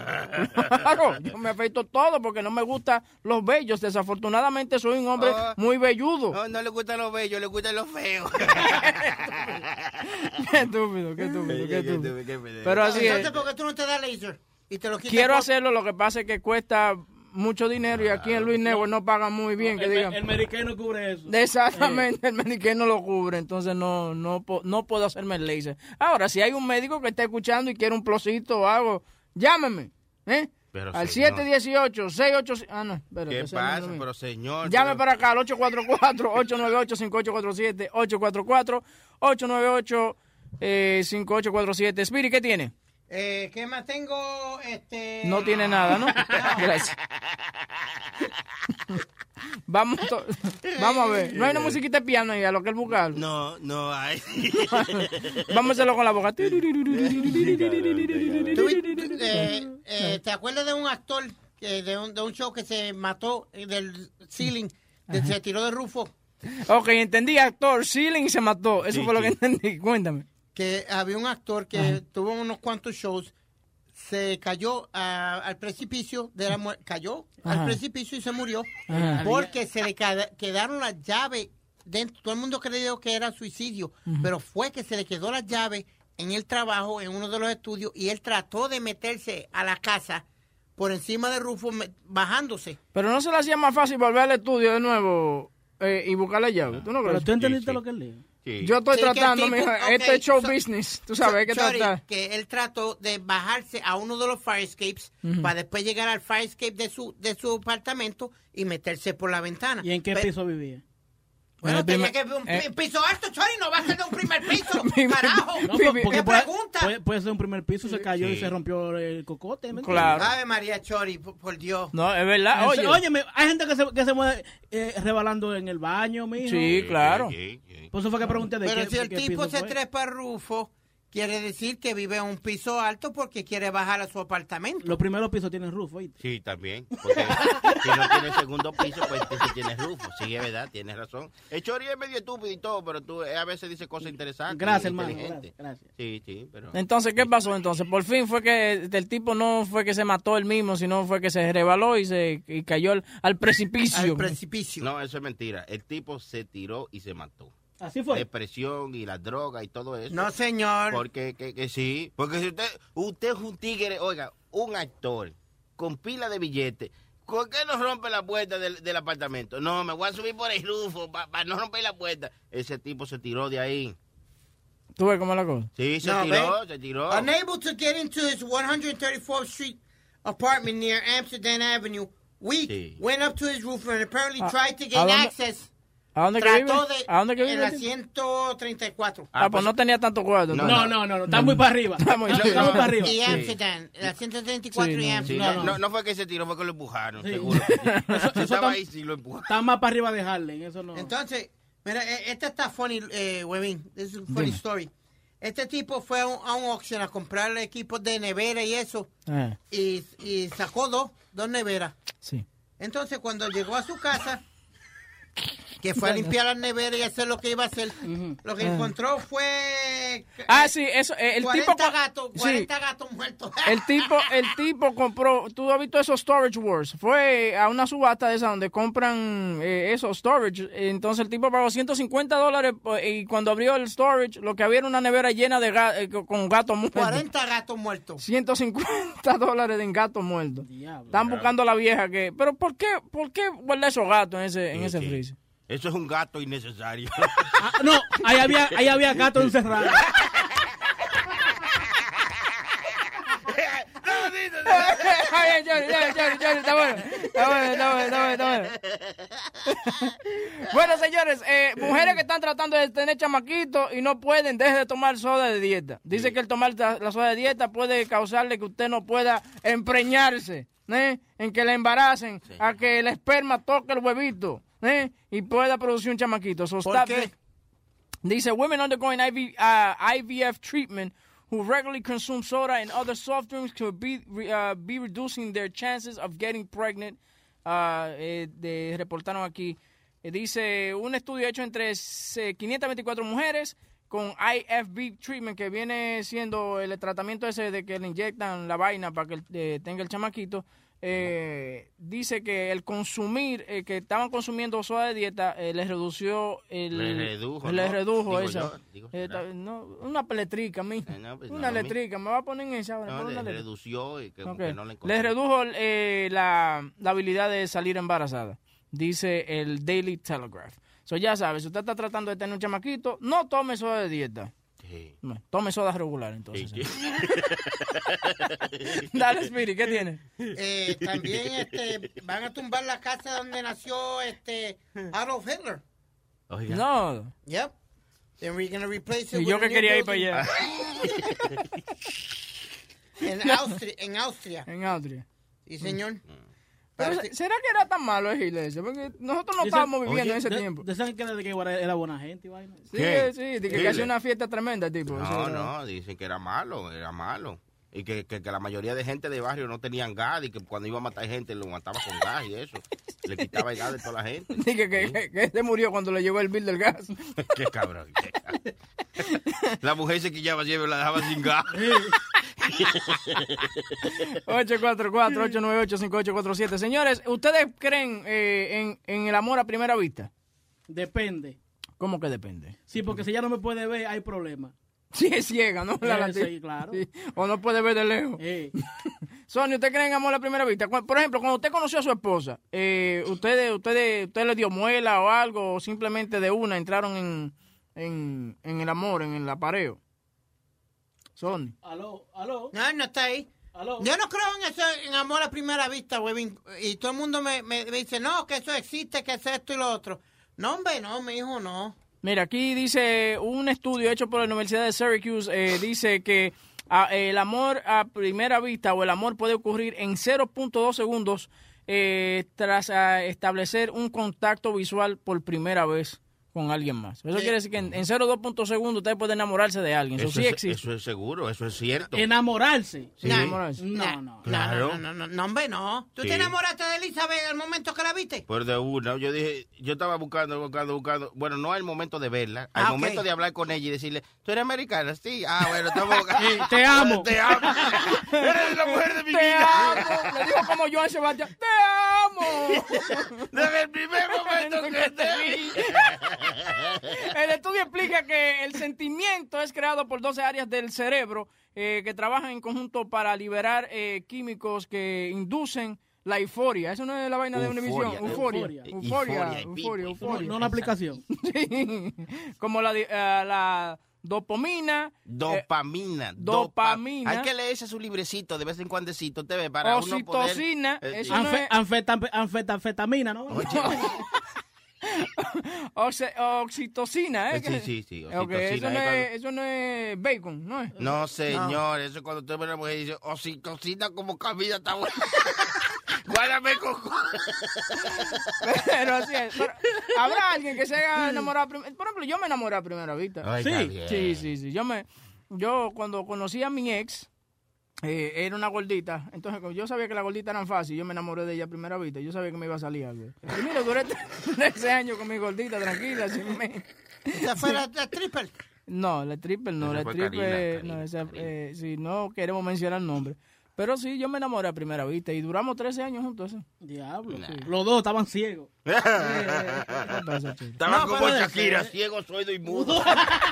Claro, yo me afeito todo porque no me gustan los bellos. Desafortunadamente soy un hombre oh, muy velludo. No, no le gustan los bellos, le gustan los feos. Qué estúpido, qué estúpido, qué estúpido. Pero así es. Entonces, ¿por qué tú no te das laser? Y te lo quitas. Quiero por... hacerlo, lo que pasa es que cuesta mucho dinero y aquí en Luis Network no pagan muy bien. No, que el, digan. el Medicaid no cubre eso. Exactamente, eh. el Medicaid no lo cubre, entonces no, no, no puedo hacerme el laser. Ahora, si hay un médico que está escuchando y quiere un plosito o algo, llámeme, ¿eh? Pero al señor. siete uno ocho, seis ocho cinco... Ah, no, espérate. ¿Qué pasa? Pero señor... Llame pero... para acá al ocho cuatro cuatro, ocho nueve ocho, cinco ocho cuatro siete, ocho cuatro cuatro, ocho nueve ocho, cinco ocho cuatro siete. Spirit, ¿qué tiene? Eh, ¿Qué más tengo? Este... No tiene nada, ¿no? Gracias. Vamos, to- vamos a ver. No hay una musiquita de piano ahí a lo que él busca. No, no hay. Vamos a hacerlo con la boca. ¿Tú, eh, eh, ¿Te acuerdas de un actor que de, un, de un show que se mató eh, del ceiling, de, se tiró de Rufo? Ok, entendí, actor, ceiling y se mató. Eso Sí, fue lo sí. que entendí. Cuéntame. Que había un actor que Ajá. tuvo unos cuantos shows, se cayó a- al precipicio de la mu- cayó Ajá. al precipicio y se murió Ajá. porque se le queda- quedaron las llaves dentro. Todo el mundo creyó que era suicidio, Ujú. pero fue que se le quedó las llaves en el trabajo, en uno de los estudios, y él trató de meterse a la casa por encima de Rufo, me- bajándose. Pero no se le hacía más fácil volver al estudio de nuevo eh, y buscar la llave. ¿Tú no crees? Pero tú entendiste lo que él dijo. Yo estoy Sí, que el tratando, tipo- mijo. ok, Esto es show so- business. Tú sabes, hay que Chori, tratar. que él trató de bajarse a uno de los fire escapes Ujú. para después llegar al fire escape de su, de su apartamento y meterse por la ventana. ¿Y en qué Pe- piso vivía? Bueno, En el tenía primer- que un eh. pi- piso alto, Chori, no va a ser de un primer piso, carajo. No, por- porque ¿Qué puede, pregunta? puede, puede ser un primer piso, se cayó y Sí. se rompió el cocote. ¿me Claro. entiendes? Ave María Chori, por, por Dios. No, es verdad. Oye. Óyeme, hay gente que se, que se mueve eh, rebalando en el baño, mijo. Sí, claro. Por eso fue que pregunté de Pero qué, si el qué tipo piso se fue. trepa a Rufo, quiere decir que vive en un piso alto porque quiere bajar a su apartamento. Los primeros pisos tienen roof, ¿oíste? Sí, también. Porque si no tiene segundo piso, pues entonces tiene rufo. Sí, es verdad, tienes razón. El Chori es medio estúpido y todo, pero tú eh, a veces dice cosas interesantes. Gracias, y hermano, inteligentes. gracias, Sí, sí, pero... Entonces, ¿qué pasó entonces? Por fin fue que el tipo no fue que se mató él mismo, sino fue que se rebaló y se y cayó al, al precipicio. precipicio. No, eso es mentira. El tipo se tiró y se mató. Así fue. Depresión y la droga y todo eso. No, señor. Porque que, que sí. Porque si usted, usted es un tigre, oiga, un actor con pila de billetes, ¿por qué no rompe la puerta del, del apartamento? No, me voy a subir por el rufo para no romper la puerta. Ese tipo se tiró de ahí. ¿Tú ves cómo es la cosa? Sí, se No, tiró, ve. se tiró. Unable to get into his one thirty-fourth Street apartment near Amsterdam Avenue, Week Sí. went up to his roof and apparently Ah, tried to ¿a gain dónde- access. ¿A dónde que Trató vive? de, ¿A dónde que vive En la el tipo? ciento treinta y cuatro. Ah, pues no tenía tanto cuarto. No, entonces. no, no, no, está muy para arriba. Está muy- Está muy para arriba. Y Sí. Amsterdam, la ciento treinta y cuatro Sí, y no, Amsterdam. Sí, no, no, no fue que se tiró, fue que lo empujaron, Sí. seguro. que sí. Eso- Si eso estaba tam- ahí, sí lo empujaron. Está más para arriba de Harlem, eso no. Entonces, mira, e- esta está funny, eh, Webin. This is a funny Dime. story. Este tipo fue a un, a un auction a comprar equipos de nevera y eso. Ah, Y, y sacó dos, dos neveras. sí. Entonces, cuando llegó a su casa, que fue a limpiar las neveras y hacer lo que iba a hacer, lo que Ah. encontró fue Ah, sí, eso, eh, el cuarenta tipo... gatos, sí. cuarenta gatos muertos. El tipo, el tipo compró, tú has visto esos Storage Wars, fue a una subasta de esa donde compran eh, esos storage, entonces el tipo pagó ciento cincuenta dólares pues, y cuando abrió el storage lo que había era una nevera llena de ga- eh, con gatos muertos. cuarenta gatos muertos. ciento cincuenta dólares en gatos muertos. Están buscando a la vieja que, pero ¿por qué, por qué guarda esos gatos en ese, en Sí, ese sí. freezer? Eso es un gato innecesario. Ah, no, ahí había, ahí había gato encerrado. Ay, Johnny, Johnny, Johnny, Johnny, está bueno. Está bueno, está bueno, está bueno, está bueno. Bueno, señores, eh, mujeres que están tratando de tener chamaquitos y no pueden, deje de tomar soda de dieta. Dice que el tomar la, la soda de dieta puede causarle que usted no pueda empreñarse, ¿eh? En que le embaracen, a que el esperma toque el huevito, ¿eh? Y pueda producir un chamaquito. So, ¿Por stop qué? it. Dice, women undergoing I V, uh, I V F treatment who regularly consume soda and other soft drinks could be, uh, be reducing their chances of getting pregnant. Uh, eh, de, reportaron aquí. Eh, dice, un estudio hecho entre eh, quinientas veinticuatro mujeres con I F B treatment, que viene siendo el tratamiento ese de que le inyectan la vaina para que eh, tenga el chamaquito. Eh, dice que el consumir, eh, que estaban consumiendo soda de dieta, eh, les redució el... Les redujo, Les ¿no? redujo Digo esa. yo, digo, Eh, ¿será? ta- no, una peletrica, mi. Eh, no, pues, una no, mi- letrica, me va a poner en esa ahora. No, pon le una letrica. redució y que, Ok. que no le encontró. Les redujo eh, la, la habilidad de salir embarazada, dice el Daily Telegraph. So, ya sabes, si usted está tratando de tener un chamaquito, no tome soda de dieta. Sí. No, tome soda regular, entonces. Sí, sí. Dale, Spirit, ¿qué tiene? Eh, también este, van a tumbar la casa donde nació este Adolf Hitler. Oiga. No. Yep. Then we're gonna replace it Y with yo a que new quería ir para building. allá. En Austria. En Austria. En Austria. Sí, señor. Pero, ¿será que era tan malo el Gil ese? Porque nosotros no estábamos viviendo en ese de, tiempo. Decían que era, de que era buena gente y vaina. Sí, sí, de que, que hacía una fiesta tremenda, tipo. No, eso, no, dicen que era malo, era malo. Y que, que, que la mayoría de gente de barrio no tenían gas y que cuando iba a matar gente lo mataba con gas y eso. Le quitaba el gas de toda la gente. Dije que, que, que se murió cuando le llegó el bill del gas. Qué cabrón. Qué cabrón. La mujer se quillaba siempre, la dejaba sin gas. ocho cuatro cuatro, ocho nueve ocho, cinco ocho cuatro siete. Señores, ¿ustedes creen eh, en, en el amor a primera vista? Depende. ¿Cómo que depende? Sí, porque si ella no me puede ver, hay problema. Sí, es ciega, ¿no? La sí, sí, claro. Sí. O no puede ver de lejos. Sí. Sonia, ¿usted cree en amor a primera vista? Por ejemplo, cuando usted conoció a su esposa, eh, ¿usted, usted, ¿usted le dio muela o algo? ¿O simplemente de una entraron en, en, en el amor, en el apareo? Sonia. Aló, aló. No, no está ahí. Aló. Yo no creo en eso, en amor a primera vista, huevín. Y todo el mundo me, me, me dice, no, que eso existe, que es esto y lo otro. No, hombre, no, mi hijo, no. Mira, aquí dice un estudio hecho por la Universidad de Syracuse, eh, dice que a, el amor a primera vista o el amor puede ocurrir en cero punto dos segundos eh, tras a, establecer un contacto visual por primera vez con alguien más. Eso sí. Quiere decir que en, en cero punto dos punto segundos ustedes pueden enamorarse de alguien. Eso, eso sí es, existe. Eso es seguro, eso es cierto. ¿Enamorarse? Sí. No, enamorarse. No, no. Claro. No, no, no, no, no, hombre, no. ¿Tú Sí. te enamoraste de Elizabeth al momento que la viste? Pues de una, yo dije, yo estaba buscando, buscando, buscando. Bueno, no al momento de verla, al Ah, momento ok. de hablar con ella y decirle, ¿tú eres americana? Sí. Ah, bueno, estamos buscando. Sí, te amo. Te amo. Eres la mujer de mi ¡Te vida. amo! Le dijo como Joan Sebastián, ¡te amo! Desde el primer momento que te vi. El estudio explica que el sentimiento es creado por doce áreas del cerebro eh, que trabajan en conjunto para liberar eh, químicos que inducen la euforia. Eso no es la vaina de Univision. Euforia. Euforia. Euforia. Euforia. Euforia, Euforia. No, Euforia. no una aplicación. Sí. Como la, di- eh, la dopamina. Dopamina. Eh, dopamina. Hay que leerse su librecito de vez en cuandecito, te ve, para uno poder... Oxitocina. Eh, Eso sí. no Anfe, es- anfeta- anfetanfetamina, ¿no? Oxe- oxitocina, ¿eh? Eh, sí, sí, sí, Ok, oxitocina, eso, no es es, eso no es bacon, ¿no es? No, señor, eso es cuando usted ve a una mujer y dice, oh, sí, cocina como camina, está buena. Guárdame coco. Pero así es. Pero, ¿habrá alguien que se haya enamorado? a prim- Por ejemplo, yo me enamoré a primera vista. Ay, Sí. está bien. Sí, sí, sí. Yo me, yo cuando conocí a mi ex, eh, era una gordita. Entonces, como yo sabía que las gorditas eran fáciles, yo me enamoré de ella a primera vista. Yo sabía que me iba a salir algo. Y mira, duré trece años con mi gordita, tranquila, sin me... Esa fue la, la triple. No, la triple no, Esa la fue triple, Karina, Karina, no, esa, Karina. eh, si no queremos mencionar el nombre. Pero sí, yo me enamoré a primera vista y duramos trece años juntos. ¿sí? Diablo. Nah. Sí. Los dos estaban ciegos. ¿Qué pasa, chico? Estaba No, como pero Shakira, ese- ciego, sordo y mudo.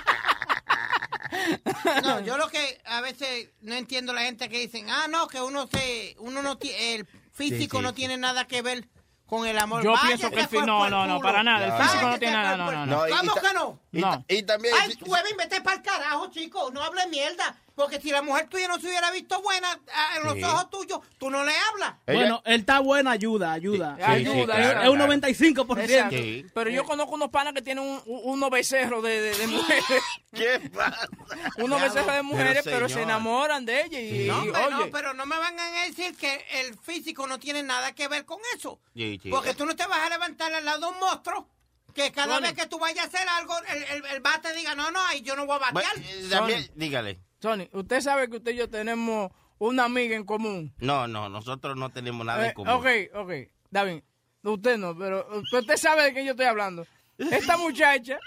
No, yo lo que a veces no entiendo la gente que dicen, ah, no, que uno se, uno no tiene, el físico Sí, sí, no sí. tiene nada que ver con el amor. Yo Váyase pienso que el por fi- no, el no, no, culo. para nada. El Váyase físico no tiene por nada, el no, no, culo. no. No, y- ¿Cómo y ta- que no? Y, No. ta- y también... Ay, huevín, vete para el carajo, chico. No hables mierda. Porque si la mujer tuya no se hubiera visto buena ah, en los Sí. ojos tuyos, tú no le hablas. Ella- Bueno, él está bueno, ayuda, ayuda. Sí, Ayuda, sí, Es- claro, es un claro. noventa y cinco por ciento. Exacto. Sí. Pero yo conozco unos panas que tienen un, un- unos becerros de, de, de mujeres. ¿Qué pasa? Unos becerros de mujeres, pero, Pero, se señor. enamoran de ella. Y, Sí. y, No, hombre, oye, no, pero no me van a decir que el físico no tiene nada que ver con eso. Sí, sí. Porque tú no te vas a levantar al lado de un monstruo que cada Tony. vez que tú vayas a hacer algo, el, el, el bate diga, no, no, ahí yo no voy a Bueno, batear. eh, también, dígale. Sony, usted sabe que usted y yo tenemos una amiga en común. No, no, nosotros no tenemos nada Eh, en común. ok, ok, David, usted no, pero usted sabe de qué yo estoy hablando. Esta muchacha,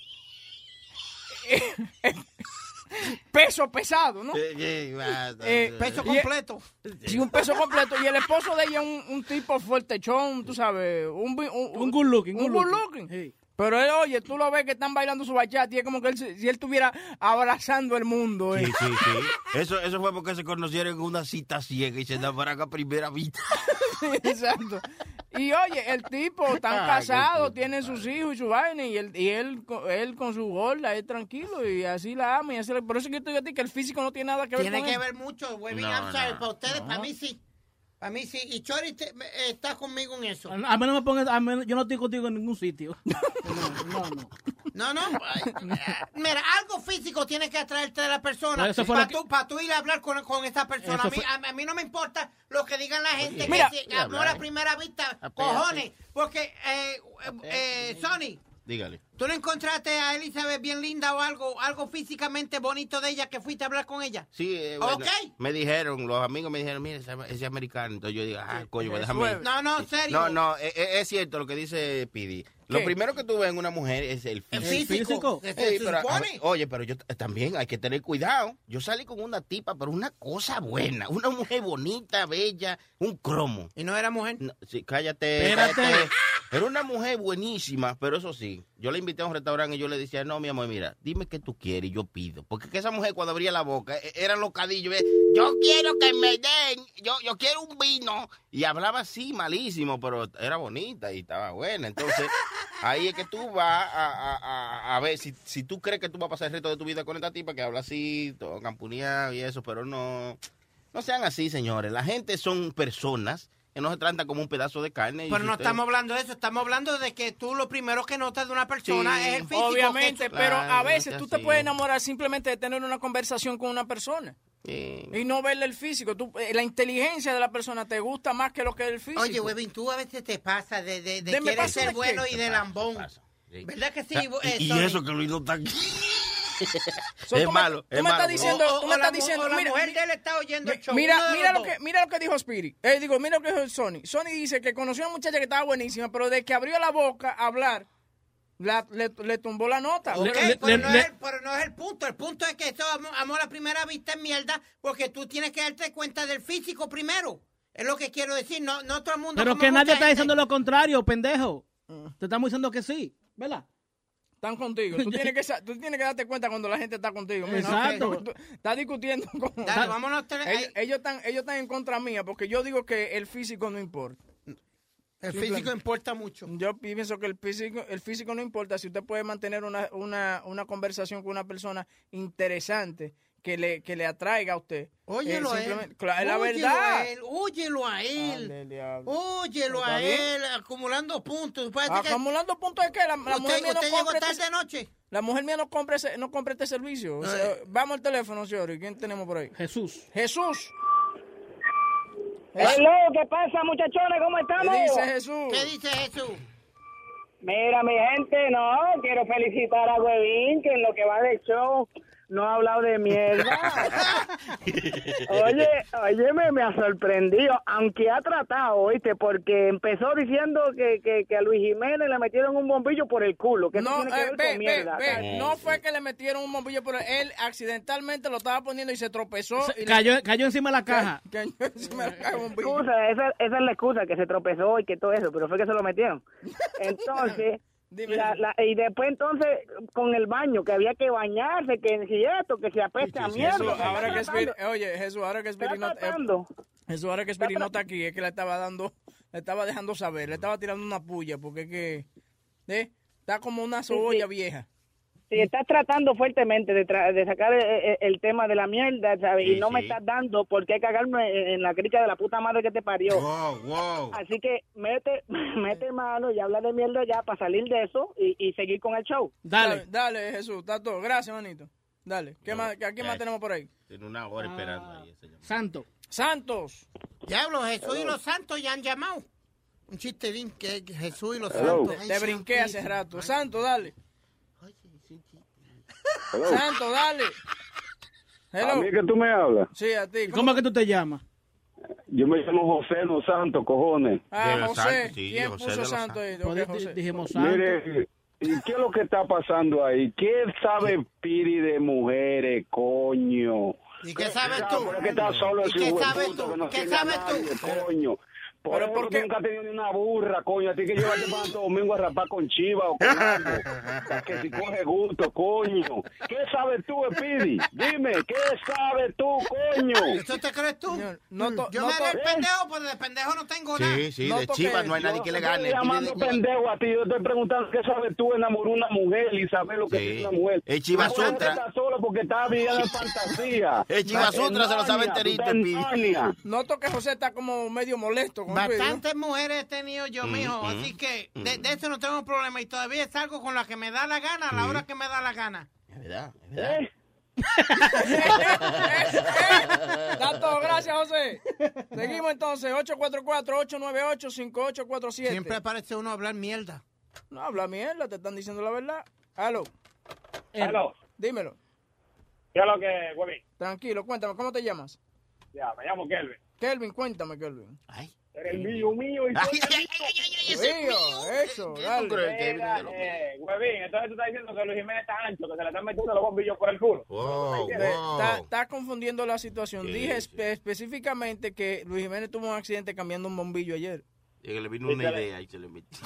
eh, peso pesado, ¿no? Eh, eh, basta. Eh, Peso y- completo. Sí, un peso completo. Y el esposo de ella un, un tipo fuertechón, tú sabes, un, bi- un, Un good looking. un good looking. Sí. Pero él, oye, tú lo ves que están bailando su bachata y es como que él, se- si él estuviera abrazando el mundo. Sí, eh. sí, sí. Eso, eso fue porque se conocieron en una cita ciega y se enamoraron a primera vista. Exacto. Y oye, el tipo tan Ay, casado, qué tiene sus hijos y su vaina, y él, y él, co- él con su gorda, es tranquilo, y así la ama. Y así la- por eso que yo te digo a ti que el físico no tiene nada que ver Tiene con que él. ver mucho, güey. No, I'm sorry, no, para ustedes, no. para mí sí. Para mí sí. Y Chori te- me- está conmigo en eso. A mí no me pongas, a mí- yo no estoy contigo en ningún sitio. No, no, no. No, no. Mira, algo físico tiene que atraerte de la persona Pero eso fue para lo tú, pa tú ir a hablar con, con esta persona. Eso A mí, fue- a, a mí no me importa lo que digan la gente. Mira. que si amor a primera vista, cojones. Porque, eh, eh, eh, Sony, Dígale. ¿tú no encontraste a Elizabeth bien linda o algo, algo físicamente bonito de ella que fuiste a hablar con ella? Sí, eh, bueno, Ok. me dijeron, los amigos me dijeron, mira, ese ese es americano. Entonces yo digo, ah, coño, pues déjame ir. No, no, serio. No, no, es, es cierto lo que dice Pidi. Lo ¿Qué? primero que tú ves en una mujer es el físico. El físico. ¿Se- se Ey, pero, supone? a ver, oye, pero yo t- también hay que tener cuidado. Yo salí con una tipa, pero una cosa buena. Una mujer bonita, bella, un cromo. ¿Y no era mujer? No, sí, cállate, Espérate. cállate. Era una mujer buenísima, pero eso sí, yo le invité a un restaurante y yo le decía, no, mi amor, mira, dime qué tú quieres y yo pido. Porque que esa mujer cuando abría la boca, e- eran los cadillos, ¿ves? Yo quiero que me den, yo, yo quiero un vino. Y hablaba así, malísimo, pero era bonita y estaba buena. Entonces, ahí es que tú vas a, a- a- a ver si, si tú crees que tú vas a pasar el resto de tu vida con esta tipa que habla así, todo campuneado y eso, pero no, no sean así, señores. La gente son personas que no se tratan como un pedazo de carne. y Pero si no usted- estamos hablando de eso, estamos hablando de que tú lo primero que notas de una persona Sí, es el físico. Obviamente, que- pero a Claro, veces es tú te así. puedes enamorar simplemente de tener una conversación con una persona. Sí. Y no verle el físico. Tú, eh, la inteligencia de la persona te gusta más que lo que es el físico. Oye, Webin, tú a veces te pasa de, de, de ¿De me querer pasa ser de bueno qué? y de lambón. ¿Verdad que sí? eh, Y Sony? eso que Luis no está aquí. So, es tú me- malo, tú es me estás malo. diciendo, O- tú o me la estás mu- diciendo, o la mira, mujer mi- de él está oyendo el show. Mira, uno de mira los lo dos. que, mira lo que dijo Spirit. Eh, digo, mira lo que dijo Sony. Sony dice que conoció a una muchacha que estaba buenísima, pero de que abrió la boca a hablar, la- le, le tumbó la nota. Ok, Pero- pero, no es el, pero no es el punto. El punto es que eso, amor, amor a primera vista es mierda porque tú tienes que darte cuenta del físico primero. Es lo que quiero decir. No, no todo el mundo. Pero como que nadie mucha está gente. diciendo lo contrario, pendejo. Te estamos diciendo que sí, ¿verdad? Están contigo. Tú tienes, que, sa- tú tienes que darte cuenta cuando la gente está contigo. Mira, Exacto. ok, tú- Estás discutiendo con... Dale, vámonos. tele- Ellos, ellos están, ellos están en contra mía porque yo digo que el físico no importa. El Simple- físico importa mucho. Yo pienso que el físico, el físico no importa. Si usted puede mantener una, una, una conversación con una persona interesante que le, que le atraiga a usted. Óyelo Eh, a él. simplemente- Claro, la Óyelo verdad. a él. Óyelo a él. Dale, diablo. Óyelo ¿Está a bien? él. Acumulando puntos. Parece que- Acumulando puntos de que la, la ¿Usted, mujer mía no usted llegó compra tarde este, anoche? la mujer mía no compra ese, no compra este servicio. O sea, Eh. vamos al teléfono, señor. ¿Quién tenemos por ahí? Jesús. Jesús. Hello, ¿qué pasa, muchachones? ¿Cómo estamos? ¿Qué dice Jesús? ¿Qué dice Jesús? Mira, mi gente, no, quiero felicitar a Huevín, que en lo que va de show no ha hablado de mierda. Oye, oye, me, me ha sorprendido, aunque ha tratado, oíste, porque empezó diciendo que, que, que a Luis Jiménez le metieron un bombillo por el culo, que eso No, tiene que eh, ver ve, con ve, mierda. ve, no fue que le metieron un bombillo, pero él accidentalmente lo estaba poniendo y se tropezó. y le- Cayó, cayó encima de la caja. Cayó encima de la caja de bombillo. Excusa, esa, esa es la excusa, que se tropezó y que todo eso, pero fue que se lo metieron. Entonces, la, la, y después entonces con el baño, que había que bañarse, que si esto, que se apeste a mierda. Jesús, que ahora que está Spirit, tratando- oye, Jesús, ahora que Spirit no, está tratando. eh, Jesús, ahora que Spirit no está aquí, es que le estaba dando, le estaba dejando saber, le estaba tirando una puya, porque es que, ¿eh? Está como una cebolla vieja. Si estás tratando fuertemente de, tra- de sacar el, el- el tema de la mierda, ¿sabes? Sí, y no me sí. estás dando por qué cagarme en, en la crica de la puta madre que te parió. Wow, wow. Así que mete, mete mano y habla de mierda ya para salir de eso y, y seguir con el show. Dale, dale, Jesús, está todo. Gracias, manito. Dale, ¿qué más, ¿a quién más ya. tenemos por ahí? Tiene una hora esperando ahí. ese señor. Santo. Santos. Diablo, Jesús y los santos ya han llamado. Un chisterín que que Jesús y los Hello. santos. Ay, Te brinqué hace santísimo. rato. Santo, dale. Hello. Santo, dale. ¿A Hello. mí que tú me hablas? Sí, a ti. ¿Cómo es que tú te llamas? Yo me llamo José Los Santos, cojones. Ah, De los José. Santos, sí, ¿Quién José de puso los Santo ahí? Ok, Pues, José. dijimos santo. Mire, ¿y qué es lo que está pasando ahí? ¿Qué sabe Piri de mujeres, coño? ¿Y qué sabes tú? ¿Por qué está solo ¿Y ese qué hueputo sabes tú? que no ¿Qué tiene a sabes tú? nadie, coño? Por Pero eso ¿por tú qué? nunca has tenido ni una burra, coño. A ti que llevarte para Santo Domingo a rapar con chiva o con algo. Que si coge gusto, coño. ¿Qué sabes tú, Piri? Dime, ¿qué sabes tú, coño? ¿Eso te crees tú? Señor, no to- Yo no me haré to- el pendejo, pero de pendejo no tengo nada. Sí, sí, No de toque- Chivas no hay nadie que le Yo gane. estoy llamando Pide de- pendejo a ti. Yo estoy preguntando qué sabes tú enamorar una mujer y saber lo que Sí. es una mujer. El Chivas Una mujer Sutra. está solo porque está viviendo en fantasía. El Chivas En Sutra se lo sabe Narnia, enterito, tú estás en Pidi. Narnia. Noto que José está como medio molesto con Bastantes mujeres he tenido yo, Mm, mijo, mm, así que de, de eso no tengo problema y todavía salgo con la que me da la gana a la Sí. hora que me da la gana. Es verdad, es verdad. Dato, gracias, José. Seguimos entonces, ocho cuatro cuatro, ocho nueve ocho, cinco ocho cuatro siete. Siempre parece uno hablar mierda. No habla mierda, te están diciendo la verdad. Aló. Aló. Dímelo. ¿Qué es lo que, güey? Tranquilo, cuéntame, ¿cómo te llamas? Ya, me llamo Kelvin. Kelvin, cuéntame, Kelvin. Eres el mío, mío y soy el mío. Mío, eso, dale. Mira, eh, huevín, entonces tú estás diciendo que Luis Jiménez está ancho, que se le están metiendo los bombillos por el culo. Wow, Está, está confundiendo la situación. Dije espe- específicamente que Luis Jiménez tuvo un accidente cambiando un bombillo ayer. Y que le vino una idea y se le metió.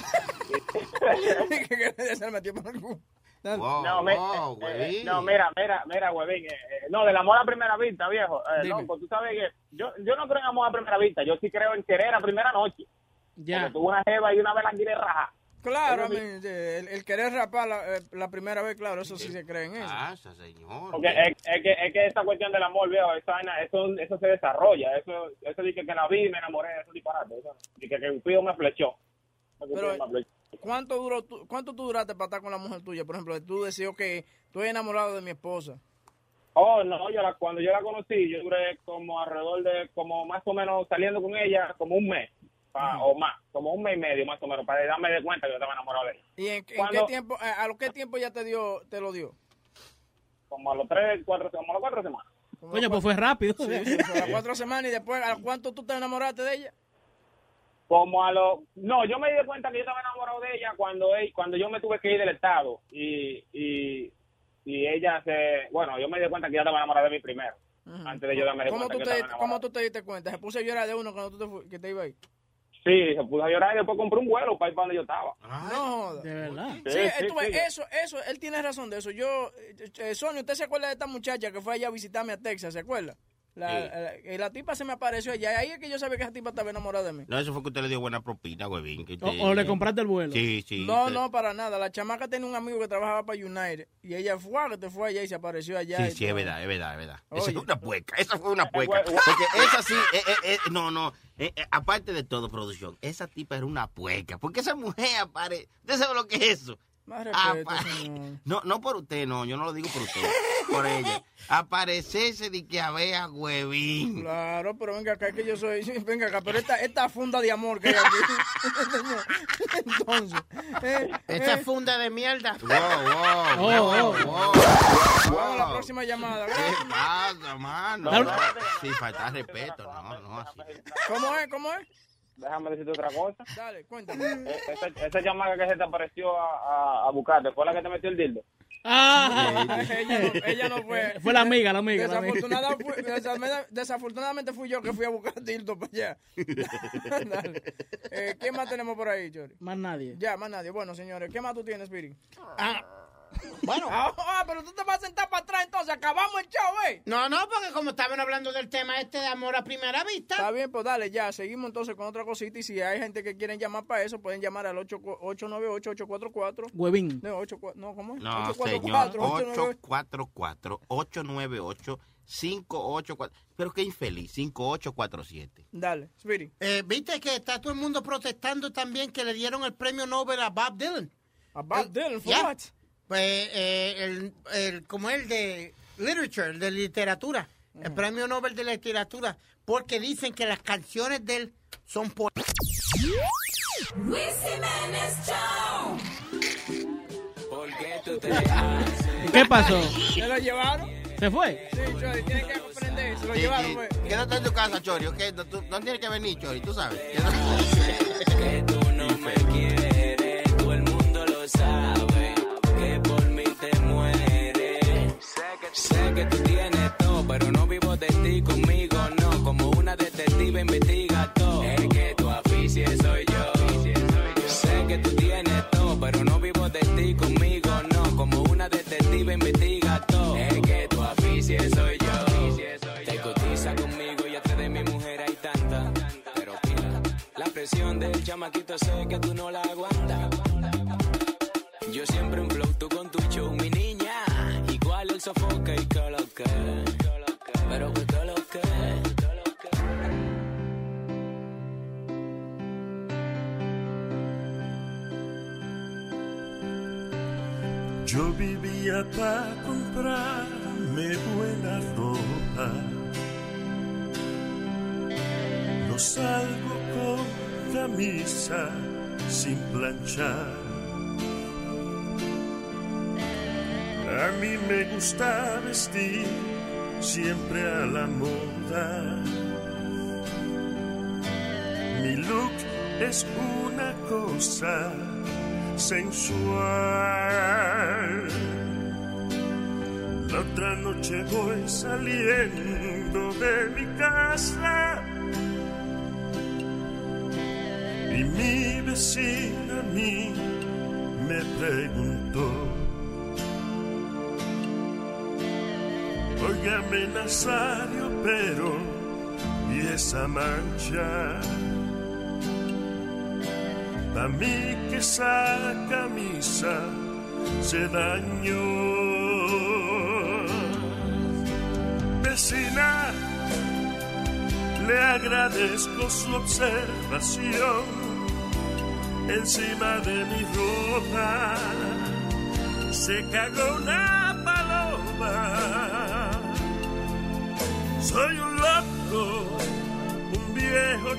que se le metió por el culo. Dale. Wow, No, me- wow, eh, huevín. eh, no, mira, mira, mira, huevín. eh, eh, no, del amor a primera vista, viejo. Eh, Dime. loco, tú sabes que yo, yo no creo en amor a primera vista. Yo sí creo en querer a primera noche. Ya. Porque tuve una jeva y una vez la quiere rajar. Claro, Eso a sí. mí, eh, el, el querer rapar la, eh, la primera vez, claro, eso sí se cree en eso. Pasa, señor. Porque es, es que, es que esta cuestión del amor, viejo, esa vaina, eso, eso se desarrolla. Eso eso dice que la vi y me enamoré, eso es disparate. Eso, y que, que Cupido me flechó. Que Cupido Pero, me flechó. ¿Cuánto duró tú, cuánto tú duraste para estar con la mujer tuya? Por ejemplo, tú decías que estoy enamorado de mi esposa. Oh, no, yo la, cuando yo la conocí, yo duré como alrededor de, como más o menos saliendo con ella, como un mes, pa- o más, como un mes y medio más o menos, para darme de cuenta que yo estaba enamorado de ella. ¿Y en, en ¿Cuándo? qué tiempo, a, a lo qué tiempo ya te dio, te lo dio? Como a los tres, cuatro, como a las cuatro semanas. Coño, pues fue rápido. Sí, sí, fue a las cuatro semanas y después, ¿a cuánto tú te enamoraste de ella? Como a los, no, yo me di cuenta que yo estaba enamorado de ella cuando ella, cuando yo me tuve que ir del estado y, y, y ella se, bueno, yo me di cuenta que ella estaba enamorada de mí primero, antes de yo darme de ¿Cómo cuenta tú, que te, yo diste- estaba ¿Cómo enamorado. tú te diste cuenta? ¿Se puso a llorar de uno cuando tú te fu- que te iba a ir? Sí, se puso a llorar y después compré un vuelo para ir para donde yo estaba. No joda. De verdad. Sí, eh, tú ves, eso, eso, él tiene razón de eso. Yo, eh, eh, Sonia, ¿usted se acuerda de esta muchacha que fue allá a visitarme a Texas? ¿Se acuerda? La, Sí. la, eh, la tipa se me apareció allá. Ahí es que yo sabía que esa tipa estaba enamorada de mí. No, eso fue que usted le dio buena propina, huevín. que O, usted- o le compraste el vuelo. Sí, sí. No, usted- no, para nada. La chamaca tenía un amigo que trabajaba para United y ella fue, que te fue allá y se apareció allá. Sí, y sí, es todo. verdad, es verdad, es verdad. Esa Oye. fue una pueca, esa fue una pueca. Porque esa sí, eh, eh, eh, no, no, eh, eh, aparte de todo, producción, esa tipa era una pueca. Porque esa mujer aparece, ¿usted sabe lo que es eso? Más Ah, respeto, pa- señor. No, no por usted, no, yo no lo digo por usted, por ella. Aparecerse de que a vea huevín. Claro, pero venga acá, que yo soy. Venga acá, pero esta, esta funda de amor que hay aquí. Entonces. Eh, Esa eh, funda de mierda. Wow, wow, Oh, wow, oh. wow. Vamos a la próxima llamada. ¿Qué Gracias. pasa, mano? Dale. No, sí, falta respeto, no, no, así. ¿Cómo es? ¿Cómo es? Déjame decirte otra cosa. Dale, cuéntame. Eh, Esa, esa chamaca que se te apareció a, a, a buscarte, ¿fue la que te metió el dildo? Ah, ella, no, ella no fue. Fue la amiga, la amiga, la amiga. Desafortunada fui- desa- desafortunadamente fui yo que fui a buscar tildo para allá. Dale. Eh, ¿Quién más tenemos por ahí, Chori? Más nadie. Ya, más nadie. Bueno, señores, ¿qué más tú tienes, Piri? Ah, bueno. Ah, ah, pero tú te vas a sentar para atrás entonces. Acabamos el show, ¿eh? No, no, porque como estaban hablando del tema este de amor a primera vista. Está bien, pues dale, ya. Seguimos entonces con otra cosita. Y si hay gente que quieren llamar para eso, pueden llamar al ocho nueve ocho, ocho cuatro cuatro. Huevín. No, ocho, no, ¿cómo es? No, ocho cuatro señor, cuatro, ocho nueve ocho ocho. cuatro cuatro, ocho nueve ocho, cinco ocho cuatro. Pero qué infeliz, cinco ocho cuatro siete. Dale, Spirit. Eh, Viste que está todo el mundo protestando también que le dieron el premio Nobel a Bob Dylan. ¿A Bob Dylan? ¿For ya. what? Pues eh, el, el, como el de literature, de literatura, el premio Nobel de literatura, porque dicen que las canciones de él son por... Luis Jiménez Show. ¿Por qué tú te dejas? ¿Qué pasó? ¿Se lo llevaron? ¿Se fue? Sí, Chori, tienen que aprender. Se lo Sí, llevaron, sí. pues. Quédate en tu casa, Chori, ¿ok? No, tú- no tienes que venir, Chori, tú sabes. Que tú no me quieres, todo el mundo lo sabe. Que por mí te mueres. Sé que tú tienes todo, pero no vivo de ti, conmigo no. Como una detective investiga todo. Es que tu aficie soy yo. Sé que tú tienes todo, pero no vivo de ti, conmigo no. Como una detective investiga todo. Es que tu aficie soy yo. Te cotiza conmigo y atrás de mi mujer hay tanta. Pero pila, la presión del chamaquito sé que tú no la aguantas. Yo siempre un flow, tú con tu show, mi niña. Igual el sofoca y que lo que. Pero que que lo que. Yo vivía para comprarme buena ropa. No salgo con camisa sin planchar. A mí me gusta vestir siempre a la moda. Mi look es una cosa sensual. La otra noche voy saliendo de mi casa y mi vecina a mí me preguntó: óigame, Nazario, pero ¿y esa mancha? A mí que esa camisa se dañó. Vecina, le agradezco su observación. Encima de mi ropa se cagó una paloma. Soy un loco, un viejo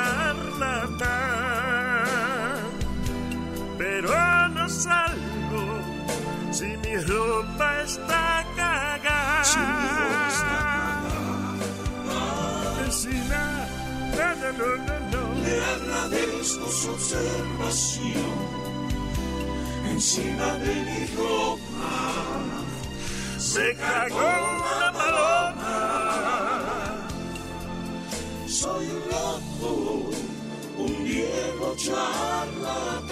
charlatán, pero no salgo si mi ropa está cagada. Si mi ropa está cagada. Vecina, no, no, no, no, no. Le agradezco su observación. Encima de mi ropa se cagó una paloma. Soy un loco, un viejo charlatán,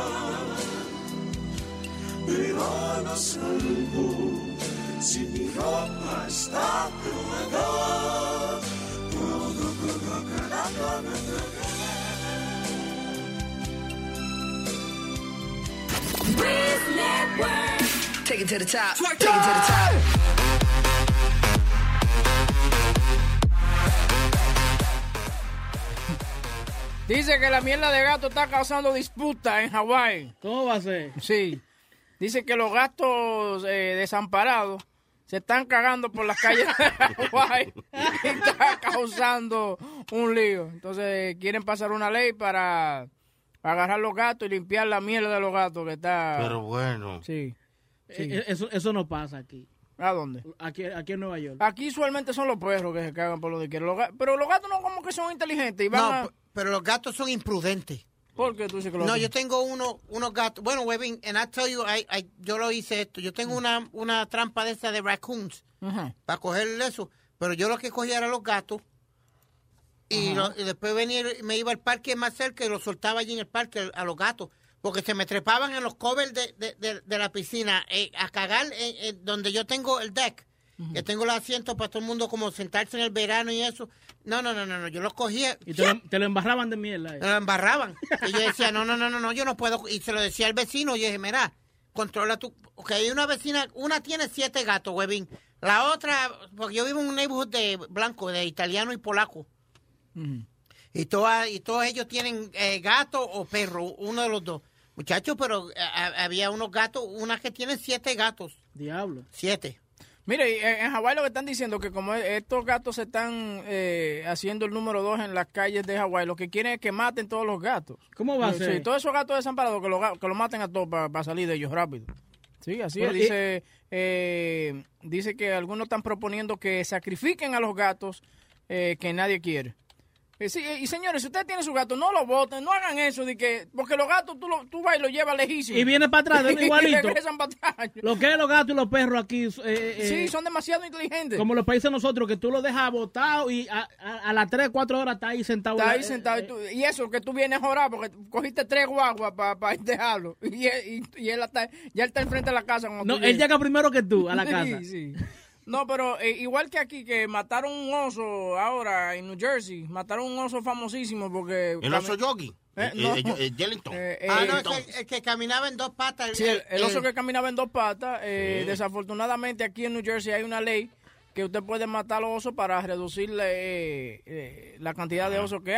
pero no salgo si mi ropa está cagada. Take it to the top. Take it to the top. Dice que la mierda de gato está causando disputa en Hawái. ¿Cómo va a ser? Sí. Dice que los gatos eh, desamparados se están cagando por las calles de Hawái y está causando un lío. Entonces quieren pasar una ley para agarrar los gatos y limpiar la mierda de los gatos que está... Pero bueno. Sí. sí. Eh, eso, eso no pasa aquí. ¿A dónde? Aquí, aquí en Nueva York. Aquí usualmente son los perros que se cagan por lo que quieren. Los ga- pero los gatos no como que son inteligentes y van No, a... p- pero los gatos son imprudentes. ¿Por qué tú dices que los No, hacen? yo tengo uno, unos gatos. Bueno, Webin, and I tell you, I, I, yo lo hice esto. Yo tengo una, una trampa de esa de raccoons Ajá. para coger eso. Pero yo lo que cogía era los gatos. Y, lo- y después venía y me iba al parque más cerca y los soltaba allí en el parque a los gatos. Porque se me trepaban en los covers de, de, de, de la piscina eh, a cagar eh, eh, donde yo tengo el deck. Que tengo los asientos para todo el mundo como sentarse en el verano y eso. No, no, no, no, no. Yo los cogía. Y te lo, te lo embarraban de mierda. eh. Me lo embarraban. Y yo decía, no, no, no, no, no, yo no puedo. Y se lo decía al vecino. Y yo dije, mira, controla tu... Ok, hay una vecina, una tiene siete gatos, huevín. La otra, porque yo vivo en un neighborhood de blanco, de italiano y polaco. Y, todas, y todos ellos tienen eh, gato o perro, uno de los dos. Muchachos, pero eh, a- había unos gatos, unas que tienen siete gatos. Diablo. Siete. Mire, y en en Hawái lo que están diciendo que como estos gatos se están eh, haciendo el número dos en las calles de Hawái, lo que quieren es que maten todos los gatos. ¿Cómo va a Sí, ser? Sí, todos esos gatos desamparados que los ga- que los maten a todos para salir de ellos rápido. Sí, así Bueno, es. y- Dice, eh, dice que algunos están proponiendo que sacrifiquen a los gatos eh, que nadie quiere. Eh, sí, y señores, si ustedes tienen su gato, no lo boten, no hagan eso, de que porque los gatos tú, lo, tú vas y los llevas lejísimo. Y viene para atrás, Y igualito. regresan para atrás. Lo que es los gatos y los perros aquí. eh, eh, Sí, son demasiado inteligentes. Como los países de nosotros, que tú los dejas botados y a, a, a las tres, cuatro horas está ahí sentado. Está ahí eh, sentado. eh, y, tú- y eso, que tú vienes a orar porque cogiste tres guaguas para dejarlo. Y, él- y, y él está, ya él está enfrente de la casa. cuando No, tú él llegas. llega primero que tú a la casa. Sí, sí. No, pero eh, igual que aquí, que mataron un oso ahora en New Jersey. Mataron un oso famosísimo porque... El oso Yogi. Eh, El- no. el- el Yellington. Eh, eh, Ah, no, el entonces- que, el que caminaba en dos patas. Sí, el, el oso que caminaba en dos patas. eh, Sí. Desafortunadamente aquí en New Jersey hay una ley que usted puede matar a los osos para reducir eh, eh, la cantidad de osos que hay.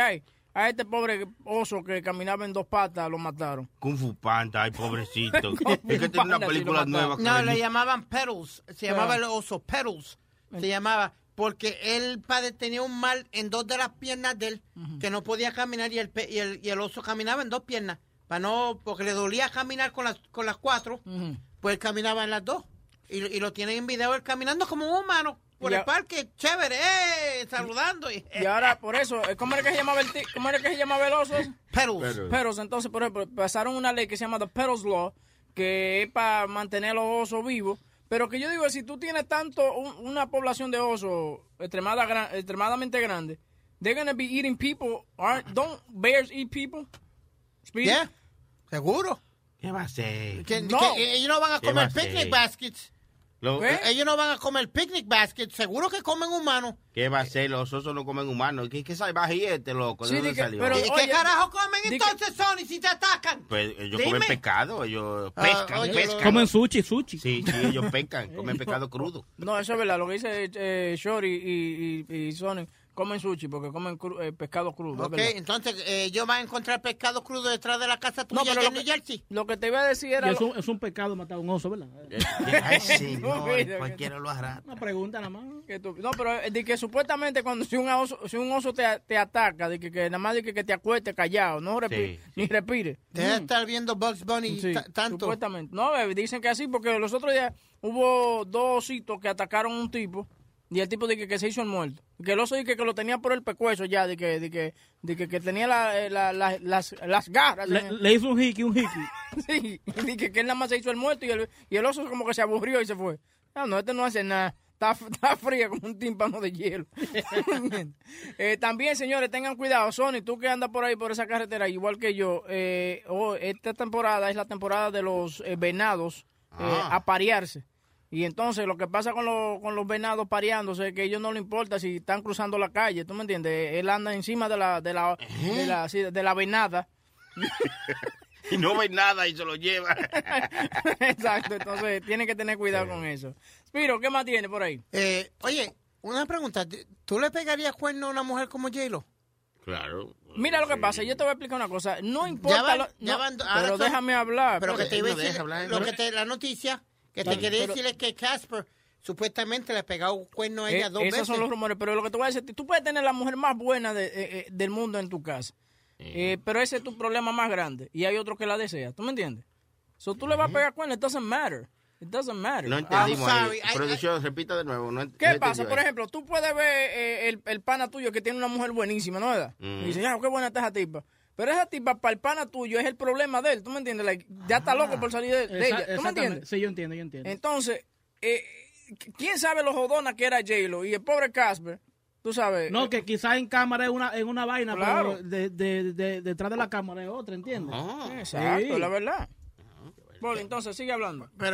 a este pobre oso que caminaba en dos patas, lo mataron. Kung Fu Panda, ay, pobrecito. Es que tiene una película nueva. No, le llamaban Petals. Se llamaba el oso Petals. Se llamaba porque el padre tenía un mal en dos de las piernas de él, que no podía caminar y el, pe- y el, y el oso caminaba en dos piernas. Para no, porque le dolía caminar con las, con las cuatro, pues él caminaba en las dos. Y, y lo tienen en video él caminando como un humano por Y el a- parque, chévere, eh, saludando. Y, Y ahora, por eso, ¿cómo era que se llamaba el, ti- ¿cómo era que se llamaba el oso? Petals. Petals. Entonces, por ejemplo, pasaron una ley que se llama The Petals Law, que es para mantener los osos vivos. Pero que yo digo, si tú tienes tanto, un- una población de osos extremada, gran- extremadamente grande, they're gonna be eating people. Aren't, don't bears eat people? Speedy? Yeah, seguro. ¿Qué va a ser? Que, No. que ellos no van a ¿Qué va a comer picnic hacer? baskets. Lo- Eh, Ellos no van a comer picnic baskets. Seguro que comen humanos. ¿Qué va a ser? Los osos no comen humanos. ¿Qué, qué salvaje es este, loco? ¿De Sí, dónde di que- salió? pero- ¿Y qué oye, carajo comen di que- entonces, Sony, si te atacan? Pues ellos Dime. comen pescado, ellos Ah, pescan, oye, pescan. Comen sushi, sushi. Sí, sí, ellos pescan, comen pescado crudo. No, eso es verdad. Lo que dice eh, Shorty y, y, y Sonic, comen sushi porque comen cru- eh, pescado crudo. es Ok, verdad. entonces eh, ellos van a encontrar pescado crudo detrás de la casa No, tuya pero allá lo en que, New Jersey. lo que te iba a decir Y era... es lo- un, es un pecado matar a un oso, ¿verdad? Ay, señor, Mira, cualquiera lo hará. Una pregunta nada más. que tú- no, pero eh, de que supuestamente cuando si un oso, si un oso te, te ataca, de que, que nada más de que, que te acueste callado, no repi- Sí, ni respire. Deja de Mm. estar viendo Bugs Bunny Sí, ta- tanto. supuestamente. No, eh, dicen que así porque los otros días hubo dos ositos que atacaron a un tipo y el tipo dice que, que se hizo el muerto. Que el oso dice que, que lo tenía por el pecuezo ya, de que, de que, de que, que tenía la, eh, la- la- las, las garras. Le, eh. le hizo un hiki, un hiki. Sí, y dice que él nada más se hizo el muerto y el, y el oso como que se aburrió y se fue. No, no, este no hace nada. Está, está fría como un tímpano de hielo. Eh, también, señores, tengan cuidado. Sony, tú que andas por ahí, por esa carretera, igual que yo, eh, oh, esta temporada es la temporada de los eh, venados eh, Ah. a parearse. Y entonces lo que pasa con, los con los venados pareándose es que a ellos no le importa si están cruzando la calle, ¿tú me entiendes? Él anda encima de la, de la, de la, sí, de la venada. Y no ve nada y se lo lleva. Exacto, entonces tienen que tener cuidado con eso. Spiro, ¿qué más tiene por ahí? Eh, oye, una pregunta. ¿Tú le pegarías cuerno a una mujer como J-Lo? Claro. Mira lo que pasa, yo te voy a explicar una cosa. No importa, Ya van- lo- ya no, van- ahora pero son- déjame hablar. Pero que te iba a no decir, deja hablar, lo no que te, la noticia que te Pero- quería pero- decir es que Casper supuestamente le ha pegado un cuerno a ella Eh, dos esos veces. son los rumores, pero lo que te voy a decir, tú puedes tener la mujer más buena de- eh, eh, del mundo en tu casa, eh, pero ese es tu problema más grande y hay otro que la desea, ¿tú me entiendes? So tú le vas a pegar cuerno, it doesn't matter. It doesn't matter. No entendimos I'm ahí. sorry, I- Producción, repita de nuevo. No, ent- ¿Qué no pasa? entendió Por ahí. ejemplo, tú puedes ver eh, el, el pana tuyo que tiene una mujer buenísima, ¿no? ¿Verdad? Mm. Y dices, ah, qué buena está esa tipa. Pero esa tipa, para el pana tuyo, es el problema de él, ¿tú me entiendes? Like, ya está loco por salir de, de Esa- ella, ¿tú me exactamente. entiendes? Sí, yo entiendo, yo entiendo. Entonces, eh, ¿quién sabe lo jodona que era J-Lo? Y el pobre Casper, tú sabes. No, eh, que quizás en cámara es una, en una vaina, Claro. pero de, de, de- detrás de la cámara es otra, ¿entiendes? Ah, Exacto, Sí. la verdad. Bueno, entonces sigue hablando. Pero,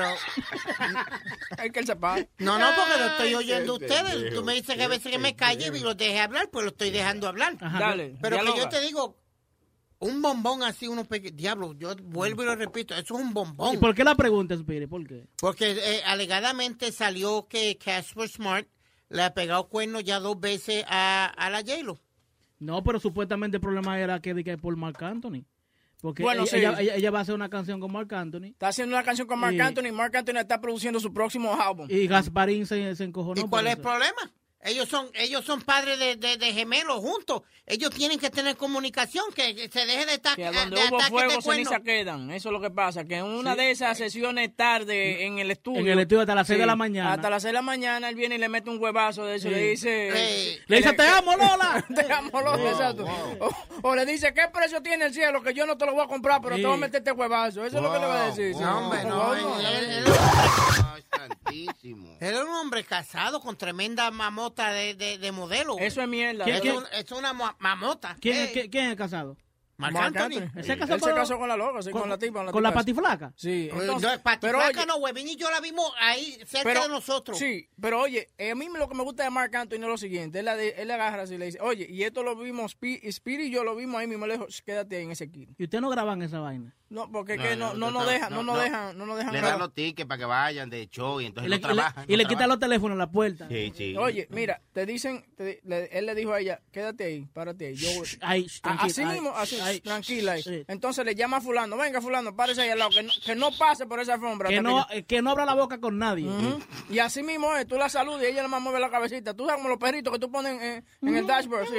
Hay que él sepa. no, no, porque lo estoy Ay, oyendo a qué ustedes. pendejo, Tú me dices que a qué veces que me calle y lo deje hablar, pues lo estoy dejando hablar. Ajá. Dale, Pero que dialoga. yo te digo, un bombón así, uno peque... Diablo, yo vuelvo y lo repito, eso es un ¿Y bombón. por qué la pregunta, Spirit? ¿Por qué? Porque eh, alegadamente salió que Casper Smart le ha pegado cuernos ya dos veces a, a la J-Lo. No, pero supuestamente el problema era que, de que por Marc Anthony. Porque Bueno, ella, sí. ella, ella- ella va a hacer una canción con Marc Anthony. Está haciendo una canción con Marc Y- Anthony. Marc Anthony está produciendo su próximo álbum. Y Gasparín se, se encojonó. ¿Y por cuál es el eso. problema? Ellos son ellos son padres de, de, de gemelos juntos. Ellos tienen que tener comunicación, que que se deje de estar Que donde de hubo ataques fuego, de cuernos. ceniza quedan. Eso es lo que pasa. Que en una de esas sesiones tarde en el estudio. En el estudio hasta las seis de la mañana. Hasta las seis de la mañana él viene y le mete un huevazo de eso. Sí. Le dice. Sí. Le dice, te amo, Lola. Te amo, Lola, Wow, exacto. wow. O, o le dice, ¿qué precio tiene el cielo? Que yo no te lo voy a comprar, pero Sí. te voy a meter este huevazo. Eso es lo que le va a decir. Wow, sí. No, hombre, no. Wow, él- no. él- él- Ay, santísimo. Él es un hombre casado con tremenda mamota de, de, de modelo. Eso es mierda. ¿Quién- es, Eso- quién- un- es una mo- mamota. ¿Quién, Eh, es- quién- quién es casado? Marc Marc Anthony. Anthony. Él se Él casó se con- casó con la loca, sí, con- con la tipa. con la tipa. patiflaca. Sí. No, Entonces, es Pati pero Flaca, oye, no, Huevín y yo la vimos ahí cerca pero- de nosotros. Sí, pero oye, eh, a mí lo que me gusta de Marc Anthony es lo siguiente. Él, la de- él le agarra así y le dice, oye, y esto lo vimos, Spi- Speedy y yo lo vimos ahí mismo, le dijo, quédate ahí en ese kit. ¿Y ustedes no graban esa vaina? No, porque es No, que no, no, no, no, nos no, dejan, no, no, nos no. dejan, no nos dejan Le grabar. dan los tickets para que vayan de show y Y entonces le, no y le- trabajan. y le no quitan trabajan. los teléfonos en la puerta. Sí, sí. Oye, mira, te dicen, te- le- él le dijo a ella, quédate ahí, párate ahí. Yo, Ay, a- tranquila, así ay, mismo, así, ay, tranquila ahí. sí. Entonces le llama a fulano, venga fulano, párese ahí al lado, que no, que no pase por esa alfombra. Que hasta no, que eh, que no abra la boca con nadie. yo- Ujú. Y así mismo es, tú la saludas y ella nada más mueve la cabecita. Tú sabes como los perritos que tú pones en, en el dashboard, sí.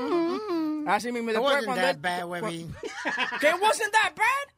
Así mismo. Y It después wasn't cuando that él- bad, cu- Huevín. ¿Que it wasn't that bad?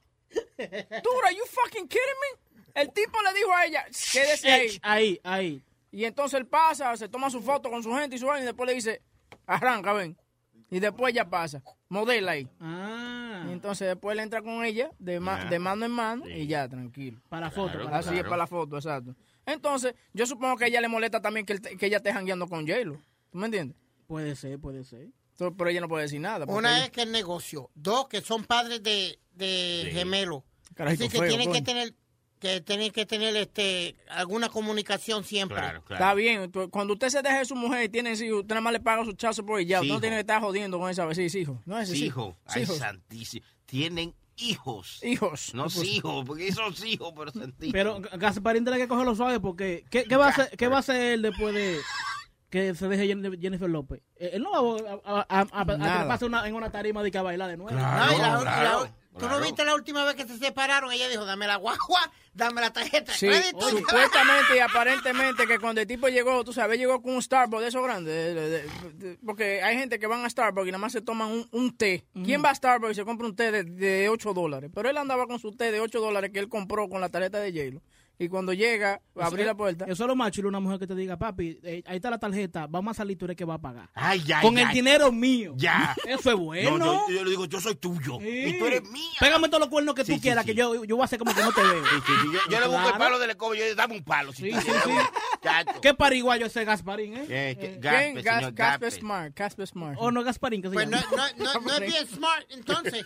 Dude, are you fucking kidding me? El tipo le dijo a ella, quédese ahí. Eh, Ahí, ahí. Y entonces él pasa, se toma su foto con su gente y su vaina y después le dice, arranca, ven. Y después ella pasa, modela ahí. Ah. Y entonces después él entra con ella de, ma- Ya. de mano en mano y ya, tranquilo. Para la foto. Claro. para la Así foto. es para la foto, exacto. Entonces, yo supongo que a ella le molesta también que, él te- que ella esté jangueando con J-Lo. ¿Tú me entiendes? Puede ser, puede ser. Entonces, pero ella no puede decir nada. porque Una ella- es que el negocio. Dos, que son padres de, de gemelos. Carajito Así que feo, tienen que coño. tener que tienen que tener este alguna comunicación siempre. Claro, Está claro. bien, tú- cuando usted se deje de su mujer y tiene hijos, usted nada más le paga su chazo por ella. Sí, Usted no hijo. tiene que estar jodiendo con esa vez. Sí, sí, hijo. No es Sí, hijo. Sí, Ay, hijo. santísimo. Tienen hijos. Hijos. No Pues, hijos, porque esos hijos, pero santísimos. Pero Gasparín tiene que cogerlo suave porque ¿qué, qué va a hacer, qué va a hacer él después de que se deje Jen- Jennifer López? Eh, Él no va a, a, a, a, a, a Nada. treparse una- en una tarima de que a bailar de nuevo. Claro. No, y la- y la- claro, ¿Tú claro. no viste la última vez que se separaron? Ella dijo, dame la guagua, dame la tarjeta. Sí, de crédito. supuestamente y aparentemente que cuando el tipo llegó, tú sabes, llegó con un Starbucks de esos grandes. de- de- de- de- porque hay gente que van a Starbucks y nada más se toman un, un té. ¿Quién va a Starbucks y se compra un té de, de ocho dólares? Pero él andaba con su té de ocho dólares que él compró con la tarjeta de J-Lo. Y cuando llega, a abrir la puerta. Eso es lo más chulo, una mujer que te diga, papi, eh, ahí está la tarjeta, vamos a salir, tú eres que va a pagar. Ay, ay, Con el ay. dinero mío. Ya. Eso es bueno. No, yo, yo le digo, yo soy tuyo. Sí. Y tú eres mía. Pégame todos los cuernos que Sí, tú sí, quieras, sí. que yo, yo voy a hacer como que no te veo. Sí, sí, sí. Yo, yo le busco el Claro. palo del escobo. Yo le dame un palo. Si Sí, tú sí, quieres. sí. Chacho. ¿Qué pariguayo ese Gasparín, eh? Eh, que- ¿Quién? Gaspe, Gas- señor, Gaspe Gaspe. Smart. Gaspe Smart. ¿O no Gasparín que se Pues no, llama? no, no, no es bien smart, entonces.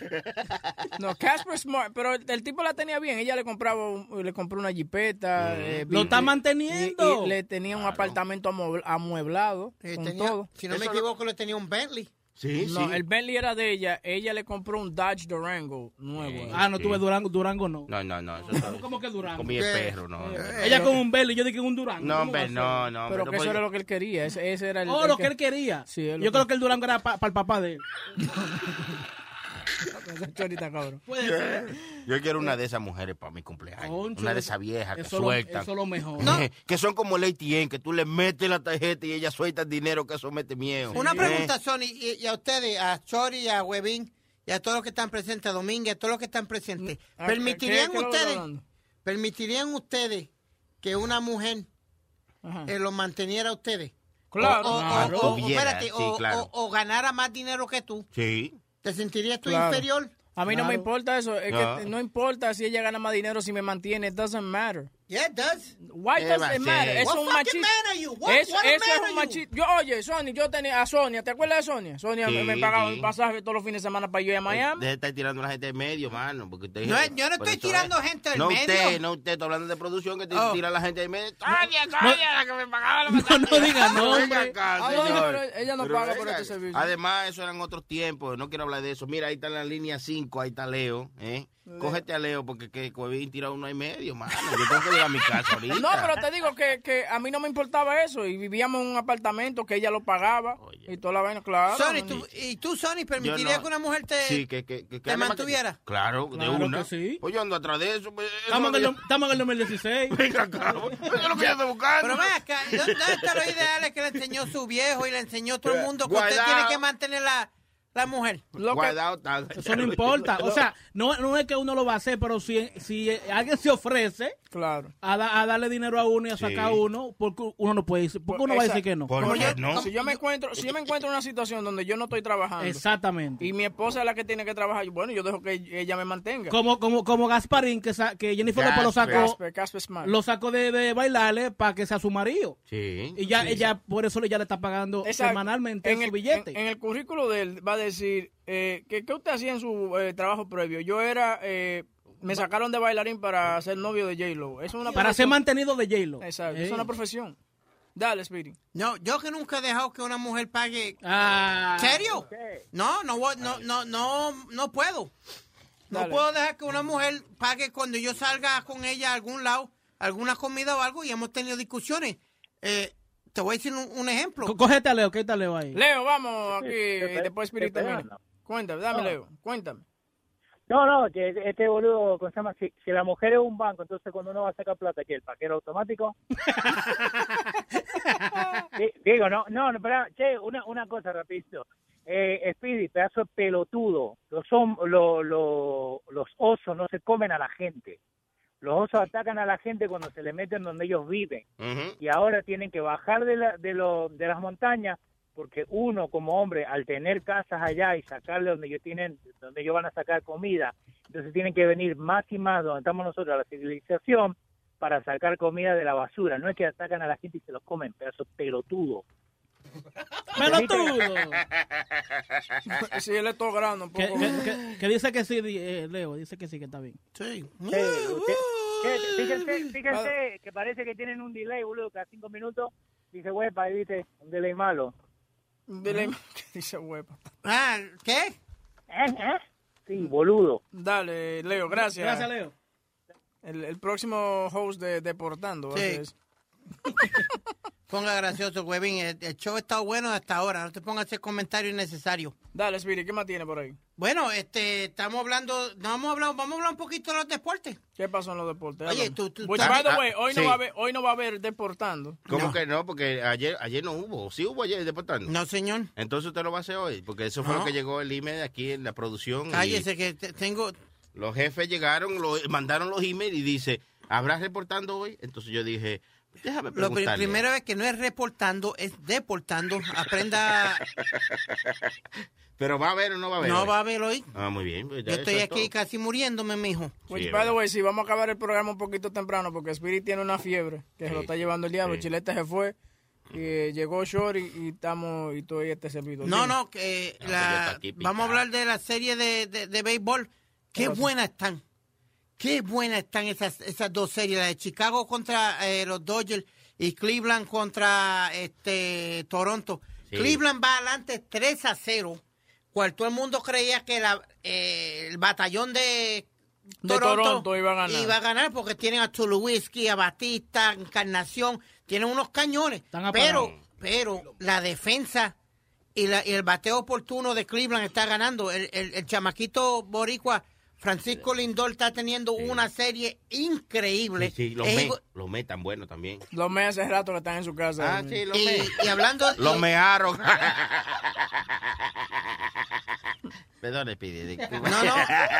No, Casper Smart, pero el, el tipo la tenía bien. Ella le compraba, un- le compró una jipeta. eh, Lo vi- está y- manteniendo. Y, y le tenía un apartamento amuebl- amueblado Eh, con tenía- todo. si no Eso me lo- equivoco, le tenía un Bentley. Sí, No, sí. el Bentley era de ella. Ella le compró un Dodge Durango nuevo. Sí. Ah, no tuve Durango, Durango no. No, no, no. Eso es ¿Cómo que Durango? con mi perro, no. no. Ella con un Belly, yo dije un Durango. No, ¿Cómo hombre, va a ser? no, no. Pero hombre, que no eso era puede- lo que él quería. Ese, ese era el. Oh, el lo que él quería. Sí, es lo Yo que- creo que el Durango era para el papá de él. Esa chorita, cabrón. Puede ser. Yo quiero una de esas mujeres para mi cumpleaños. Concho, una de eso- esas viejas que eso lo- sueltan. eso lo mejor. Eh, que son como el A T M, que tú le metes la tarjeta y ella suelta el dinero, que eso mete miedo. Una Eh, pregunta, Sony, y, y a ustedes, a Chori, a Webin, y a todos los que están presentes, a Domínguez, a todos los que están presentes, Ah, ¿permitirían ¿qué- qué es lo que ustedes, está hablando? permitirían ustedes que una mujer Ajá. eh, los manteniera a ustedes? Claro. O, o- Claro. o- o- Tuviera, espérate, sí, o, claro. o- o ganara más dinero que tú. Sí. ¿Te sentirías tú Claro. inferior? A mí no me Claro. importa eso. Es No. que no importa si ella gana más dinero, si me mantiene. It doesn't matter. Yeah, it does. Why Eh, does va a it matter? ser. Eso What es un fucking machismo. man are you? What- Eso, what a eso man es are un you? machismo. Yo, oye, Sony, yo tenía a Sonia. ¿Te acuerdas de Sonia? Sonia me- me Sí, pagaba sí. un pasaje todos los fines de semana para yo ir a Miami. Deje de estar tirando a la gente del medio, mano. Porque usted, No, yo no por estoy eso tirando es. gente del no medio. Usted, no usted, estoy hablando de producción que te Oh. tira a la gente del medio. Sonia, Sonia, la que me pagaba la No, no diga No, nombre. venga acá, Ah, no, señor. pero ella no Pero paga por venga. este servicio. Además, eso eran otros tiempos. No quiero hablar de eso. Mira, ahí está en la línea cinco, ahí está Leo. ¿eh? Cógete a Leo porque que Cuevín tira uno y medio, mano. Yo tengo que llegar a mi casa ahorita. No, pero te digo que, que a mí no me importaba eso. Y vivíamos en un apartamento que ella lo pagaba. Oye. Y toda la vaina, claro. Sony, tú, ¿y tú, Sony, permitirías Yo no. que una mujer te... Sí, que, que, que, que ¿te ande más mantuviera? que- Claro, Claro de una. que sí. Pues yo ando atrás de eso. Pues, eso Estamos en es el, lo que estamos en el dos mil dieciséis. yo- Venga acá. Eso es lo que yo estoy buscando. Pero ven acá, ¿dónde dónde está lo ideal es que le enseñó su viejo y le enseñó a todo el mundo que usted Guardado. tiene que mantener la, la mujer? Lo que, Guardado está. Eso no importa. O sea, no, no es que uno lo va a hacer, pero si, si alguien se ofrece claro. a, da- a darle dinero a uno y a Sí. sacar a uno, porque uno no puede decir, porque uno va a decir que no. ¿Por Como qué yo- no? Si yo me encuentro, si yo me encuentro en una situación donde yo no estoy trabajando Exactamente. y mi esposa es la que tiene que trabajar, bueno, yo dejo que ella me mantenga. Como, como, como Gasparín, que, sa- que Jennifer López lo Gasper. sacó, Casper, Casper Smart. lo sacó de, de bailarle para que sea su marido. Sí. Y ya sí. ella, por eso ya le está pagando Exacto. semanalmente en su el, billete. En, en el currículo de él va a decir, eh, ¿qué, ¿qué usted hacía en su eh, trabajo previo? Yo era, eh, me sacaron de bailarín para ser novio de J-Lo. Es una Para ser mantenido de J-Lo. Exacto, Eh. es una profesión. Dale, Speedy. No, yo que nunca he dejado que una mujer pague. Ah. ¿Serio? No, no, voy- no, no, no, no puedo. No Dale. puedo dejar que una mujer pague cuando yo salga con ella a algún lado, alguna comida o algo, y hemos tenido discusiones. Eh, te voy a decir un, un ejemplo. Co- Cógete a Leo, ¿qué tal Leo ahí? Leo, vamos aquí, Sí, y después Speedy estoy termina. esperando. Cuéntame, dame, No. Leo, cuéntame. No, no, que este boludo, ¿cómo se llama? Si, si la mujer es un banco, entonces cuando uno va a sacar plata, ¿qué? ¿El paquero automático? Di- Digo, no, no, no, pero, che, una, una cosa rapidito. Eh, Speedy, pedazo de pelotudo. Los, hom- lo- lo- los osos no se comen a la gente. Los osos atacan a la gente cuando se le meten donde ellos viven. Y ahora tienen que bajar de, la, de, lo, de las montañas porque uno como hombre, al tener casas allá y sacarle donde ellos tienen, donde ellos van a sacar comida, entonces tienen que venir más y más donde estamos nosotros, a la civilización, para sacar comida de la basura. No es que atacan a la gente y se los comen, pedazos pelotudo. ¡Pelotudo! Sí, él es todo grande un Que, poco. que- que- que dice que sí, di- eh, Leo, dice que sí, que está bien. Sí. Sí, usted- che, fíjense, fíjense que parece que tienen un delay, boludo, cada cinco minutos. Dice, huepa, y dice, un delay malo. Un delay ¿Qué dice huepa? Ah, ¿qué? ¿Eh? ¿Eh? Sí, boludo. Dale, Leo, gracias. Gracias, Leo. El, el próximo host de Deportando. va a Sí. ser ese. Ponga gracioso, huevín. El, el show está bueno hasta ahora. No te pongas a hacer comentarios innecesarios. Dale, Speedy, ¿qué más tiene por ahí? Bueno, este, estamos hablando, no vamos a hablar, vamos a hablar un poquito de los deportes. ¿Qué pasó en los deportes? Oye, Háblame. tú- tú- Which, tú- by the ah, way, hoy, sí. no va a haber, hoy no va a haber Deportando. ¿Cómo No. que no? Porque ayer ayer no hubo. ¿Sí hubo ayer deportando? No, señor. Entonces usted lo va a hacer hoy, porque eso fue No. lo que llegó el email aquí en la producción. y Cállese que te- tengo... Los jefes llegaron, lo, mandaron los emails y dice, ¿habrás reportando hoy? Entonces yo dije, déjame Lo pri- preguntarle. primero es que no es reportando, es deportando. Aprenda... ¿Pero va a haber o no va a haber No hoy? va a haber hoy. Ah, muy bien. pues ya Yo eso estoy es aquí todo. casi muriéndome, mijo. Which, Sí, by the verdad. way, sí, vamos a acabar el programa un poquito temprano porque Spirit tiene una fiebre que se Sí, lo está llevando el diablo. sí. Chilete se fue. Y eh, llegó Short y, y estamos y todo este servidor. No, Dime. no, que pues la- ya está aquí picado. vamos a hablar de la serie de, de, de béisbol. Qué Gracias. buenas están. Qué buenas están esas, esas dos series. La de Chicago contra eh, los Dodgers y Cleveland contra este Toronto. Sí. Cleveland va adelante tres a cero. Cual todo el mundo creía que la, eh, el batallón de De Toronto iba a ganar. iba a ganar porque tienen a Tulowitzki, a Batista, Encarnación. Tienen unos cañones. Están apagados. Pero, pero la defensa y, la, y el bateo oportuno de Cleveland está ganando. El, el, el chamaquito boricua Francisco Lindor está teniendo una serie increíble. Sí, sí, los Es me, igual- los me tan buenos también. Los meses hace rato que están en su casa. Ah, sí, los y, me. y hablando... Los y- mearon. Perdón, Speedy. No, no.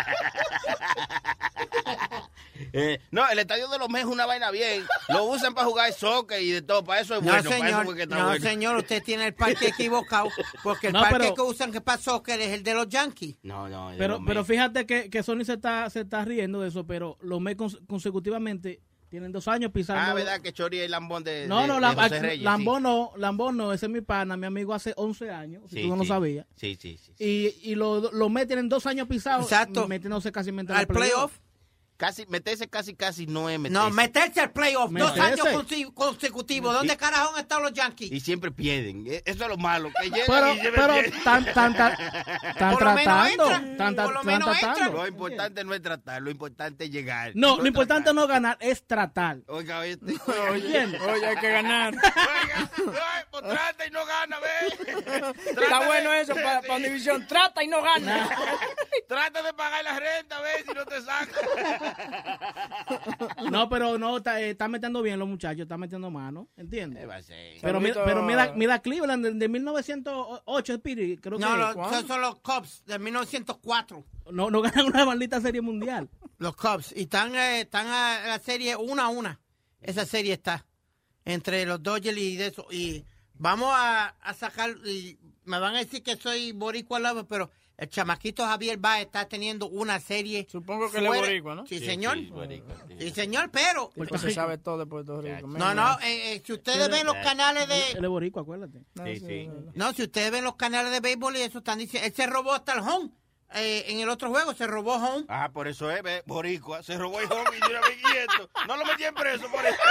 Eh, no, el estadio de los Mets es una vaina bien. Lo usan para jugar soccer y de todo. Para eso es No, bueno. para eso señor, fue que está no, bueno. señor, usted tiene el parque equivocado, porque el No, parque pero- que usan que para soccer es el de los Yankees. No, no. de Pero, los pero Mets. fíjate que, que Sony se está, se está riendo de eso, pero los Mets cons- consecutivamente tienen dos años pisando. Ah, ¿verdad? Que Chori es Lambón de, No, de- no, de Lam- José Reyes, Lambón no, Lambón no, ese es mi pana, mi amigo hace once años, si sí. tú no lo Sí, sabías. Sí, sí, sí. Y, y los los Mets tienen dos años pisados, Exacto. metiéndose casi en Al playoff. Casi, meterse casi, casi no es meterse. No, meterse al playoff dos Meterse. años consi- consecutivos. ¿Dónde carajo han estado los Yankees? Y siempre pierden. Eh, Eso es lo malo. Que llegan Pero, y siempre pero pierden. tan, tan, tan, tan Por lo menos tratando, entran, tan, tan, por lo tan menos tratando. entran. Lo importante no es tratar, lo importante es llegar. No, es lo importante tratar. no es ganar, es tratar. Oiga, este. Oye, oye, hay que ganar. Oiga, oye, pues trata y no gana, ve. Está bueno eso para pa Univisión. Trata y no gana. Trata de pagar la renta, ve, si no te saca. No, pero no, está, eh, está metiendo bien los muchachos, está metiendo mano, ¿entiendes? ¿Qué va a ser? Pero, mira, Saludito pero mira, a- mira Cleveland de, de mil novecientos ocho, Spirit, creo No, que los- ¿cuándo? esos son los Cubs de mil novecientos cuatro. no, no ganan una maldita serie mundial. Los Cubs. Y están, eh, están a la serie una a una. Esa serie está entre los Dodgers y de eso. Y vamos a, a sacar, y me van a decir que soy boricua al lado, pero El chamaquito Javier Baez está teniendo una serie. Supongo que él es boricua, ¿no? Sí, Sí, señor. sí, boricua, sí. Sí, señor, pero... Porque se sabe todo de Puerto Rico. No, no, eh, eh, si ustedes ven los canales de... Él es boricua, acuérdate. Sí, sí. No, si ustedes ven los canales de béisbol y eso están diciendo... Él se robó hasta el home. Eh, en el otro juego se robó home. Ah, por eso es, ve, boricua. Se robó el home y mira, ve quieto. No lo metían preso por eso.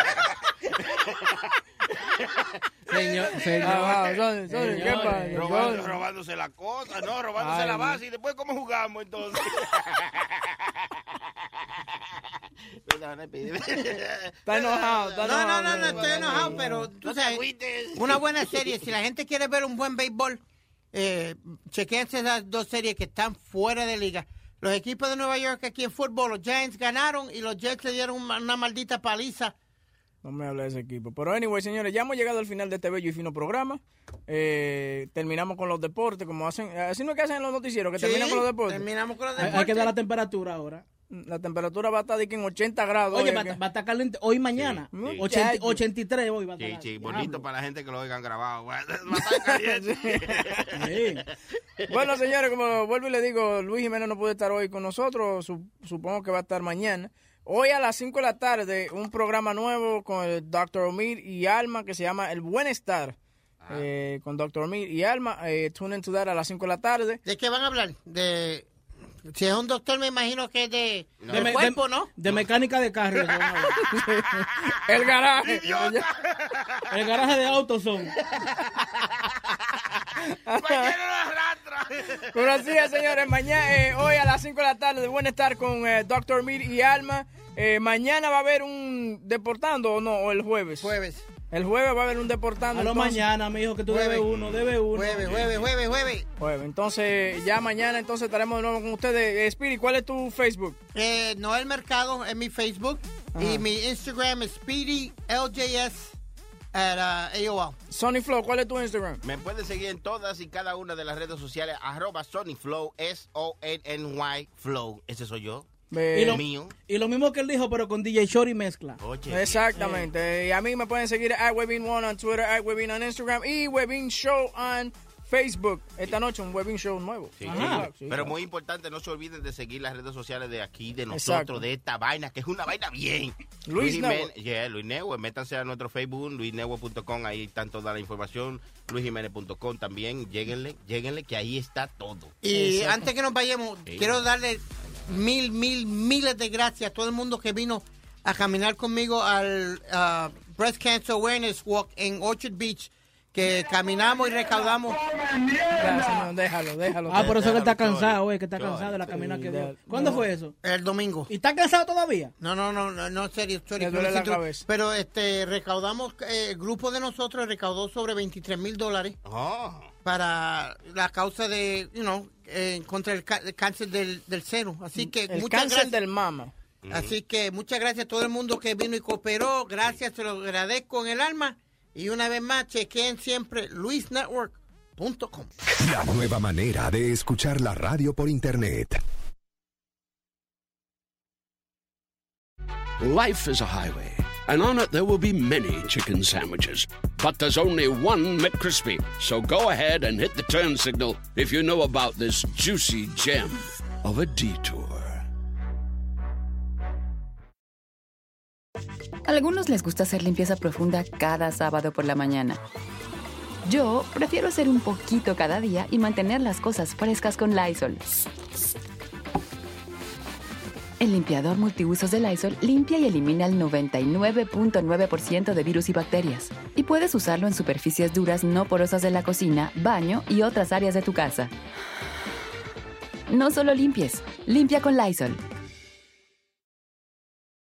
Señor, señor. Ah, sorry, sorry, ¿qué pasa? Robando- robándose la cosa, no, robándose Ay, la no. base y después cómo jugamos entonces. Está enojado, está No, enojado. no, no, no, estoy enojado, pero tú sabes, una buena serie. Si la gente quiere ver un buen béisbol, eh, chequense esas dos series que están fuera de liga. Los equipos de Nueva York aquí en fútbol, los Giants ganaron y los Jets le dieron una, una maldita paliza. No me hable de ese equipo. Pero anyway, señores, ya hemos llegado al final de este bello y fino programa. Eh, terminamos con los deportes, como hacen, así no es que hacen en los noticieros, que Sí, terminan con los deportes. terminamos con los Hay, hay que dar la temperatura ahora. La temperatura va a estar de que en ochenta grados. Oye, oye, va, que- va a estar caliente hoy y mañana. Sí. ochenta, Muchacho. ochenta y tres hoy va a Sí, estar. sí, bonito para la gente que lo oigan grabado. Va a estar caliente. Bueno, señores, como vuelvo y le digo, Luis Jiménez no puede estar hoy con nosotros, su- supongo que va a estar mañana. Hoy a las cinco de la tarde, un programa nuevo con el doctor Omid y Alma que se llama El Buenestar. Eh, con doctor Omid y Alma, eh, tune into that a las cinco de la tarde. ¿De qué van a hablar? De... Si es un doctor, me imagino que es de, De, de me- cuerpo, de- ¿no? de mecánica de carro. El garaje. El garaje de autos son. Pero así es, señores, mañana, eh, hoy a las cinco de la tarde, de Buenestar con eh, doctor Mir y Alma. Eh, mañana va a haber un Deportando, ¿o no? ¿O el jueves? Jueves. El jueves va a haber un Deportando. A lo entonces- mañana, mi hijo, que tú debes uno, debes uno. Jueves, jueves, jueves, jueves. Jueves. Entonces, ya mañana entonces estaremos de nuevo con ustedes. Eh, Speedy, ¿cuál es tu Facebook? Eh, Noel Mercado es mi Facebook y mi Instagram es Speedy L J S at uh, A O L. Sony Flow, ¿cuál es tu Instagram? Me pueden seguir en todas y cada una de las redes sociales, arroba SonyFlow, S O N N Y Flow. Ese soy yo. Y lo, mío. y lo mismo que él dijo, pero con D J Shorty mezcla. Oye. Exactamente. Y a mí me pueden seguir at Webin uno en Twitter, at Webin en Instagram y Webin Show en Facebook. Esta noche un Webin Show nuevo. Sí, Ajá. sí. Sí, Pero claro. muy importante, no se olviden de seguir las redes sociales de aquí, de nosotros, Exacto. de esta vaina, que es una vaina bien. Luis Jiménez, Network. yeah, Luis Network, métanse a nuestro Facebook, luis network punto com, ahí está toda la información, luis jiménez punto com también, lléguenle, lléguenle, que ahí está todo. Y antes que nos vayamos, Sí. quiero darle mil, mil, miles de gracias a todo el mundo que vino a caminar conmigo al uh, Breast Cancer Awareness Walk en Orchard Beach, que caminamos y recaudamos. Ya, señor, déjalo, déjalo. Ah, por eso que él está Déjalo, cansado, sorry. güey, que está Sorry. cansado de la caminata que dio. No. ¿Cuándo fue eso? El domingo. ¿Y está cansado todavía? No, no, no, no, no, serio, sorry, Le duele la pero- cabeza. Pero este, recaudamos, eh, el grupo de nosotros recaudó sobre veintitrés mil dólares Oh. para la causa de, you know, eh, contra el, ca- el cáncer del, del seno. Así que El muchas cáncer gracias. del mama. Así que muchas gracias a todo el mundo que vino y cooperó. Gracias, se lo agradezco en el alma. Y una vez más, chequeen siempre luis network punto com. La nueva manera de escuchar la radio por internet. Life is a highway, and on it there will be many chicken sandwiches. But there's only one McCrispy. So go ahead and hit the turn signal if you know about this juicy gem of a detour. A algunos les gusta hacer limpieza profunda cada sábado por la mañana. Yo prefiero hacer un poquito cada día y mantener las cosas frescas con Lysol. El limpiador multiusos de Lysol limpia y elimina el noventa y nueve punto nueve por ciento de virus y bacterias. Y puedes usarlo en superficies duras no porosas de la cocina, baño y otras áreas de tu casa. No solo limpies, limpia con Lysol.